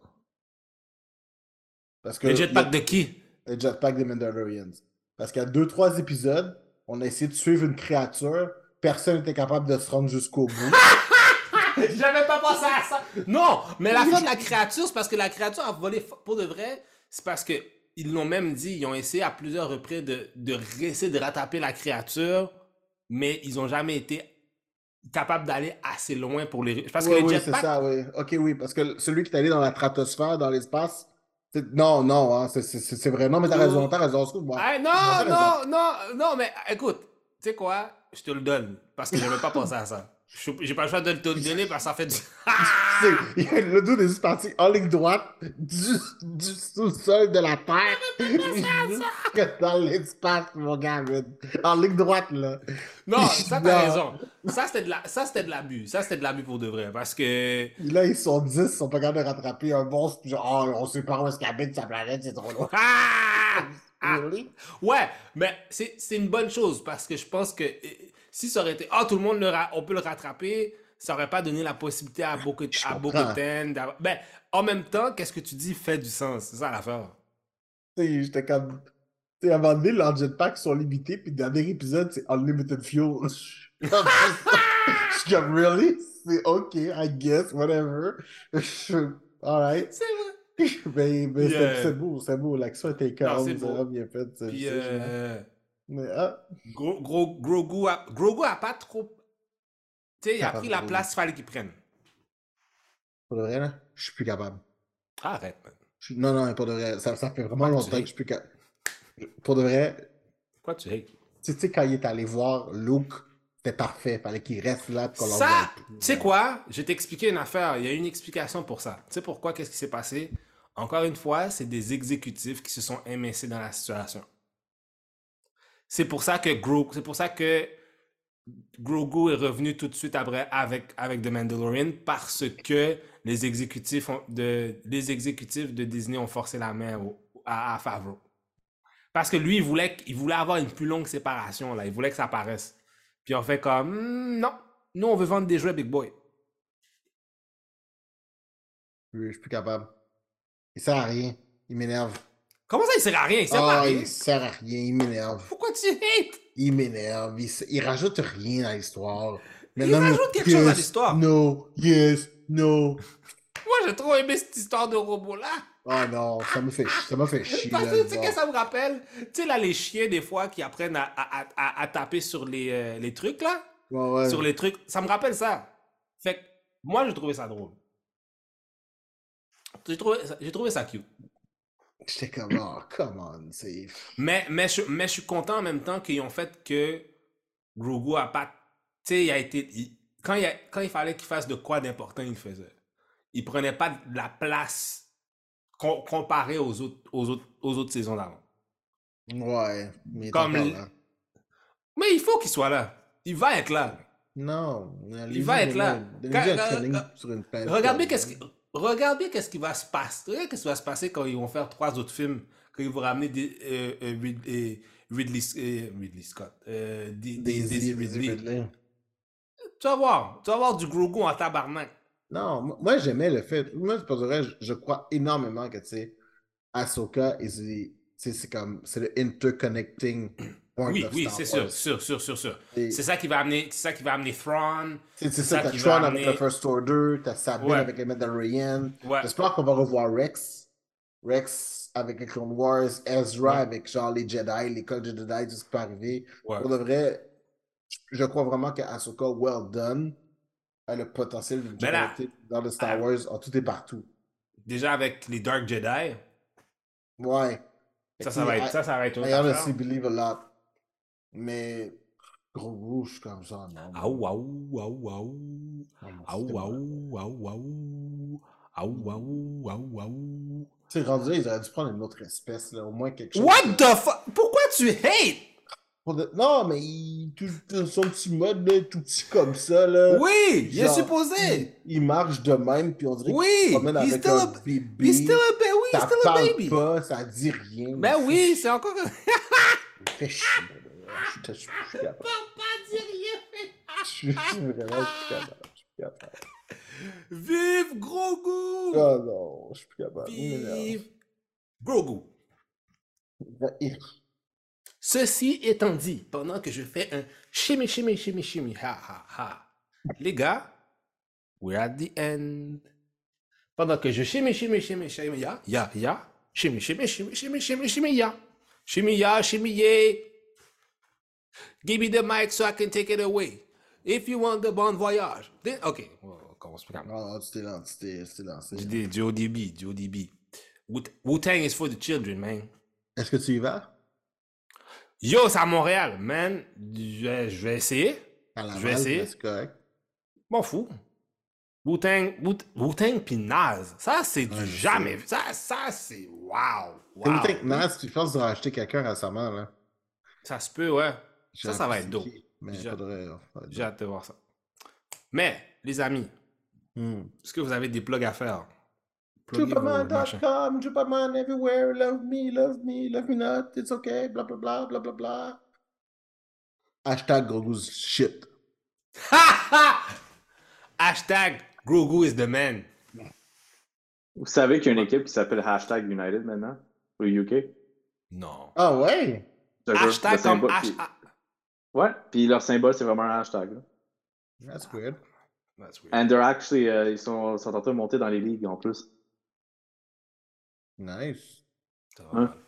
Parce que Les jetpacks de qui? les jetpacks des Mandalorians. Parce qu'à deux, trois épisodes, on a essayé de suivre une créature. Personne n'était capable de se rendre jusqu'au bout. J'avais pas pensé à ça. Non, mais la fin de la créature, c'est parce que la créature a volé f- pour de vrai. C'est parce que ils l'ont même dit, ils ont essayé à plusieurs reprises de, de essayer de rattraper la créature, mais ils ont jamais été capables d'aller assez loin pour les. Parce que Oui, les oui, c'est jetpacks. ça, oui. Ok, oui, parce que celui qui est allé dans la stratosphère, dans l'espace, c'est- non, non, hein, c'est- c'est c'est vrai. Non, mais t'as raison, t'as raison, excuse-moi. Ah, Non, non, t'as raison. non, non, non, mais écoute, sais quoi? Je te le donne. Parce que je n'avais pas pensé à ça. Je- J'ai pas le choix de te le donner parce que ça fait du... C'est- Le dude est juste parti en ligne droite du, du sous-sol de la Terre jusque dans l'espace, mon gars, man. En ligne droite, là. Non, ça, Non. t'as raison. Ça, c'était de la... ça, c'était de l'abus. Ça, c'était de l'abus pour de vrai. Parce que... Puis là, ils sont dix, ils sont pas capables de rattraper un monstre, puis genre, oh, on sait pas où est-ce qu'il habite sa planète, c'est trop loin. Ah! Ah! Really? Ouais, mais c'est c'est une bonne chose parce que je pense que euh, si ça aurait été ah tout le monde le ra- on peut le rattraper, ça aurait pas donné la possibilité à Bo-Katan Je à comprends. Bo-Katan d'avoir- ben en même temps, qu'est-ce que tu dis fait du sens, c'est ça l'affaire. Tu sais, j'étais comme. Tu sais, à un moment donné, leurs jetpacks sont limités, puis le dernier épisode, c'est Unlimited Fuel. Je suis comme, je suis comme, really? C'est OK, I guess, whatever. Alright. C'est vrai. Mais, mais Puis, c'était euh, c'était beau, c'était beau. L'action était non, calme, c'est ça beau. a bien fait. c'est- Puis c'est génial. euh, Mais, ah, gros, gros, Grogu a, Grogu a pas trop, tu sais, il a capable pris de la rouler. place qu'il fallait qu'il prenne. Pour de vrai, là, je suis plus capable. Arrête, man. Je suis- Non, non, pour de vrai, ça, ça fait vraiment Pourquoi tu longtemps que hates? je suis plus capable. Pour de vrai, Pourquoi tu hates? tu sais, tu sais, quand il est allé voir Luke, c'était parfait. Fallait qu'il reste là, puis qu'on Ça, l'envoie plus. tu sais quoi? Je vais t'expliquer une affaire. Il y a une explication pour ça. Tu sais pourquoi? Qu'est-ce qui s'est passé? Encore une fois, c'est des exécutifs qui se sont émincés dans la situation. C'est pour ça que Grogu, c'est pour ça que Grogu est revenu tout de suite après avec, avec The Mandalorian parce que les exécutifs, ont- de, les exécutifs de Disney ont forcé la main au- à, à Favreau. Parce que lui, il voulait, il voulait avoir une plus longue séparation, là. Il voulait que ça apparaisse. Puis on fait comme, Hmm, non, nous, on veut vendre des jouets Big Boy. Je suis plus capable. Il sert à rien. Il m'énerve. Comment ça, il sert à rien? Il sert pas à Ah, rien. il sert à rien. Il m'énerve. Pourquoi tu hates? Il m'énerve. Il, s- il rajoute rien dans l'histoire. Il Maintenant, rajoute quelque chose à l'histoire. No, yes, no. Moi, j'ai trop aimé cette histoire de robot-là. Ah non, ça me fait, ch- ça m'a fait chier. Parce là, que de tu sais voir. qu'est-ce que ça me rappelle? Tu sais, là, les chiens, des fois, qui apprennent à, à, à- à- à taper sur les, euh, les trucs, là. Ouais, ouais. Sur les trucs. Ça me rappelle ça. Fait que, moi, j'ai trouvé ça drôle. J'ai trouvé, ça- j'ai trouvé ça cute. J'étais comme, oh, come on, c'est... Mais, mais, je, mais je suis content en même temps qu'ils ont fait que Grogu a pas. Tu sais, il a été. il- quand, il a- quand il fallait qu'il fasse de quoi d'important, il le faisait. Il prenait pas de la place com- comparé aux autres, aux autres, aux autres saisons d'avant. Ouais, mais il est Comme encore l- là. Mais il faut qu'il soit là. Il va être là. Non, Il va être là. Donnez-lui Quand- un euh, training euh, sur une planète. Regarde bien comme- qu'est-ce qui, regarde bien qu'est-ce qui va se passer. Regarde qu'est-ce qui va se passer quand ils vont faire trois autres films, quand ils vont ramener des, euh, euh, Rid- euh, Ridley, euh, Ridley Scott, euh, des, des, Daisy, Daisy Daisy Ridley. Ridley. Tu vas voir, tu vas voir du Grogu en tabarnak. Non, moi, moi, j'aimais le fait. Moi, c'est pas vrai, je, je crois énormément que, tu sais, Ahsoka, et c'est tu sais, c'est comme. C'est le interconnecting point Oui, of oui, Star c'est sûr, Wars. sûr, sûr, sûr, sûr. Et- C'est ça qui va amener, c'est ça qui va amener Thrawn. C'est c'est C'est ça, ça t'as qui Tron va avec amener- le First Order, t'as Sabine Ouais. avec les Mandalorian. Ouais. J'espère qu'on va revoir Rex. Rex avec les Clone Wars, Ezra Ouais. avec genre les Jedi, l'école de Jedi, tout ce qui peut arriver. Ouais. Pour de vrai, je- je crois vraiment qu'Ahsoka, well done, a le potentiel de Mais là, connecter dans le Star ah, Wars en tout et partout. Déjà avec les Dark Jedi, Ouais. ça, ça va être, ça, ça va être I autre affaire. honestly believe a lot. Mais gros rouge comme ça, non. Aou, aou, aou, aou. Non, non, Aou, c'était bon. aou, aou, aou. Aou, aou, aou, aou. Tu sais, rendu là, ils auraient dû prendre une autre espèce, là, au moins quelque chose. What the fuck? Pourquoi tu hates? Pour de- Non, mais il... tout, tout- son petit mode, là, tout petit comme ça, là. Oui, il est Genre, supposé. Il, il marche de même, puis on dirait Oui, qu'il se promène he's avec still un a- bébé. He's still a baby. Oui, he's Ça still a parle baby. pas, ça dit rien. Ben Il oui, fait c'est encore. Il fait chier. Je suis- je suis je suis capable. Papa dit rien. Je suis je suis vraiment je suis capable. Je suis capable. Vive Grogu. Oh non, je suis plus capable. Il m'énerve. Vive Grogu. Il- Ceci étant dit, pendant que je fais un chimie, chimie, chimie, chimie, ha, ha, ha. Les gars, we're at the end. Pendant que je chimie, chimie, chimie, chimie, ya, ya, ya, chimie, chimie, chimie, chimie, chimie, chimie, ya. Chimie, ya, chimie, yeah. Give me the mic so I can take it away. If you want the bon voyage. Then, ok, on commence par Non, non, tu t'es lancé, tu t'es- tu t'es lancé. Du, du O D B, du O D B. Wu- Wu-Tang is for the children, man. Est-ce que tu y vas? Yo, c'est à Montréal, man. Je vais, je vais essayer. À la Je vais base, essayer. c'est correct. M'en fous. Wu-Tang, Wu- Wu-Tang pis Nas. Ça, c'est du Ouais, je jamais. Ça, ça, c'est wow. C'est Wow. Wu-Tang Nas, je pense qu'ils ont acheté quelqu'un récemment, là. Ça se peut, ouais. J'ai Ça, ça va appris être c'est dope. qui, Mais J'ai- faudrait... faudrait- J'ai hâte de voir ça. Mais, les amis, Hmm. est-ce que vous avez des plugs à faire? Pluguez vos Jupaman dot machins. com, Jupaman everywhere, love me, love me, love me not, it's okay, bla bla bla, bla bla bla. Hashtag Grogu's shit. Hashtag Grogu is the man. Vous savez qu'il y a une équipe qui s'appelle Hashtag United maintenant, au U K? Non. Ah ouais? Je te jure, Hashtag le comme symbole, H... puis- Ouais, puis leur symbole, c'est vraiment un hashtag. Là. That's weird. That's weird. And they're actually, euh, ils sont, sont en train de monter dans les ligues en plus. Nice. Ça va Hein? mal.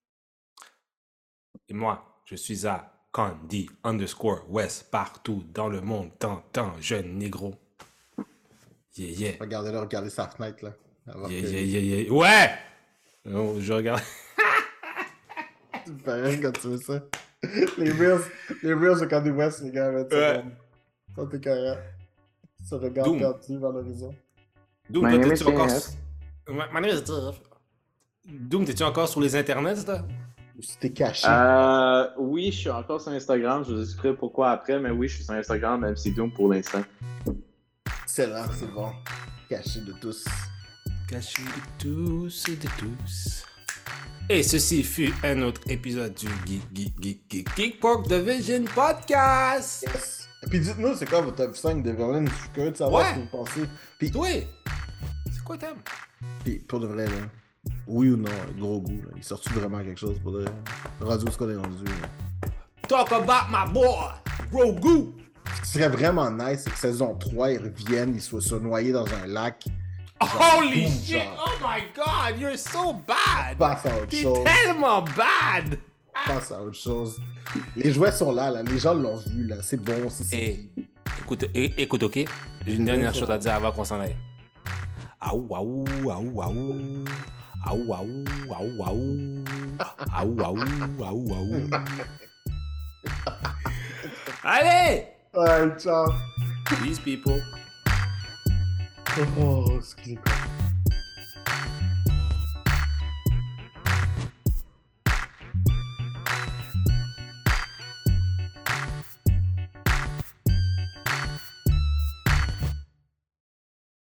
Et moi, je suis à Candy underscore West partout dans le monde. Tant, tant, jeune négro. Yeah, yeah. Regardez-le, regardez sa fenêtre, là. Alors Yeah, que- yeah, yeah, yeah. Ouais! Oh, je regarde. C'est pareil quand tu veux ça. Les Reels, les Reels de Kanye West, les gars, là, tu sais, Ouais. comme- ça t'es carré. Tu regardes Doom. perdu vers l'horizon. Doom, My toi, name t'es-tu is encore... Jeff. Ma- My name is Jeff. Doom, t'es-tu encore sur les internets, toi? Ou si t'es caché. Euh, oui, je suis encore sur Instagram. Je vous expliquerai pourquoi après, mais oui, je suis sur Instagram, même si Doom pour l'instant. Excellent, c'est bon. Caché de tous. Caché de tous et de tous. Et ceci fut un autre épisode du Geek, Geek, Geek, Geek, Geek Pork Division Podcast. Yes. Et puis dites-nous, c'est quoi votre top cinq de Verlaine? Je suis curieux de savoir Ouais. ce que vous pensez. Puis, Toi, c'est quoi t'aimes? puis pour de vrai, là, oui ou non, gros goût, là, il sort-tu vraiment quelque chose pour de rendu où ce qu'on est rendu? Là? Talk about my boy, Grogu. Ce qui serait vraiment nice, c'est que saison trois, ils reviennent, ils soient, soient noyés dans un lac. Holy boom, shit! genre. Oh my god, you're so bad! Passe à autre T'es chose. tellement bad! Passe à autre chose. Les jouets sont là, là. Les gens l'ont vu, là. C'est bon, c'est c'est- Et écoute, é- écoute, ok? J'ai une dernière chose à dire avant qu'on s'en aille. Aou, aou, aou, aou. Aou, aou, aou, aou. Aou, aou, aou, aou. Allez! Ouais, ciao. These people. Oh, excusez-moi.